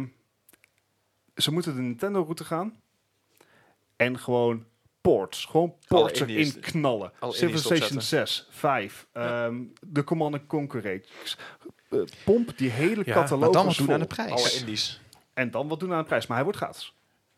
ze moeten de Nintendo-route gaan. En gewoon ports. Gewoon ports Alle indies- erin knallen. alle indies Civilization opzetten. zes, vijf. ehm, de Command and Conquer reeks. Eh, pomp die hele Ja, catalogus Maar dan wat doen vol. aan de prijs. Alle indies. En dan wat doen aan de prijs. Maar hij wordt gratis.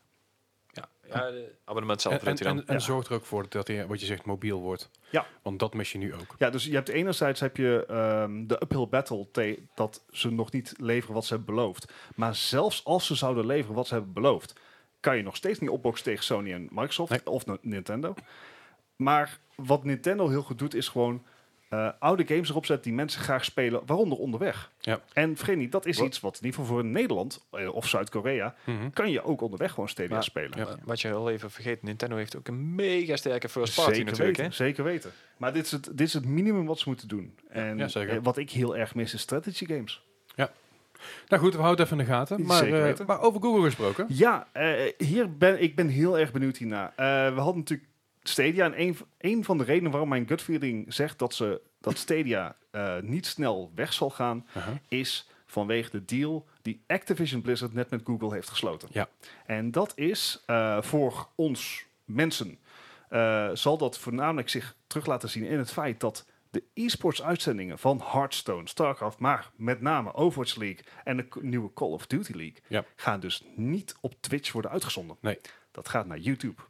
Ja, ja de abonnement zelf En, en, doet hij dan. en, en Ja. zorg er ook voor dat hij, wat je zegt, mobiel wordt. Ja. Want dat mis je nu ook. Ja, dus je hebt enerzijds heb je ehm, de uphill battle te- dat ze nog niet leveren wat ze hebben beloofd. Maar zelfs als ze zouden leveren wat ze hebben beloofd, kan je nog steeds niet opboksen tegen Sony en Microsoft Nee. of no- Nintendo. Maar wat Nintendo heel goed doet is gewoon eh, oude games erop zetten die mensen graag spelen, waaronder onderweg. Ja. En vergeet niet, dat is Wat? iets wat in ieder geval voor Nederland eh, of Zuid-Korea Mhm. kan je ook onderweg gewoon Stadia Maar- spelen. Ja. Maar Wat je al even vergeet, Nintendo heeft ook een mega sterke first party Zeker natuurlijk. weten, Hè? zeker weten. Maar dit is, het, dit is het minimum wat ze moeten doen. En Ja, zeker. eh, wat ik heel erg mis is strategy games. Nou goed, we houden het even in de gaten. Maar, Zeker eh, weten. maar over Google gesproken. Ja, eh, hier ben, ik ben heel erg benieuwd hiernaar. Eh, we hadden natuurlijk Stadia. En een, v- een van de redenen waarom mijn gut feeling zegt dat, ze, dat Stadia eh, niet snel weg zal gaan, Aha. is vanwege de deal die Activision Blizzard net met Google heeft gesloten. Ja. En dat is eh, voor ons mensen, eh, zal dat voornamelijk zich terug laten zien in het feit dat de e-sports uitzendingen van Hearthstone, StarCraft, maar met name Overwatch League en de k- nieuwe Call of Duty League Ja. gaan dus niet op Twitch worden uitgezonden. Nee. Dat gaat naar YouTube.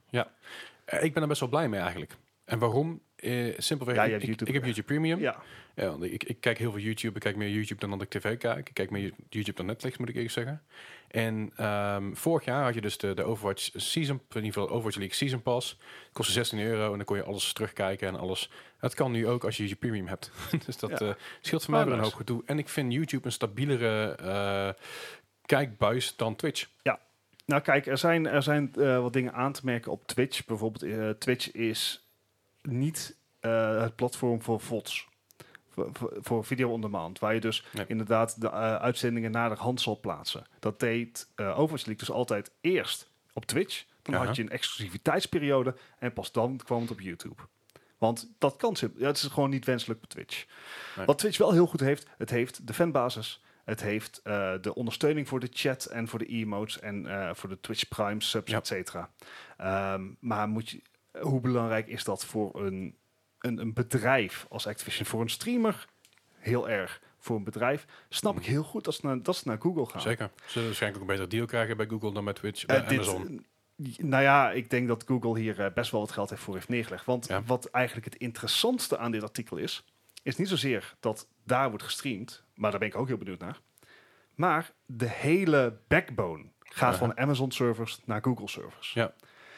Eh, ik ben er best wel blij mee eigenlijk. En waarom? Eh, simpelweg, Ja, je ik, hebt ik, YouTube. ik heb YouTube Premium. Ja, Ja, want ik, ik kijk heel veel YouTube. Ik kijk meer YouTube dan dat ik tv kijk. Ik kijk meer YouTube dan Netflix, moet ik eerlijk zeggen. En ehm, vorig jaar had je dus de, de Overwatch Season, in ieder geval Overwatch League Season Pass. Het kostte zestien euro en dan kon je alles terugkijken en alles. Dat kan nu ook als je YouTube Premium hebt. Dus dat Ja. eh, scheelt voor mij Oh, weer een nice. hoop gedoe. En ik vind YouTube een stabielere eh, kijkbuis dan Twitch. nou kijk, er zijn, er zijn eh, wat dingen aan te merken op Twitch. Bijvoorbeeld, eh, Twitch is niet eh, het platform voor V O Ds. Voor, voor, voor video on demand. Waar je dus Nee. inderdaad de eh, uitzendingen naar de hand zal plaatsen. Dat deed eh Overwatch League dus altijd eerst op Twitch. Dan Aha. had je een exclusiviteitsperiode. En pas dan kwam het op YouTube. Want dat kan simpel. Ja, het is gewoon niet wenselijk op Twitch. Nee. Wat Twitch wel heel goed heeft, het heeft de fanbasis. Het heeft eh, de ondersteuning voor de chat en voor de emotes en eh, voor de Twitch Prime subs, Ja. et cetera. Ehm, maar moet je, hoe belangrijk is dat voor een, een, een bedrijf als Activision? Voor een streamer heel erg. Voor een bedrijf snap ik heel goed dat ze naar, dat ze naar Google gaan. Zeker. Ze zullen waarschijnlijk ook een beter deal krijgen bij Google dan bij Twitch, Eh, bij dit- Amazon. Nou ja, ik denk dat Google hier eh, best wel wat geld heeft voor heeft neergelegd. Want Ja. wat eigenlijk het interessantste aan dit artikel is, is niet zozeer dat daar wordt gestreamd, maar daar ben ik ook heel benieuwd naar. Maar de hele backbone gaat Aha. van Amazon servers naar Google servers. Ja.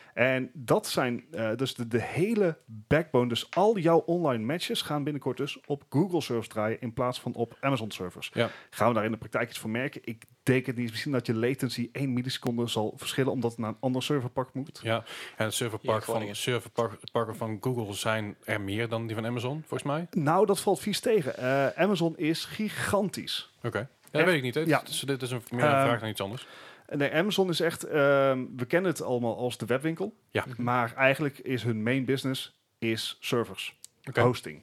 En dat zijn uh, dus de, de hele backbone. Dus al jouw online matches gaan binnenkort dus op Google servers draaien in plaats van op Amazon servers. Ja. Gaan we daar in de praktijk iets voor merken? Ik denk het niet. Misschien dat je latency één milliseconde zal verschillen omdat het naar een ander serverpark moet. Ja, en het serverpark Ja, van, serverparken van Google zijn er meer dan die van Amazon, volgens mij. Nou, dat valt vies tegen. Uh, Amazon is gigantisch. Oké. Okay. Ja, dat weet ik niet. Hè. Ja. Dus dit is een, meer een um, vraag dan iets anders. Nee, Amazon is echt... Uh, we kennen het allemaal als de webwinkel. Ja. Maar eigenlijk is hun main business is servers. Okay. Hosting.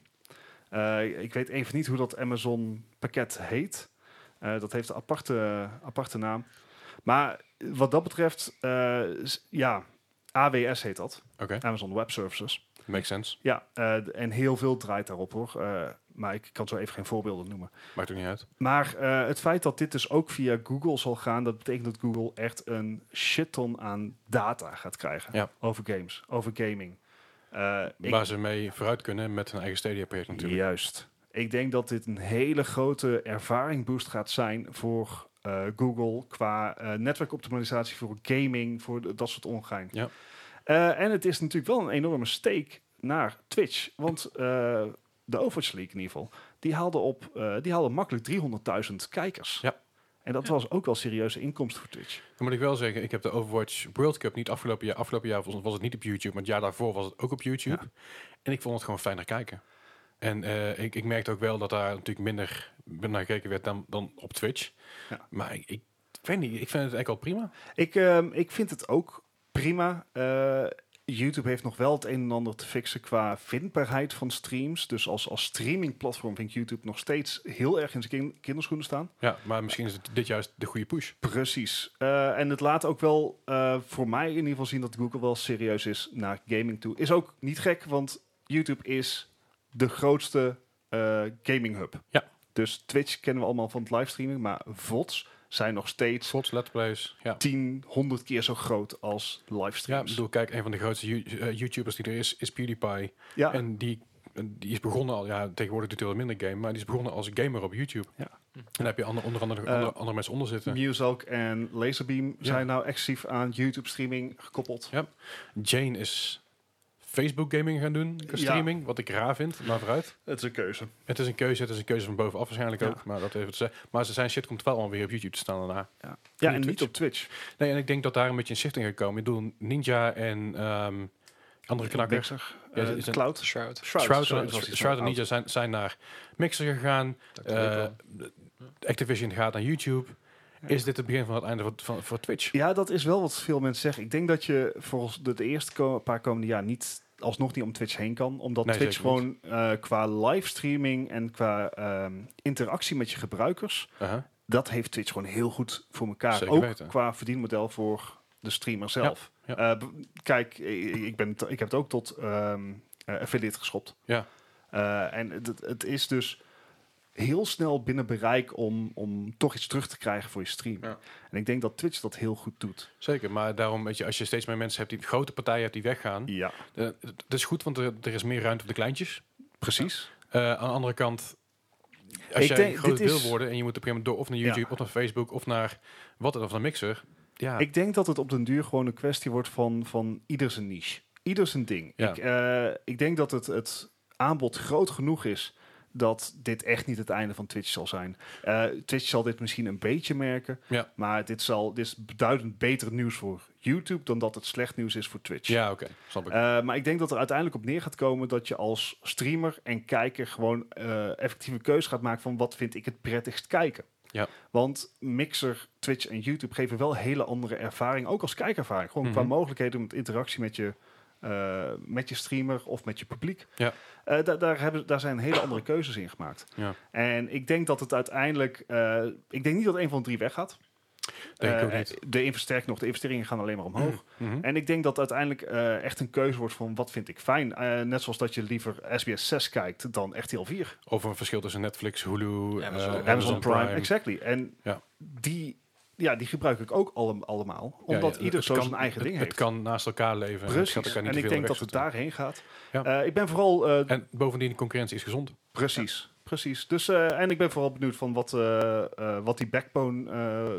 Uh, ik weet even niet hoe dat Amazon pakket heet. Uh, dat heeft een aparte, aparte naam. Maar wat dat betreft... Uh, ja, A W S heet dat. Okay. Amazon Web Services. Makes sense. Ja, uh, en heel veel draait daarop hoor. Uh, maar ik kan zo even geen voorbeelden noemen. Maakt ook niet uit. Maar uh, het feit dat dit dus ook via Google zal gaan, dat betekent dat Google echt een shitton aan data gaat krijgen. Ja. Over games, over gaming. Uh, Waar ik, ze mee vooruit kunnen met hun eigen Stadia-project natuurlijk. Juist. Ik denk dat dit een hele grote ervaringboost gaat zijn voor uh, Google qua uh, netwerkoptimalisatie, voor gaming, voor de, dat soort ongein. Ja. Uh, en het is natuurlijk wel een enorme steek naar Twitch. Want uh, de Overwatch League in ieder geval, die haalde, op, uh, die haalde makkelijk driehonderdduizend kijkers. Ja. En dat ja. was ook wel serieuze inkomsten voor Twitch. Dan moet ik wel zeggen, ik heb de Overwatch World Cup niet afgelopen jaar. Afgelopen jaar was, was het niet op YouTube, maar het jaar daarvoor was het ook op YouTube. Ja. En ik vond het gewoon fijn naar kijken. En uh, ik, ik merkte ook wel dat daar natuurlijk minder naar gekeken werd dan, dan op Twitch. Ja. Maar ik, ik, ik weet niet, ik vind het eigenlijk wel prima. Ik, uh, ik vind het ook prima. Uh, YouTube heeft nog wel het een en ander te fixen qua vindbaarheid van streams. Dus als, als streamingplatform vind ik YouTube nog steeds heel erg in zijn kin- kinderschoenen staan. Ja, maar misschien is het dit juist de goede push. Precies. Uh, en het laat ook wel uh, voor mij in ieder geval zien dat Google wel serieus is naar gaming toe. Is ook niet gek, want YouTube is de grootste uh, gaming hub. Ja. Dus Twitch kennen we allemaal van het livestreaming, maar V O Ds zijn nog steeds Vods, Let's Plays, ja. tien, honderd keer zo groot als Ja, livestreams. ik bedoel, kijk, een van de grootste you- uh, YouTubers die er is, is PewDiePie. Ja. En die, die is begonnen al, ja, tegenwoordig doet hij wel minder game, maar die is begonnen als gamer op YouTube. Ja. En dan heb je ander, onder andere Uh, andere, andere mensen onder zitten. Muzak en Laserbeam Ja. zijn nou exclusief aan YouTube streaming gekoppeld. Ja. Jane is Facebook gaming gaan doen, Ja. streaming, wat ik raar vind, maar vooruit. Het is een keuze. Het is een keuze, het is een keuze van bovenaf waarschijnlijk Ja. ook, maar dat even te zeggen. Maar ze zijn shit komt wel alweer op YouTube te staan daarna. Ja, ja en Twitch. niet op Twitch. Nee, en ik denk dat daar een beetje een shift in gaat komen. Ik bedoel, Ninja en um, andere knakker. Mixer. Ja, Uh, is een- Cloud. Shroud. Shroud. Shroud, sorry, Shroud, dat was iets Shroud en van Ninja zijn, zijn naar Mixer gegaan. Uh, Activision gaat naar YouTube. Ja. Is dit het begin van het einde voor, van, voor Twitch? Ja, dat is wel wat veel mensen zeggen. Ik denk dat je volgens de, de eerste ko- paar komende jaar niet alsnog niet om Twitch heen kan. Omdat Nee, Twitch zeker gewoon uh, qua livestreaming en qua um, interactie met je gebruikers, Uh-huh. dat heeft Twitch gewoon heel goed voor elkaar. Zeker Ook weten. qua verdienmodel voor de streamer zelf. Ja, Uh, b- kijk, ik, ik, ben, t- ik heb het ook tot um, uh, affiliate geschopt. Ja. Uh, en het, het- het is dus heel snel binnen bereik om, om toch iets terug te krijgen voor je stream. Ja. En ik denk dat Twitch dat heel goed doet. Zeker, maar daarom, weet je, als je steeds meer mensen hebt die grote partijen hebt die weggaan, Ja, uh, het is goed, want er, er is meer ruimte voor de kleintjes. precies. Uh, aan de andere kant, als Ik jij denk, groot dit wil is- worden en je moet op een gegeven moment door of naar YouTube Ja. of naar Facebook of naar wat dan of naar Mixer. Ja, Ik denk dat het op den duur gewoon een kwestie wordt van, van ieder zijn niche. Ieder zijn ding. Ja. Ik, uh, ik denk dat het, het aanbod groot genoeg is dat dit echt niet het einde van Twitch zal zijn. Uh, Twitch zal dit misschien een beetje merken, Ja. maar dit, zal, dit is beduidend beter nieuws voor YouTube dan dat het slecht nieuws is voor Twitch. ja oké, snap ik. Uh, maar ik denk dat er uiteindelijk op neer gaat komen dat je als streamer en kijker gewoon uh, effectieve keuze gaat maken van wat vind ik het prettigst kijken. Ja. Want Mixer, Twitch en YouTube geven wel hele andere ervaring, ook als kijkervaring. Gewoon qua Mhm. mogelijkheden om interactie met je, uh, met je streamer of met je publiek. Ja. Uh, da- daar, hebben, daar zijn hele andere keuzes in gemaakt. Ja. En ik denk dat het uiteindelijk, uh, ik denk niet dat een van de drie weggaat. Denk ik Uh, ook niet. De investering nog, de investeringen gaan alleen maar omhoog. Mhm. En ik denk dat uiteindelijk uh, echt een keuze wordt van wat vind ik fijn. Uh, net zoals dat je liever S B S zes kijkt dan R T L vier. Of een verschil tussen Netflix, Hulu, Amazon. uh, Amazon Amazon Prime, exactly. En Ja. die, ja, die gebruik ik ook alle, allemaal. Omdat Ja, ja, ieder het zo kan- zijn eigen het, ding het heeft. kan naast elkaar leven. En, het gaat Precies. elkaar niet En te ik veel denk weg dat het zitten. daarheen gaat. Ja. Uh, ik ben vooral... Uh, En bovendien, de concurrentie is gezond. precies, precies. Dus, uh, en ik ben vooral benieuwd van wat, uh, uh, wat die backbone uh,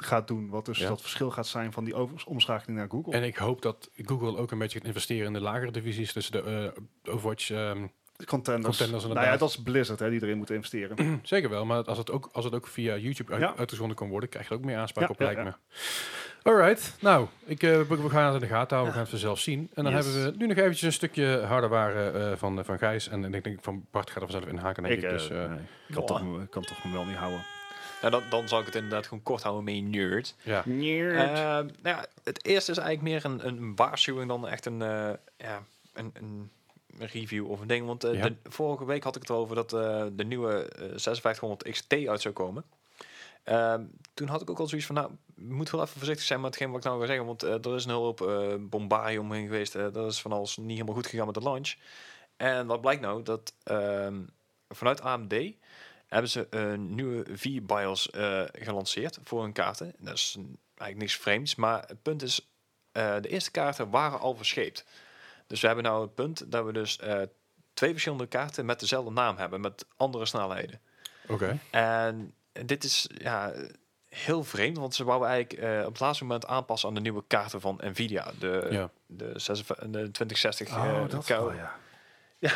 gaat doen. Wat dus Ja. dat verschil gaat zijn van die over- omschakeling naar Google. En ik hoop dat Google ook een beetje gaat investeren in de lagere divisies. Dus de uh, Overwatch... Um, Contenders. Contenders, nou ja, inderdaad. dat is Blizzard hè, die erin moet investeren. zeker wel, maar als het ook, als het ook via YouTube uit, Ja. uitgezonden kan worden, krijg je er ook meer aanspraak Ja, op, ja, lijkt ja. me. Alright, nou, ik, uh, we we gaan het in de gaten houden, we gaan het vanzelf zien. En dan Yes. hebben we nu nog eventjes een stukje hardware uh, van, van Gijs. En ik denk van Bart gaat er vanzelf in haken, denk ik. ik, uh, dus, uh, nee, ik kan, toch, me- kan toch me wel niet houden. Nou, dan, dan zal ik het inderdaad gewoon kort houden met nerd. ja. Uh, nou ja, het eerste is eigenlijk meer een, een waarschuwing dan echt een, uh, ja, een, een review of een ding. Want uh, Ja. de, vorige week had ik het erover dat uh, de nieuwe uh, zesenvijftighonderd X T uit zou komen. Uh, toen had ik ook al zoiets van, nou, je moet wel even voorzichtig zijn met hetgeen wat ik nou ga zeggen. Want uh, er is een hulp uh, bombarie omheen geweest. Uh, dat is van alles niet helemaal goed gegaan met de launch. En wat blijkt nou? Dat uh, vanuit A M D hebben ze een nieuwe V-BIOS uh, gelanceerd voor hun kaarten. Dat is eigenlijk niks vreemds. Maar het punt is, uh, de eerste kaarten waren al verscheept. Dus we hebben nou het punt dat we dus uh, twee verschillende kaarten met dezelfde naam hebben. Met andere snelheden. Oké. Okay. En dit is ja, heel vreemd. Want ze wouden eigenlijk uh, op het laatste moment aanpassen aan de nieuwe kaarten van Nvidia. De, Ja. de, de twintig zestig. Oh, uh, dat kou- wel, ja. ja.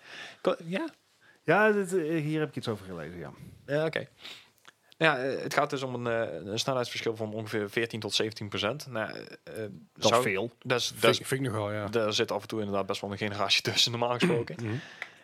ja. Ja, dit, uh, hier heb ik iets over gelezen, ja. Ja, oké. Okay. Ja, het gaat dus om een, uh, een snelheidsverschil van ongeveer veertien tot zeventien procent. Nou, uh, dat zou, is veel. Dat is, Vind, dat is, vind ik nog wel, ja. Daar zit af en toe inderdaad best wel een generatie tussen, normaal gesproken. Mm-hmm.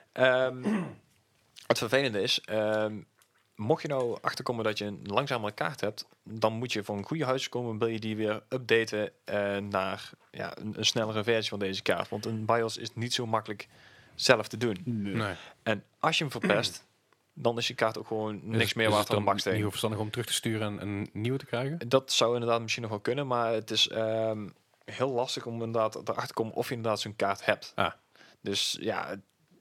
um, het vervelende is, um, mocht je nou achterkomen dat je een langzamere kaart hebt, dan moet je van een goede huis komen, wil je die weer updaten uh, naar ja, een, een snellere versie van deze kaart. Want een BIOS is niet zo makkelijk zelf te doen. Nee. Nee. En als je hem verpest, dan is je kaart ook gewoon niks is, meer is waard het dan een dan baksteen. niet heel verstandig om terug te sturen en een nieuwe te krijgen? Dat zou inderdaad misschien nog wel kunnen, maar het is um, heel lastig om inderdaad erachter te komen of je inderdaad zo'n kaart hebt. Ah. Dus ja...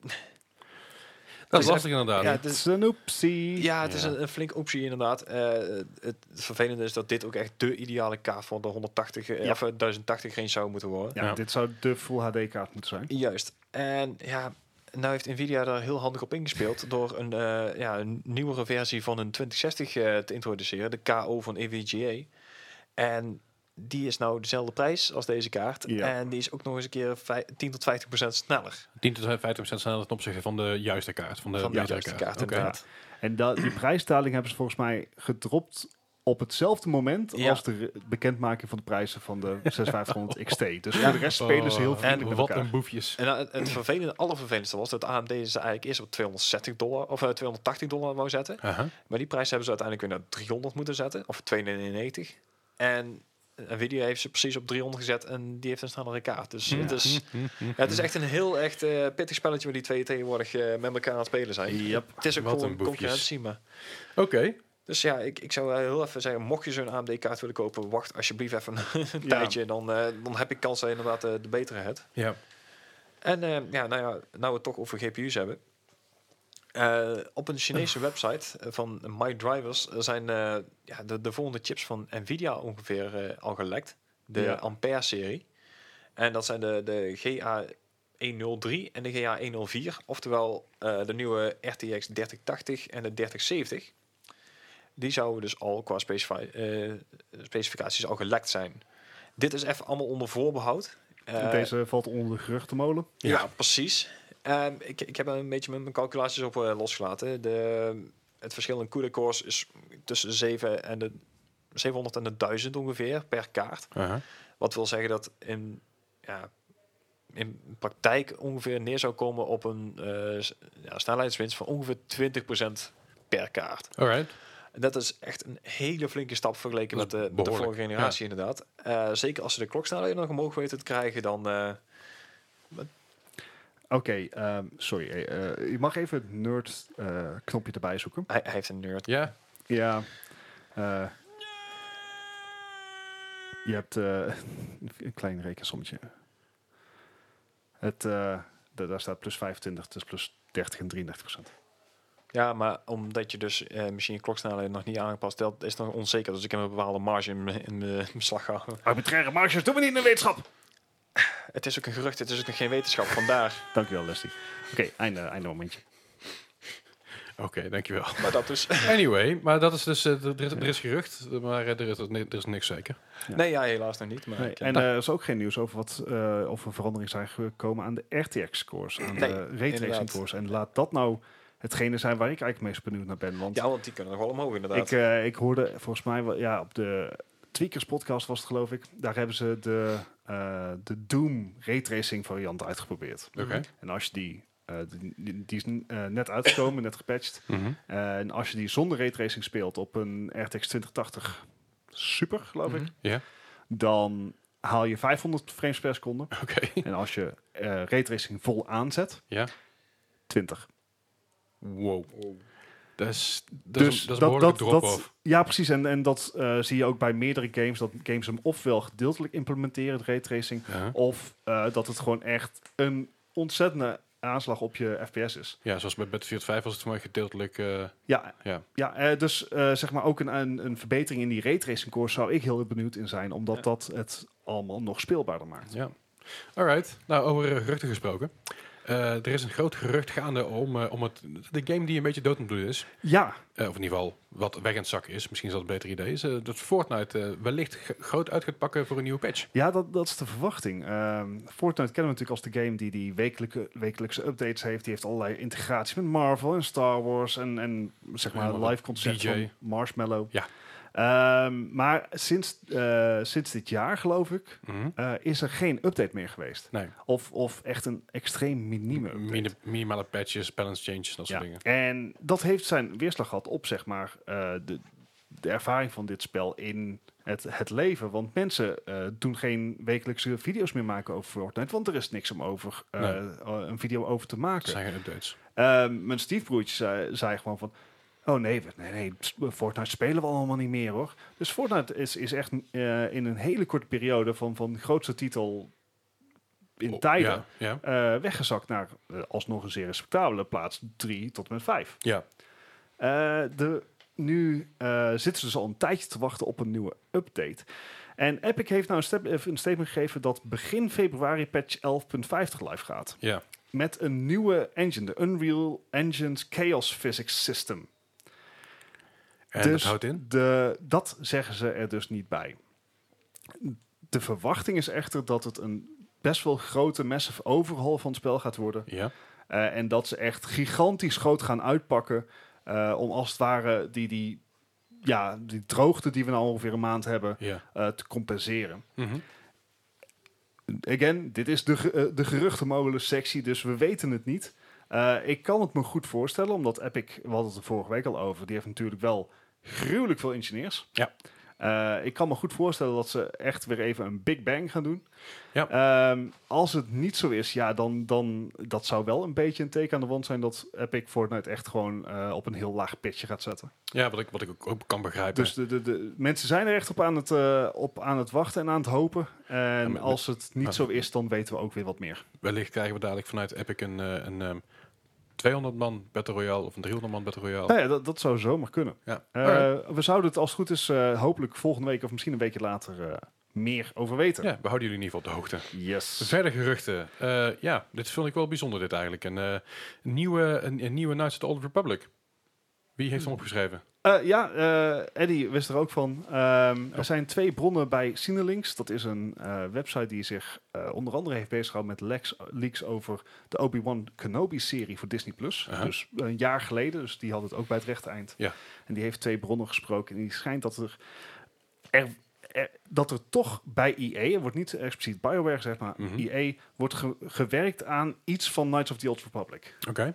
Dat is lastig inderdaad. Ja, Het is een oepsie. Ja, het is Ja. een, een flink optie inderdaad. Uh, het, het vervelende is dat dit ook echt de ideale kaart voor de honderdtachtig, Ja. of duizend tachtig range zou moeten worden. Ja, Ja. dit zou de Full H D kaart moeten zijn. Juist. En ja, nou heeft Nvidia daar heel handig op ingespeeld door een, uh, ja, een nieuwere versie van een twintig zestig uh, te introduceren, de K O van E V G A. En die is nou dezelfde prijs als deze kaart. Ja. En die is ook nog eens een keer vij- tien tot vijftig procent sneller. tien tot vijftig procent sneller ten opzichte van de juiste kaart. Van de, Van de betere juiste kaart, Oké. inderdaad. En da- die prijsdaling hebben ze volgens mij gedropt op hetzelfde moment Ja. als de re- bekendmaking van de prijzen van de zesenvijftighonderd X T. Dus Ja. voor de rest spelen ze heel Oh, vriendelijk met wat elkaar. een boefjes. En uh, het, het vervelende, allervervelendste was dat A M D ze eigenlijk eerst op tweehonderdzestig dollar of uh, tweehonderdtachtig dollar wou zetten. Aha. Maar die prijs hebben ze uiteindelijk weer naar driehonderd moeten zetten. Of tweehonderdnegenennegentig. En Nvidia heeft ze precies op driehonderd gezet en die heeft een snellere kaart. Dus het, is, ja, het is echt een heel echt uh, pittig spelletje waar die twee tegenwoordig uh, met elkaar aan het spelen zijn. Yep. Het is ook Wat gewoon een boefjes. concurrentie. Maar. Oké. Dus ja, ik, ik zou uh, heel even zeggen, mocht je zo'n A M D-kaart willen kopen, wacht alsjeblieft even een Ja. tijdje. Dan, uh, dan heb ik kans dat je inderdaad uh, de betere hebt. Ja. En uh, ja, nou ja, nou we het toch over G P U's hebben. Uh, op een Chinese website uh, van MyDrivers zijn uh, ja, de, de volgende chips van Nvidia ongeveer uh, al gelekt. De Ja. Ampere-serie. En dat zijn de, de G A honderddrie en de G A honderdvier. Oftewel uh, de nieuwe R T X dertig tachtig en de dertig zeventig. Die zouden dus al qua specifi- uh, specificaties al gelekt zijn. Dit is even allemaal onder voorbehoud. Uh, Deze valt onder de geruchtenmolen. ja, Ja. precies. Um, ik, ik heb een beetje met mijn calculaties op uh, losgelaten. De, het verschil in CUDA cores is tussen de zeven en de zevenhonderd en de duizend ongeveer per kaart. Aha. Wat wil zeggen dat in, ja, in praktijk ongeveer neer zou komen op een uh, s- ja, snelheidswinst van ongeveer twintig procent per kaart. Alright. En dat is echt een hele flinke stap vergeleken Dat met is de, met de behoorlijk, vorige generatie inderdaad. Uh, zeker als ze de kloksnelheid nog omhoog weten te krijgen, dan... Uh, Oké, okay, um, sorry. Uh, je mag even het nerd uh, knopje erbij zoeken. hij, hij heeft een nerd. Ja. Ja. Uh, je hebt uh, een klein rekensommetje. Het, uh, de, daar staat plus vijfentwintig, dus plus dertig en drieëndertig procent. Ja, maar omdat je dus uh, misschien je kloksnelheid nog niet aangepast, dat is nog onzeker. Dus ik heb een bepaalde marge in mijn in mijn slag gehouden. Arbitraire marges doen we niet in de wetenschap. Het is ook een gerucht, het is ook nog geen wetenschap, vandaar. Dankjewel, Leslie. Oké, okay, einde, einde momentje. Oké, dankjewel. Maar dat is... Anyway, maar dat is dus, uh, er, is, er is gerucht, maar uh, er, is, er is niks zeker. Ja. Nee, ja, helaas nog niet. Maar Nee, ik- en Nou, er is ook geen nieuws over wat uh, of een verandering zijn gekomen aan de R T X-scores, aan Nee, de raytracing inderdaad. scores. En laat dat nou hetgene zijn waar ik eigenlijk meest benieuwd naar ben. Want ja, want die kunnen nog wel omhoog inderdaad. ik, uh, ik hoorde volgens mij, wel, ja, op de Tweakers podcast was het geloof ik, daar hebben ze de, uh, de Doom raytracing variant uitgeprobeerd. Oké. En als je die, uh, die, die, die is uh, net uitgekomen, net gepatcht. Mhm. Uh, en als je die zonder raytracing speelt op een R T X twintig tachtig Super, geloof Mhm. ik, Ja. dan haal je vijfhonderd frames per seconde. Oké. En als je uh, raytracing vol aanzet, Ja. twintig. Wow. Dat is, dat is, Dus een- dat is dat- een behoorlijke dat- drop-off. Ja, precies. En, en dat uh, zie je ook bij meerdere games. Dat games hem ofwel gedeeltelijk implementeren, het raytracing. Ja. Of uh, dat het gewoon echt een ontzettende aanslag op je F P S is. Ja, zoals bij Battlefield vijf was het voor mij gedeeltelijk... uh, Ja, ja. ja uh, dus uh, zeg maar ook een, een, een verbetering in die raytracing core zou ik heel benieuwd in zijn. Omdat Ja. dat het allemaal nog speelbaarder maakt. Ja. Alright. Nou, over uh, geruchten gesproken. Uh, er is een groot gerucht gaande om, uh, om het, de game die een beetje dood aan het bloeden is. Ja, Uh, of in ieder geval wat weg aan het zakken is. Misschien is dat een beter idee. Is uh, dat Fortnite uh, wellicht g- groot uit gaat pakken voor een nieuwe patch. ja dat, dat is de verwachting. Um, Fortnite kennen we natuurlijk als de game die die wekelijke, wekelijkse updates heeft. Die heeft allerlei integraties met Marvel en Star Wars en, en zeg maar Helemaal live concept D J. van Marshmallow. Ja. Um, maar sinds, uh, sinds dit jaar, geloof ik, Mhm. uh, is er geen update meer geweest. Nee. Of, of echt een extreem minieme update. Mini- minimale patches, balance changes, dat soort Ja. dingen. En dat heeft zijn weerslag gehad op zeg maar uh, de, de ervaring van dit spel in het, het leven. Want mensen uh, doen geen wekelijkse video's meer maken over Fortnite, want er is niks om over uh, Nee. uh, een video over te Er maken. zijn geen updates. Uh, mijn stiefbroertje zei, zei gewoon van, oh nee, we- nee, nee, s- Fortnite spelen we allemaal niet meer hoor. Dus Fortnite is, is echt uh, in een hele korte periode van, van de grootste titel in Oh, tijden Ja, ja. uh, weggezakt naar uh, alsnog een zeer respectabele plaats drie tot en met vijf. ja. Uh, de, nu uh, zitten ze dus al een tijdje te wachten op een nieuwe update. En Epic heeft nou een, step, een statement gegeven dat begin februari patch elf punt vijftig live gaat. ja. Met een nieuwe engine, de Unreal Engine's Chaos Physics System. En Dus dat houdt in? De, dat zeggen ze er dus niet bij. De verwachting is echter dat het een best wel grote massive overhaul van het spel gaat worden. Ja. Uh, en dat ze echt gigantisch groot gaan uitpakken. Uh, om als het ware die, die, ja, die droogte die we nou ongeveer een maand hebben Ja. uh, te compenseren. Mhm. Again, dit is de, ge- uh, de geruchtenmolen sectie, dus we weten het niet. Uh, ik kan het me goed voorstellen, omdat Epic, we hadden het er vorige week al over, die heeft natuurlijk wel gruwelijk veel ingenieurs. Ja. Uh, ik kan me goed voorstellen dat ze echt weer even een Big Bang gaan doen. Ja. Um, als het niet zo is, ja, dan, dan dat zou wel een beetje een teken aan de wand zijn dat Epic Fortnite echt gewoon uh, op een heel laag pitje gaat zetten. Ja, wat ik, wat ik ook, ook kan begrijpen. Dus de, de, de mensen zijn er echt op aan het, uh, op aan het wachten en aan het hopen. En maar- als het niet maar- zo is, dan weten we ook weer wat meer. Wellicht krijgen we dadelijk vanuit Epic een, uh, een um, tweehonderd man Battle Royale of een driehonderd man Battle Royale. Nou ja, dat, dat zou zomaar kunnen. Ja. Uh, Alright. we zouden het als het goed is uh, hopelijk volgende week of misschien een weekje later uh, meer over weten. Ja, we houden jullie in ieder geval op de hoogte. Yes. Verder geruchten. Uh, ja, dit vind ik wel bijzonder dit eigenlijk. Een, uh, een, nieuwe, een, een nieuwe Knights of the Old Republic. Wie heeft hem opgeschreven? Uh, ja, uh, Eddie wist er ook van. Um, Oh. Er zijn twee bronnen bij Cinelinx. Dat is een uh, website die zich uh, onder andere heeft bezighouden met leaks, leaks over de Obi-Wan Kenobi-serie voor Disney+. Plus. Aha. Dus een jaar geleden, dus die had het ook bij het rechte eind. Ja. En die heeft twee bronnen gesproken. En die schijnt dat er, er, er, dat er toch bij E A, er wordt niet expliciet BioWare gezegd, maar Mhm. E A wordt ge- gewerkt aan iets van Knights of the Old Republic. Oké. Okay.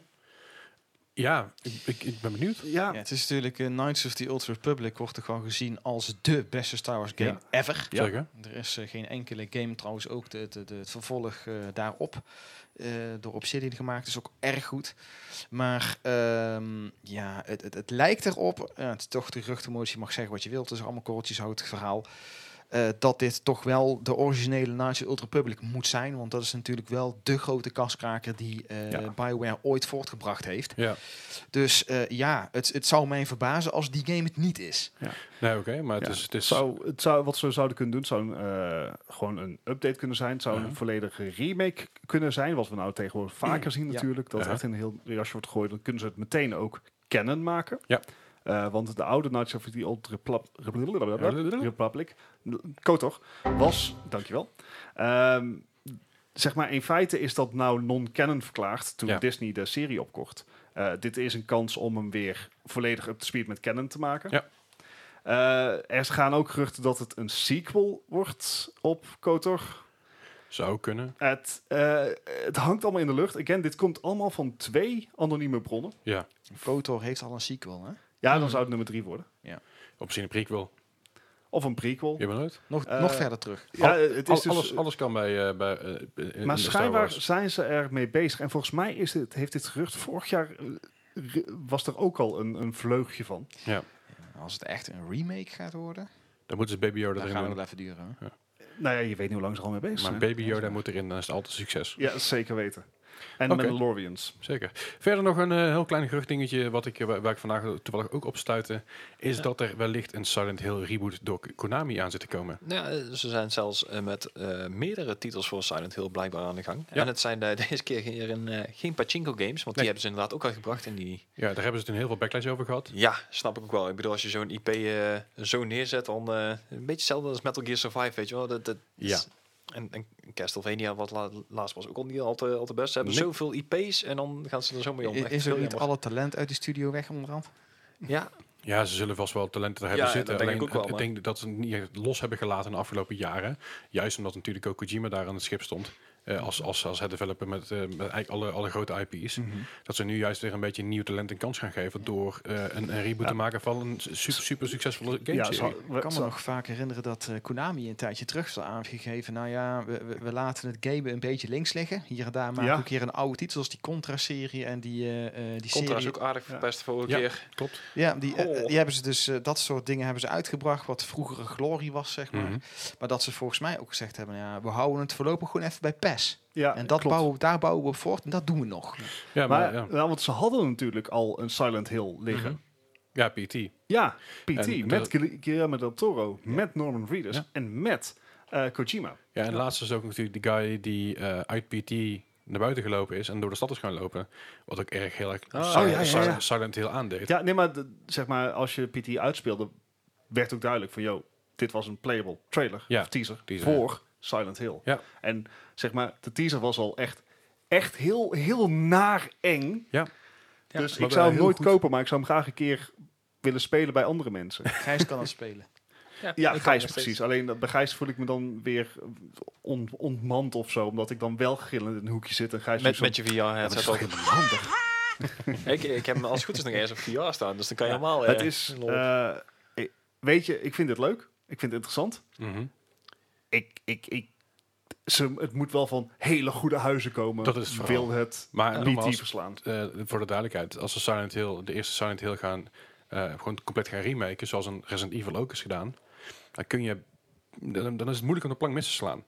Ja, ik, ik, ik ben benieuwd. Ja, Ja, het is natuurlijk uh, Knights of the Old Republic wordt er gewoon gezien als de beste Star Wars game Ja. ever. Ja. Zeker. Er is uh, geen enkele game, trouwens ook de, de, de, het vervolg uh, daarop uh, door Obsidian gemaakt, is ook erg goed. Maar um, ja, het, het, het lijkt erop, uh, het is toch de geruchtenmotie, je mag zeggen wat je wilt, het is allemaal korreltjes hout verhaal. Uh, dat dit toch wel de originele Knights of the Old Republic moet zijn. Want dat is natuurlijk wel de grote kaskraker die uh, Ja. BioWare ooit voortgebracht heeft. Ja. Dus uh, ja, het, het zou mij verbazen als die game het niet is. Nee, oké, okay, maar het Ja, is... Het is Zou, het zou, wat ze zouden kunnen doen, zou een, uh, gewoon een update kunnen zijn. Het zou Ja. een volledige remake kunnen zijn, wat we nou tegenwoordig vaker zien Ja. natuurlijk. Dat Ja. echt in een heel jasje wordt gegooid. Dan kunnen ze het meteen ook canon maken. Ja. Uh, want de oude Knights of the Old Repla- Republic, KOTOR, was, dankjewel, um, zeg maar in feite is dat nou non-canon verklaard toen ja. Disney de serie opkocht. Uh, dit is een kans om hem weer volledig up to speed met canon te maken. Ja. Uh, er gaan ook geruchten dat het een sequel wordt op KOTOR. Zou kunnen. Het, uh, het hangt allemaal in de lucht. Again, dit komt allemaal van twee anonieme bronnen. Ja. KOTOR heeft al een sequel, hè? Ja, dan zou het nummer drie worden. Ja. Op zich een prequel. Of een prequel. Je bent nooit. Nog, Uh, nog verder terug. Ja, het is Al, dus, alles, alles kan bij... Uh, bij uh, in maar de schijnbaar Star Wars. zijn ze ermee bezig. En volgens mij is het, heeft dit gerucht vorig jaar... Uh, was er ook al een, een vleugje van. Ja. Als het echt een remake gaat worden, dan moeten ze Baby Yoda dan erin gaan we doen. wel even duren. Hè? Ja. Nou ja, je weet niet hoe lang ze er al mee bezig Maar zijn. Baby Yoda moet erin, dan is het altijd succes. Ja, zeker weten. En Okay. Mandalorians. Zeker. Verder nog een uh, heel klein geruchtdingetje wat ik, waar, waar ik vandaag toevallig ook op stuitte, is Ja. dat er wellicht een Silent Hill reboot door Konami aan zit te komen. Ja, eh, ze zijn zelfs uh, met uh, meerdere titels voor Silent Hill blijkbaar aan de gang. Ja. En het zijn uh, deze keer geen, uh, geen pachinko games, want Nee. die hebben ze inderdaad ook al gebracht in die... Ja, daar hebben ze toen heel veel backlash over gehad. Ja, snap ik ook wel. Ik bedoel, als je zo'n I P uh, zo neerzet, dan uh, een beetje hetzelfde als Metal Gear Survive, weet je wel. Dat, dat, Ja. En, en Castlevania, wat la, laatst was ook al niet al te, al te best. Ze hebben Nee. zoveel I P's en dan gaan ze er zo mee om. I- Echt Is er heel niet jammer. alle talent uit de studio weg onderhand? Ja, Ja, ze zullen vast wel talenten daar hebben Ja, zitten. dat denk Alleen, ik ook wel, ik maar- denk dat ze het niet echt los hebben gelaten in de afgelopen jaren. Juist omdat natuurlijk ook Kojima daar aan het schip stond. Uh, als, als, als head developer met, uh, met eigenlijk alle, alle grote I P's. Mm-hmm. Dat ze nu juist weer een beetje nieuw talent een kans gaan geven door uh, een, een reboot Ja. te maken van een super, super succesvolle Ja, game serie. zo, Ik kan me nog vaak herinneren dat uh, Konami een tijdje terug is aangegeven. Nou ja, we, we, we laten het game een beetje links liggen. Hier en daar maken we Ja. ook een keer een oude titel, zoals die Contra-serie en die, uh, uh, die Contra is serie. ook aardig verpest vorige Ja. keer. Klopt. Ja, die, uh, Oh. die hebben ze dus, uh, dat soort dingen hebben ze uitgebracht, wat vroeger een glorie was, zeg maar. Mhm. Maar dat ze volgens mij ook gezegd hebben, ja, we houden het voorlopig gewoon even bij P E S. Ja, En dat klopt. bouwen, we- daar bouwen we op voort en dat doen we nog. Ja, maar, Maar, ja. nou, want ze hadden natuurlijk al een Silent Hill liggen. Mhm. Ja, P T. Ja, P T, En met dat- Guil- Guillermo del Toro, met Norman Reedus Ja. en met uh, Kojima. Ja, en laatst is ook natuurlijk die guy die uh, uit P T naar buiten gelopen is en door de stad is gaan lopen. Wat ook erg heel erg Oh, Silent, ja, ja, ja. Silent- Silent Hill aandeed. Ja, nee, maar de- zeg maar, als je P T uitspeelde, werd ook duidelijk van, yo, dit was een playable trailer, Ja, of teaser, teaser, voor Silent Hill. Ja. En zeg maar, de teaser was al echt, echt heel, heel naar eng. Ja. Ja, Dus maar ik zou wel hem heel nooit goed. kopen, maar ik zou hem graag een keer willen spelen bij andere mensen. Gijs kan het spelen. Ja, Ja, ik kan Gijs nog steeds. precies. Alleen dat- bij Gijs voel ik me dan weer on, ontmand of zo, omdat ik dan wel gillend in een hoekje zit en Gijs Met, doet zo- met je V R Ja, dat headset is ook. toch helemaal handig. ik, ik heb hem als het goed is nog eens op V R staan, dus dan kan je Ja, helemaal... Het eh, is, lol. eh, ik- weet je, ik vind het leuk. Ik vind het interessant. Mhm. Ik, ik, ik, ze, het moet wel van hele goede huizen komen. Dat is het vooral. Wil het Maar P T nogmaals, verslaan. uh, voor de duidelijkheid, als ze Silent Hill, de eerste Silent Hill gaan, uh, gewoon compleet gaan remaken, zoals een Resident Evil ook is gedaan, dan kun je, dan, dan is het moeilijk om de plank mis te slaan,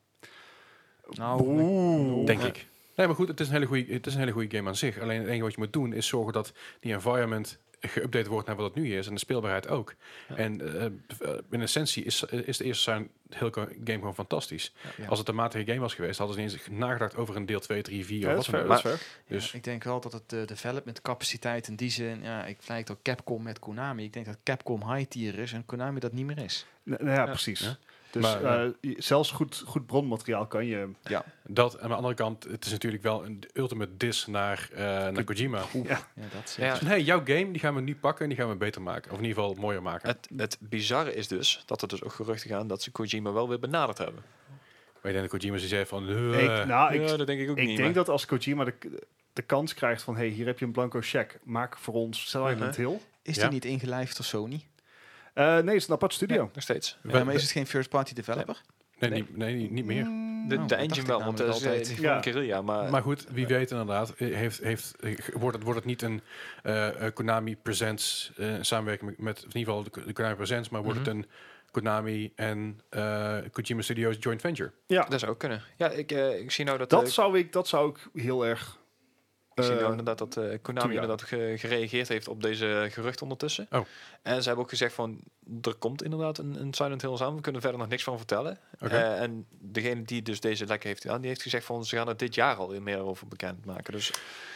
Nou, Oeh. denk Ja. ik. Nee, maar goed, het is een hele goede, het is een hele goede game aan zich. Alleen het enige wat je moet doen is zorgen dat die environment geüpdate wordt naar wat het nu is en de speelbaarheid ook. Ja. En uh, in essentie is, is de eerste Silent Hill game gewoon fantastisch. Ja. Als het een matige game was geweest, hadden ze niet eens nagedacht over een deel twee, drie, vier Ja, of dat wat is dan fair. ook. Dat is fair. Dus Ja, ik denk wel dat het de development capaciteit in die zin, ja, ik vergelijk ook Capcom met Konami. Ik denk dat Capcom high tier is en Konami dat niet meer is. Nou, nou ja, Ja. precies. Ja. Dus Maar, ja. eh, je- zelfs goed, goed bronmateriaal kan je... Ja, dat, en aan de andere kant, het is natuurlijk wel een ultimate diss naar, uh, naar Kojima. Ja. ja dat is Ja. Dus, hey, jouw game die gaan we nu pakken en die gaan we beter maken. Of in ieder geval mooier maken. Het, het bizarre is dus dat er dus ook geruchten gaan dat ze Kojima wel weer benaderd hebben. Maar ik denk dat Kojima zei van... Uh, ik, nou, ik, ja, dat denk ik ook ik niet. denk maar- dat als Kojima de, de kans krijgt van... hey, hier heb je een blanco check. Maak voor ons Silent Uh-huh. Hill. Is Ja. die niet ingelijfd door Sony? Uh, nee, het is een apart studio. Ja, nog steeds. we- Ja, maar is het geen first party developer? nee, Nee. Niet, nee, niet, niet meer. Mm, De, nou, de dat dacht engine ik wel, want dat namelijk is altijd. uh, Ja. van guerrilla, maar... Maar goed, wie weet inderdaad, heeft, heeft, eh, wordt, het, wordt het niet een uh, uh, Konami Presents uh, samenwerking met, met, in ieder geval de, de Konami Presents, maar wordt Mhm. het een Konami en uh, Kojima Studios joint venture? Ja, Dat zou ook kunnen. Ja, ik, uh, ik zie nou dat... dat, uh, zou ik, dat zou ik heel erg... ik zie eh, nou inderdaad dat uh, Konami toe, ja. inderdaad ge- gereageerd heeft op deze geruchten ondertussen. Oh. En ze hebben ook gezegd van, er komt inderdaad een, een Silent Hill aan. We kunnen verder nog niks van vertellen. Oké. Uh, en degene die dus deze lekker heeft gedaan, die heeft gezegd van, ze gaan het dit jaar al meer over bekend maken. Dus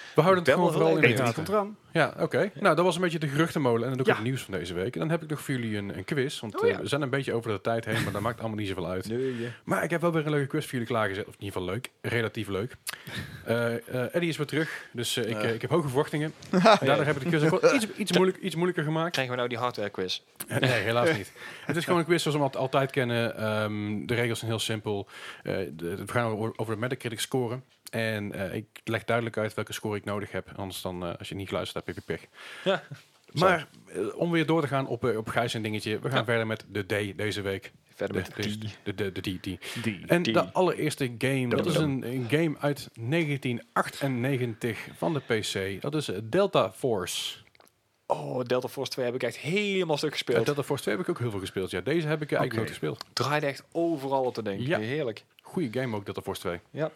We houden het ben gewoon wel vooral in heel de erg Eén gaten. komt eraan. Ja, oké. Nou, dat was een beetje de geruchtenmolen en dan ook Ja. het nieuws van deze week. En dan heb ik nog voor jullie een, een quiz, want Oh, ja. eh, we zijn een beetje over de tijd heen, maar dat maakt allemaal niet zoveel uit. Nee, ja. Maar ik heb wel weer een leuke quiz voor jullie klaargezet. Of in ieder geval leuk. Relatief leuk. Eh eh, Eddie is weer terug. Dus eh, ik, Ja. eh, ik heb hoge verwachtingen. Daardoor heb ik de quiz ook wel iets, iets, moeilijk, iets moeilijker gemaakt. Krijgen we nou die hardware quiz? Nee, helaas niet. Het is gewoon een quiz zoals we hem al- altijd kennen. Ehm, de regels zijn heel simpel. Eh, de, we gaan over, over de Metacritic scoren. En eh, ik leg duidelijk uit welke score ik nodig heb. Anders dan, eh, als je niet geluisterd hebt, heb je pech. Ja. Maar eh, om weer door te gaan op, eh, op Gijs en dingetje. We gaan Ja. verder met de D deze week. Verder De, met de, die. de, de, de, die, die. Die. En Die. de allereerste game, dat is Dum-dum. een, een game uit negentien achtennegentig van de P C. Dat is eh, Delta Force. Oh, Delta Force twee heb ik echt helemaal stuk Uh, gespeeld. Delta Force twee heb ik ook heel veel gespeeld. Ja, deze heb ik eigenlijk Oké. nooit gespeeld. Draaide echt overal op te denken. Ja. Heerlijk. Goeie game ook, Delta Force twee. Ja.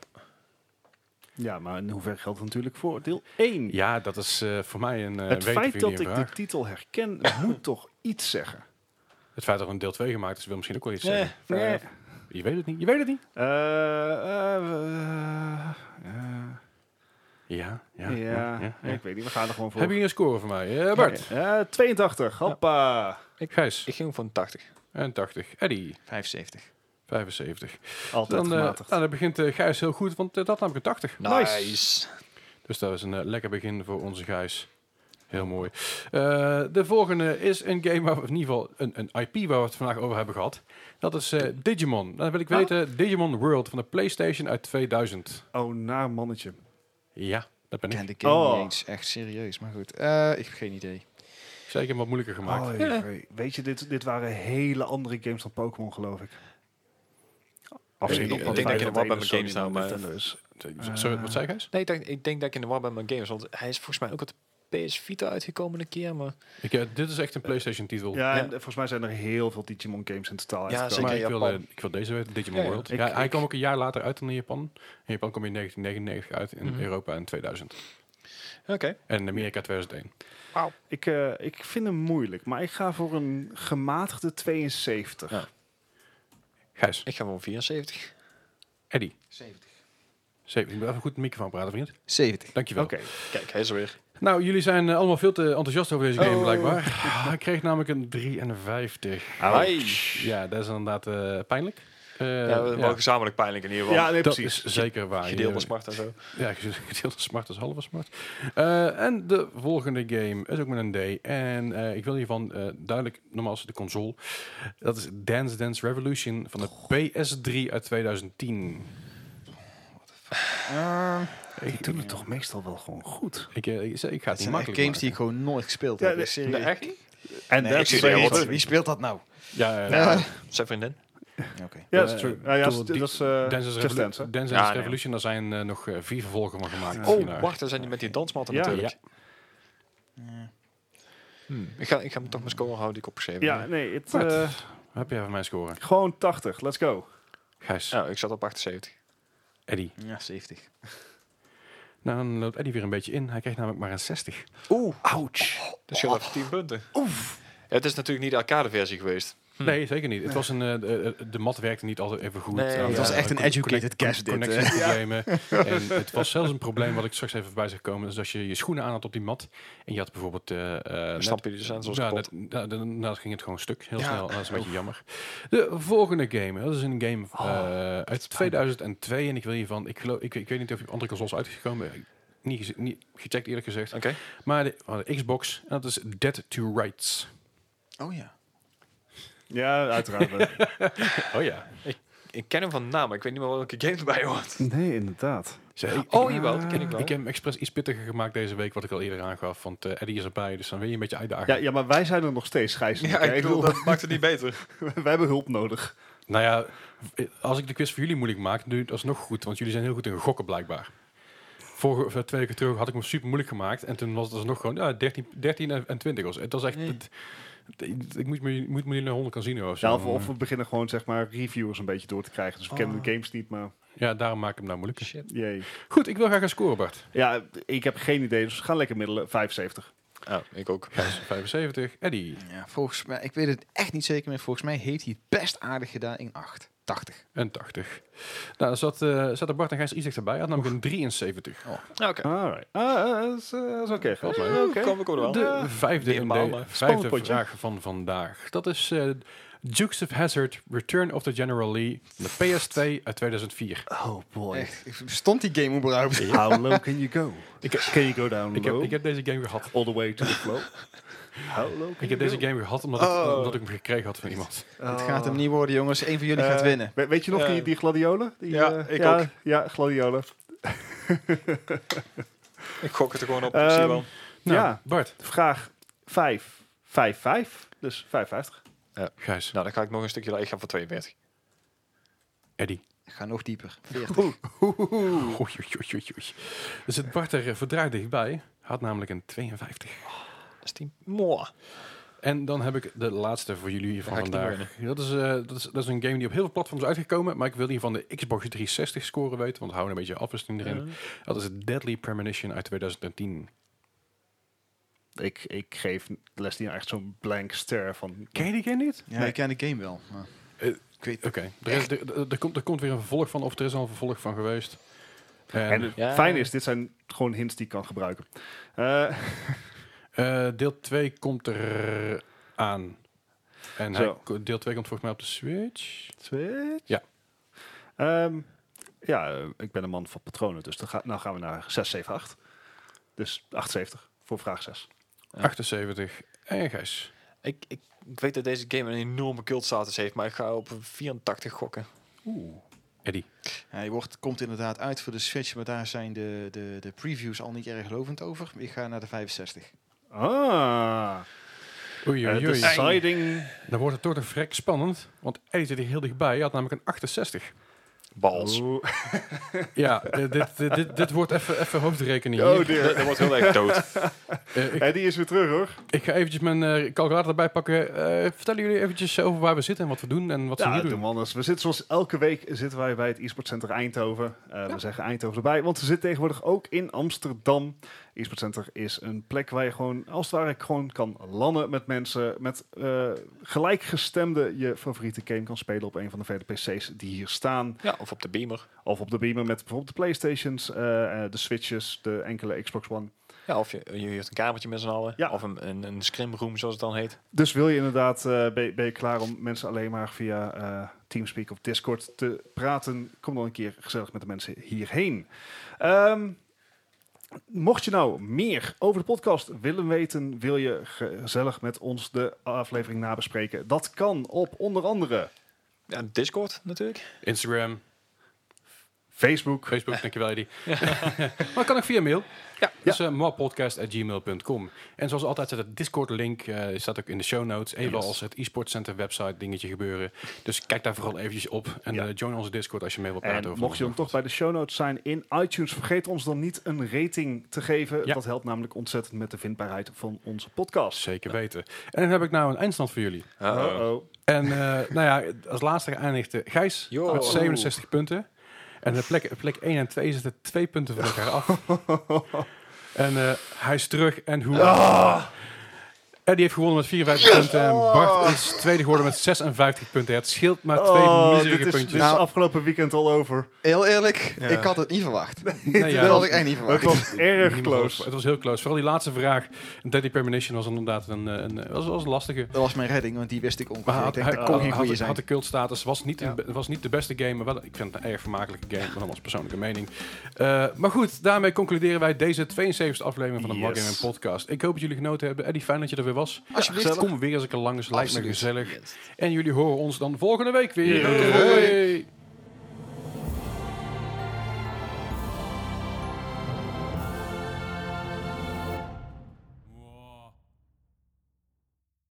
Ja, maar in hoeverre geldt het natuurlijk voor deel één? Ja, dat is eh, voor mij een uh, Het weten feit voor dat jullie ik een de vraag. titel herken, moet toch iets zeggen. Het feit dat er een deel twee gemaakt is, wil misschien ook wel iets Nee, zeggen. nee. Je weet het niet. Je weet het niet. Eh, eh, eh, eh, Ja, ja. ja, ja, ja, ja. ik weet niet. We gaan er gewoon voor. Heb je een score voor mij? Uh, Bart. Eh, tweeëntachtig, hoppa. Gijs. Ik ging voor een tachtig. En tachtig. Eddie. vijfenzeventig. vijfenzeventig. Altijd Dan, eh, gematigd. nou, dan begint uh, Gijs heel goed, want uh, dat namelijk een tachtig. Nice. Dus dat is een uh, lekker begin voor onze Gijs. Heel mooi. Uh, de volgende is een game, waar we, in ieder geval een, een I P waar we het vandaag over hebben gehad. Dat is uh, Digimon. Dan wil ik weten, Digimon World van de PlayStation uit tweeduizend. Oh, naar mannetje. Ja, dat ben Ik ik. ken de game Oh. niet eens. Echt serieus. Maar goed. Eh, ik heb geen idee. Zeker wat moeilijker gemaakt. Oh, jee. Weet je, dit, dit waren hele andere games dan Pokémon, geloof ik. Afzien Ik- op ik wat denk wij dat je dat er wat ene bij mijn games Sony nou, dan maar- Nintendo is. Sorry, wat zei Gijs? Nee, ik denk, ik denk dat ik in de war ben met mijn games. Want hij is volgens mij ook op de P S Vita uitgekomen een keer. Maar Ik, uh, dit is echt een PlayStation titel. Ja, en Ja. eh, volgens mij zijn er heel veel Digimon games in totaal Ja, uitgekomen. zeker. Maar ik wil, Japan. uh, ik wil deze weten, Digimon Ja, ja. World. Ik- ja, hij ik- kwam ook een jaar later uit dan in Japan. In Japan kwam hij in negentien negenennegentig uit, in Mhm. Europa in tweeduizend. oké. En in Amerika tweeduizend één. Ik, eh, ik vind hem moeilijk, maar ik ga voor een gematigde tweeënzeventig. Ja. Gijs, Ik ga voor een vierenzeventig. Eddie, zeventig. zeven. Ik moet even goed de microfoon praten, vriend. zeventig. Dankjewel. Oké. Kijk, hij is er weer. Nou, jullie zijn uh, allemaal veel te enthousiast over deze game, Oh. blijkbaar. Hij kreeg namelijk een drieënvijftig. Ouch. Ja, dat is inderdaad uh, pijnlijk. Uh, Ja, we wel gezamenlijk pijnlijk in ieder geval. Ja, nee, dat precies. is zeker waar. Gedeelde Je- smart en zo. Ja, gedeelde smart is halve smart. Uh, en de volgende game is ook met een D. En uh, ik wil hiervan uh, duidelijk, nogmaals de console. Dat is Dance Dance Revolution van de P S drie uit tweeduizend tien. Uh, Die doen het toch meestal wel gewoon goed. Ik, uh, ik, ik ga het het niet zijn echt makkelijk games die maken. ik gewoon nooit gespeeld Ja, heb. de- Echt serieus. Nee, echt? En Nee, dat ik is serieus. wat- Wie, wie speelt dat nou? Ja, uh, Ja, zijn vriendin. Oké. Ja, dat is Eh, true. Ja, ja, toen dat die- is uh, Dance Dance Just Revolu- Dance, hè? Dance Ja, Dance nee. Revolution, daar zijn uh, nog uh, vier vervolgen van gemaakt. Ja. Vier Oh, naar- wacht, dan zijn die met die dansmatten Ja, natuurlijk. Ja. Hmm. Ik, ga, ik ga hem toch mijn score houden die ik opgeschreven Ja, heb. nee, het, Wat? eh, Wat heb jij van mijn score? gewoon tachtig. Let's go. Gijs, Ja, ik zat op achtenzeventig. Eddie. Ja, zeventig. Nou, dan loopt Eddie weer een beetje in. Hij kreeg namelijk maar een zestig. Oeh, Ouch. dat scheelt even tien punten. Oef. Ja, het is natuurlijk niet de arcade versie geweest. Hm. Nee, zeker niet. Het was een, uh, de, de mat werkte niet altijd even goed. Nee, Uh, het was ja, echt een connect- educated guess dit, hè? connectieproblemen. En het was zelfs een probleem wat ik straks even bij zeg komen. Dus als je je schoenen aan had op die mat en je had bijvoorbeeld... Uh, uh, Dan snap je de sensors ja, kapot. net, ja, dan dan ging het gewoon stuk, heel Ja. snel. Dat is een beetje jammer. De volgende game, dat is een game uh, Oh, uit tweeduizend twee. En ik wil hiervan, ik, geloof, ik, ik weet niet of je op andere consoles uitgekomen. Niet, geze- niet gecheckt eerlijk gezegd. Oké. Maar de, oh, de Xbox, en dat is Dead to Rights. Oh ja. Ja, uiteraard. Oh ja. Ik ken hem van naam, maar ik weet niet meer welke game erbij hoort. nee, inderdaad. Zeg, Oh, jawel, dat ken ik wel. Ik heb hem expres iets pittiger gemaakt deze week, wat ik al eerder aangaf. Want uh, Eddie is erbij, dus dan wil je een beetje uitdagen. Ja, ja, maar wij zijn er nog steeds, Gijs. en Ja, ik, hè. ik bedoel, dat maakt het niet beter. wij hebben hulp nodig. Nou ja, als ik de quiz voor jullie moeilijk maak, dan doe je het alsnog goed. Want jullie zijn heel goed in gokken blijkbaar. Vorige of twee weken terug had ik me super moeilijk gemaakt. En toen was het alsnog gewoon ja, dertien, dertien en, en twintig. Was. Het was echt... Nee. Het, het- ik moet me, moet me naar honderd casino of zo. Ja, of, of we beginnen gewoon zeg maar reviewers een beetje door te krijgen. Dus we Oh. kennen de games niet, maar Ja, daarom maak ik hem nou moeilijker. Shit. jee. Goed, ik wil graag gaan scoren, Bart. Ja, ik heb geen idee, dus we gaan lekker middelen. vijfenzeventig. Oh, ik ook. Gijs, vijfenzeventig. Eddie. Ja, volgens mij, ik weet het echt niet zeker meer. Volgens mij heeft hij het best aardig gedaan in acht. tachtig. En tachtig. Nou, dan zat, uh, zat er Bart en Gijs iets dichterbij. Had namelijk een drieënzeventig. Ja, oké. Alright. Ah, uh, dat is, uh, is oké. Okay, Volgens mij. Ja, Oké. kom ik ook wel. De vijfde, in Meermaal, de, maar vijfde potje. vraag van vandaag. Dat is uh, Dukes of Hazzard, Return of the General Lee, de P S twee uit tweeduizend vier. Oh boy. Echt, stond die game überhaupt? How low can you go? Ik, Can you go down ik, heb, low? ik heb deze game gehad. All the way to the flow. How low can Ik you heb deze go? game gehad omdat, Oh. ik, omdat ik hem gekregen had van iemand. Het gaat hem niet worden, jongens. Eén van jullie Eh, gaat winnen. we- weet je nog Ja. die, die gladiolen? Die, Ja, eh, ik ja, ook. Ja, gladiolen. Ik gok het er gewoon op. Ehm, zie je wel. Nou, Ja. Bart, Vraag vijf. vijf, vijf. Dus vijfenvijftig. Gijs, Nou, dan ga ik nog een stukje... Ik ga voor tweeënveertig. Eddie. Ik ga nog dieper. veertig. Oei, oei, oei, oei, oei. Dus het Bart er uh, verdraaid dichtbij. Had namelijk een tweeënvijftig. Dat is die... Mooi. En dan heb ik de laatste voor jullie van ga ik niet vandaag. Dat is, uh, dat, is, dat is een game die op heel veel platforms is uitgekomen. Maar ik wil hier van de Xbox driehonderdzestig score weten. Want we houden een beetje afwisseling erin. Dat is Deadly Premonition uit tweeduizend tien. Ik, ik geef Leslie nou echt zo'n blank stare van... Ken je die game niet? Ja, Nee. ik ken de game wel. Maar Eh, ik weet Oké, er, is- er, er, er komt, er komt weer een vervolg van. Of er is al een vervolg van geweest. En, En het Ja. fijne is, dit zijn gewoon hints die ik kan gebruiken. Eh, eh, deel twee komt er aan. En Zo. hij, ko- deel twee komt volgens mij op de Switch. Switch? Ja. Ehm, ja, eh, ik ben een man van patronen, dus dan ga, nou gaan we naar zes, zeven, acht. Dus achtenzeventig voor vraag zes. Ja. achtenzeventig. En Gijs. Ik, ik, ik weet dat deze game een enorme cultstatus heeft, maar ik ga op een vierentachtig gokken. Oeh. Eddie. Hij wordt, komt inderdaad uit voor de Switch, maar daar zijn de, de, de previews al niet erg lovend over. Ik ga naar de vijfenzestig. Ah, Oei, oei, uh, oei. deciding... Dan wordt het toch nog vrek spannend. Want Eddie zit hier heel dichtbij. Hij had namelijk een achtenzestig. Bals. Oeh. Ja, eh, dit, dit, dit, dit wordt even even hoofdrekening hier. Oh dear. Dat wordt heel erg dood. Eh, ik, En die is weer terug, hoor. ik ga eventjes mijn eh, calculator erbij pakken. Eh, vertellen jullie eventjes over waar we zitten en wat we doen en wat ze Ja, hier de doen. manners. We zitten zoals elke week zitten wij bij het eSport Center Eindhoven. Uh, We zeggen Eindhoven erbij, want we zitten tegenwoordig ook in Amsterdam. eSport Center is een plek waar je gewoon, als het ware, gewoon kan landen met mensen. Met uh, gelijkgestemde je favoriete game kan spelen op een van de vele P C's die hier staan. Ja, of op de beamer. Of op de beamer met bijvoorbeeld de Playstations, uh, uh, de Switches, de enkele Xbox One. Ja, of je, je huurt een kamertje met z'n allen. Ja. Of een, een, een scrimroom, zoals het dan heet. Dus wil je inderdaad, uh, ben, ben je klaar om mensen alleen maar via uh, Teamspeak of Discord te praten, kom dan een keer gezellig met de mensen hierheen. Um, mocht je nou meer over de podcast willen weten, wil je gezellig met ons de aflevering nabespreken, dat kan op onder andere Ja, Discord natuurlijk. Instagram, Facebook. Facebook, dankjewel Eddie. Maar kan ook via mail. Ja. Dus uh, moapodcast at gmail dot com. En zoals altijd zit het Discord link, uh, staat ook in de show notes. Evenals Yes. het eSport Center website dingetje gebeuren. Dus kijk daar vooral eventjes op. En Ja. uh, join onze Discord als je mee wilt praten En over mocht je ons dan toch bij de show notes zijn in iTunes, vergeet ons dan niet een rating te geven. Ja. Dat helpt namelijk ontzettend met de vindbaarheid van onze podcast. Zeker weten. En dan heb ik nou een eindstand voor jullie. Uh-oh. Uh-oh. En uh, nou ja, als laatste geëindigde Gijs Yo. met zevenenzestig punten. En de plek, plek één en twee zitten twee punten van elkaar af. En uh, hij is terug en hoe... Ah. Eddie heeft gewonnen met vierenvijftig punten. En Bart is tweede geworden met zesenvijftig punten. Het scheelt maar twee Oh, miserige dit is, puntjes. dit Nou. is afgelopen weekend al over. Heel eerlijk, Ja. ik had het niet verwacht. Nee, ja, dat had dat- ik echt niet Het verwacht. was erg niet close. Het was heel close. Vooral die laatste vraag. Deadly Premonition was inderdaad een, een, een, was, was een lastige. Dat was mijn redding, want die wist ik ongeveer. Maar Ik had, denk, hij, dat kon geen had, goede had, zijn. had de cultstatus. Was niet, Ja. een, be- was niet de beste game, maar wel, ik vind het een erg vermakelijke game. Maar dan als persoonlijke mening. Uh, maar goed, daarmee concluderen wij deze tweeënzeventigste aflevering van de Yes. Mark Gaming Podcast. Ik hoop dat jullie genoten hebben. Eddie, fijn dat je er weer was. Alsjeblieft. Kom weer eens een keer langs. Lijkt me Absoluut. gezellig. En jullie horen ons dan volgende week weer. Yay. Hoi.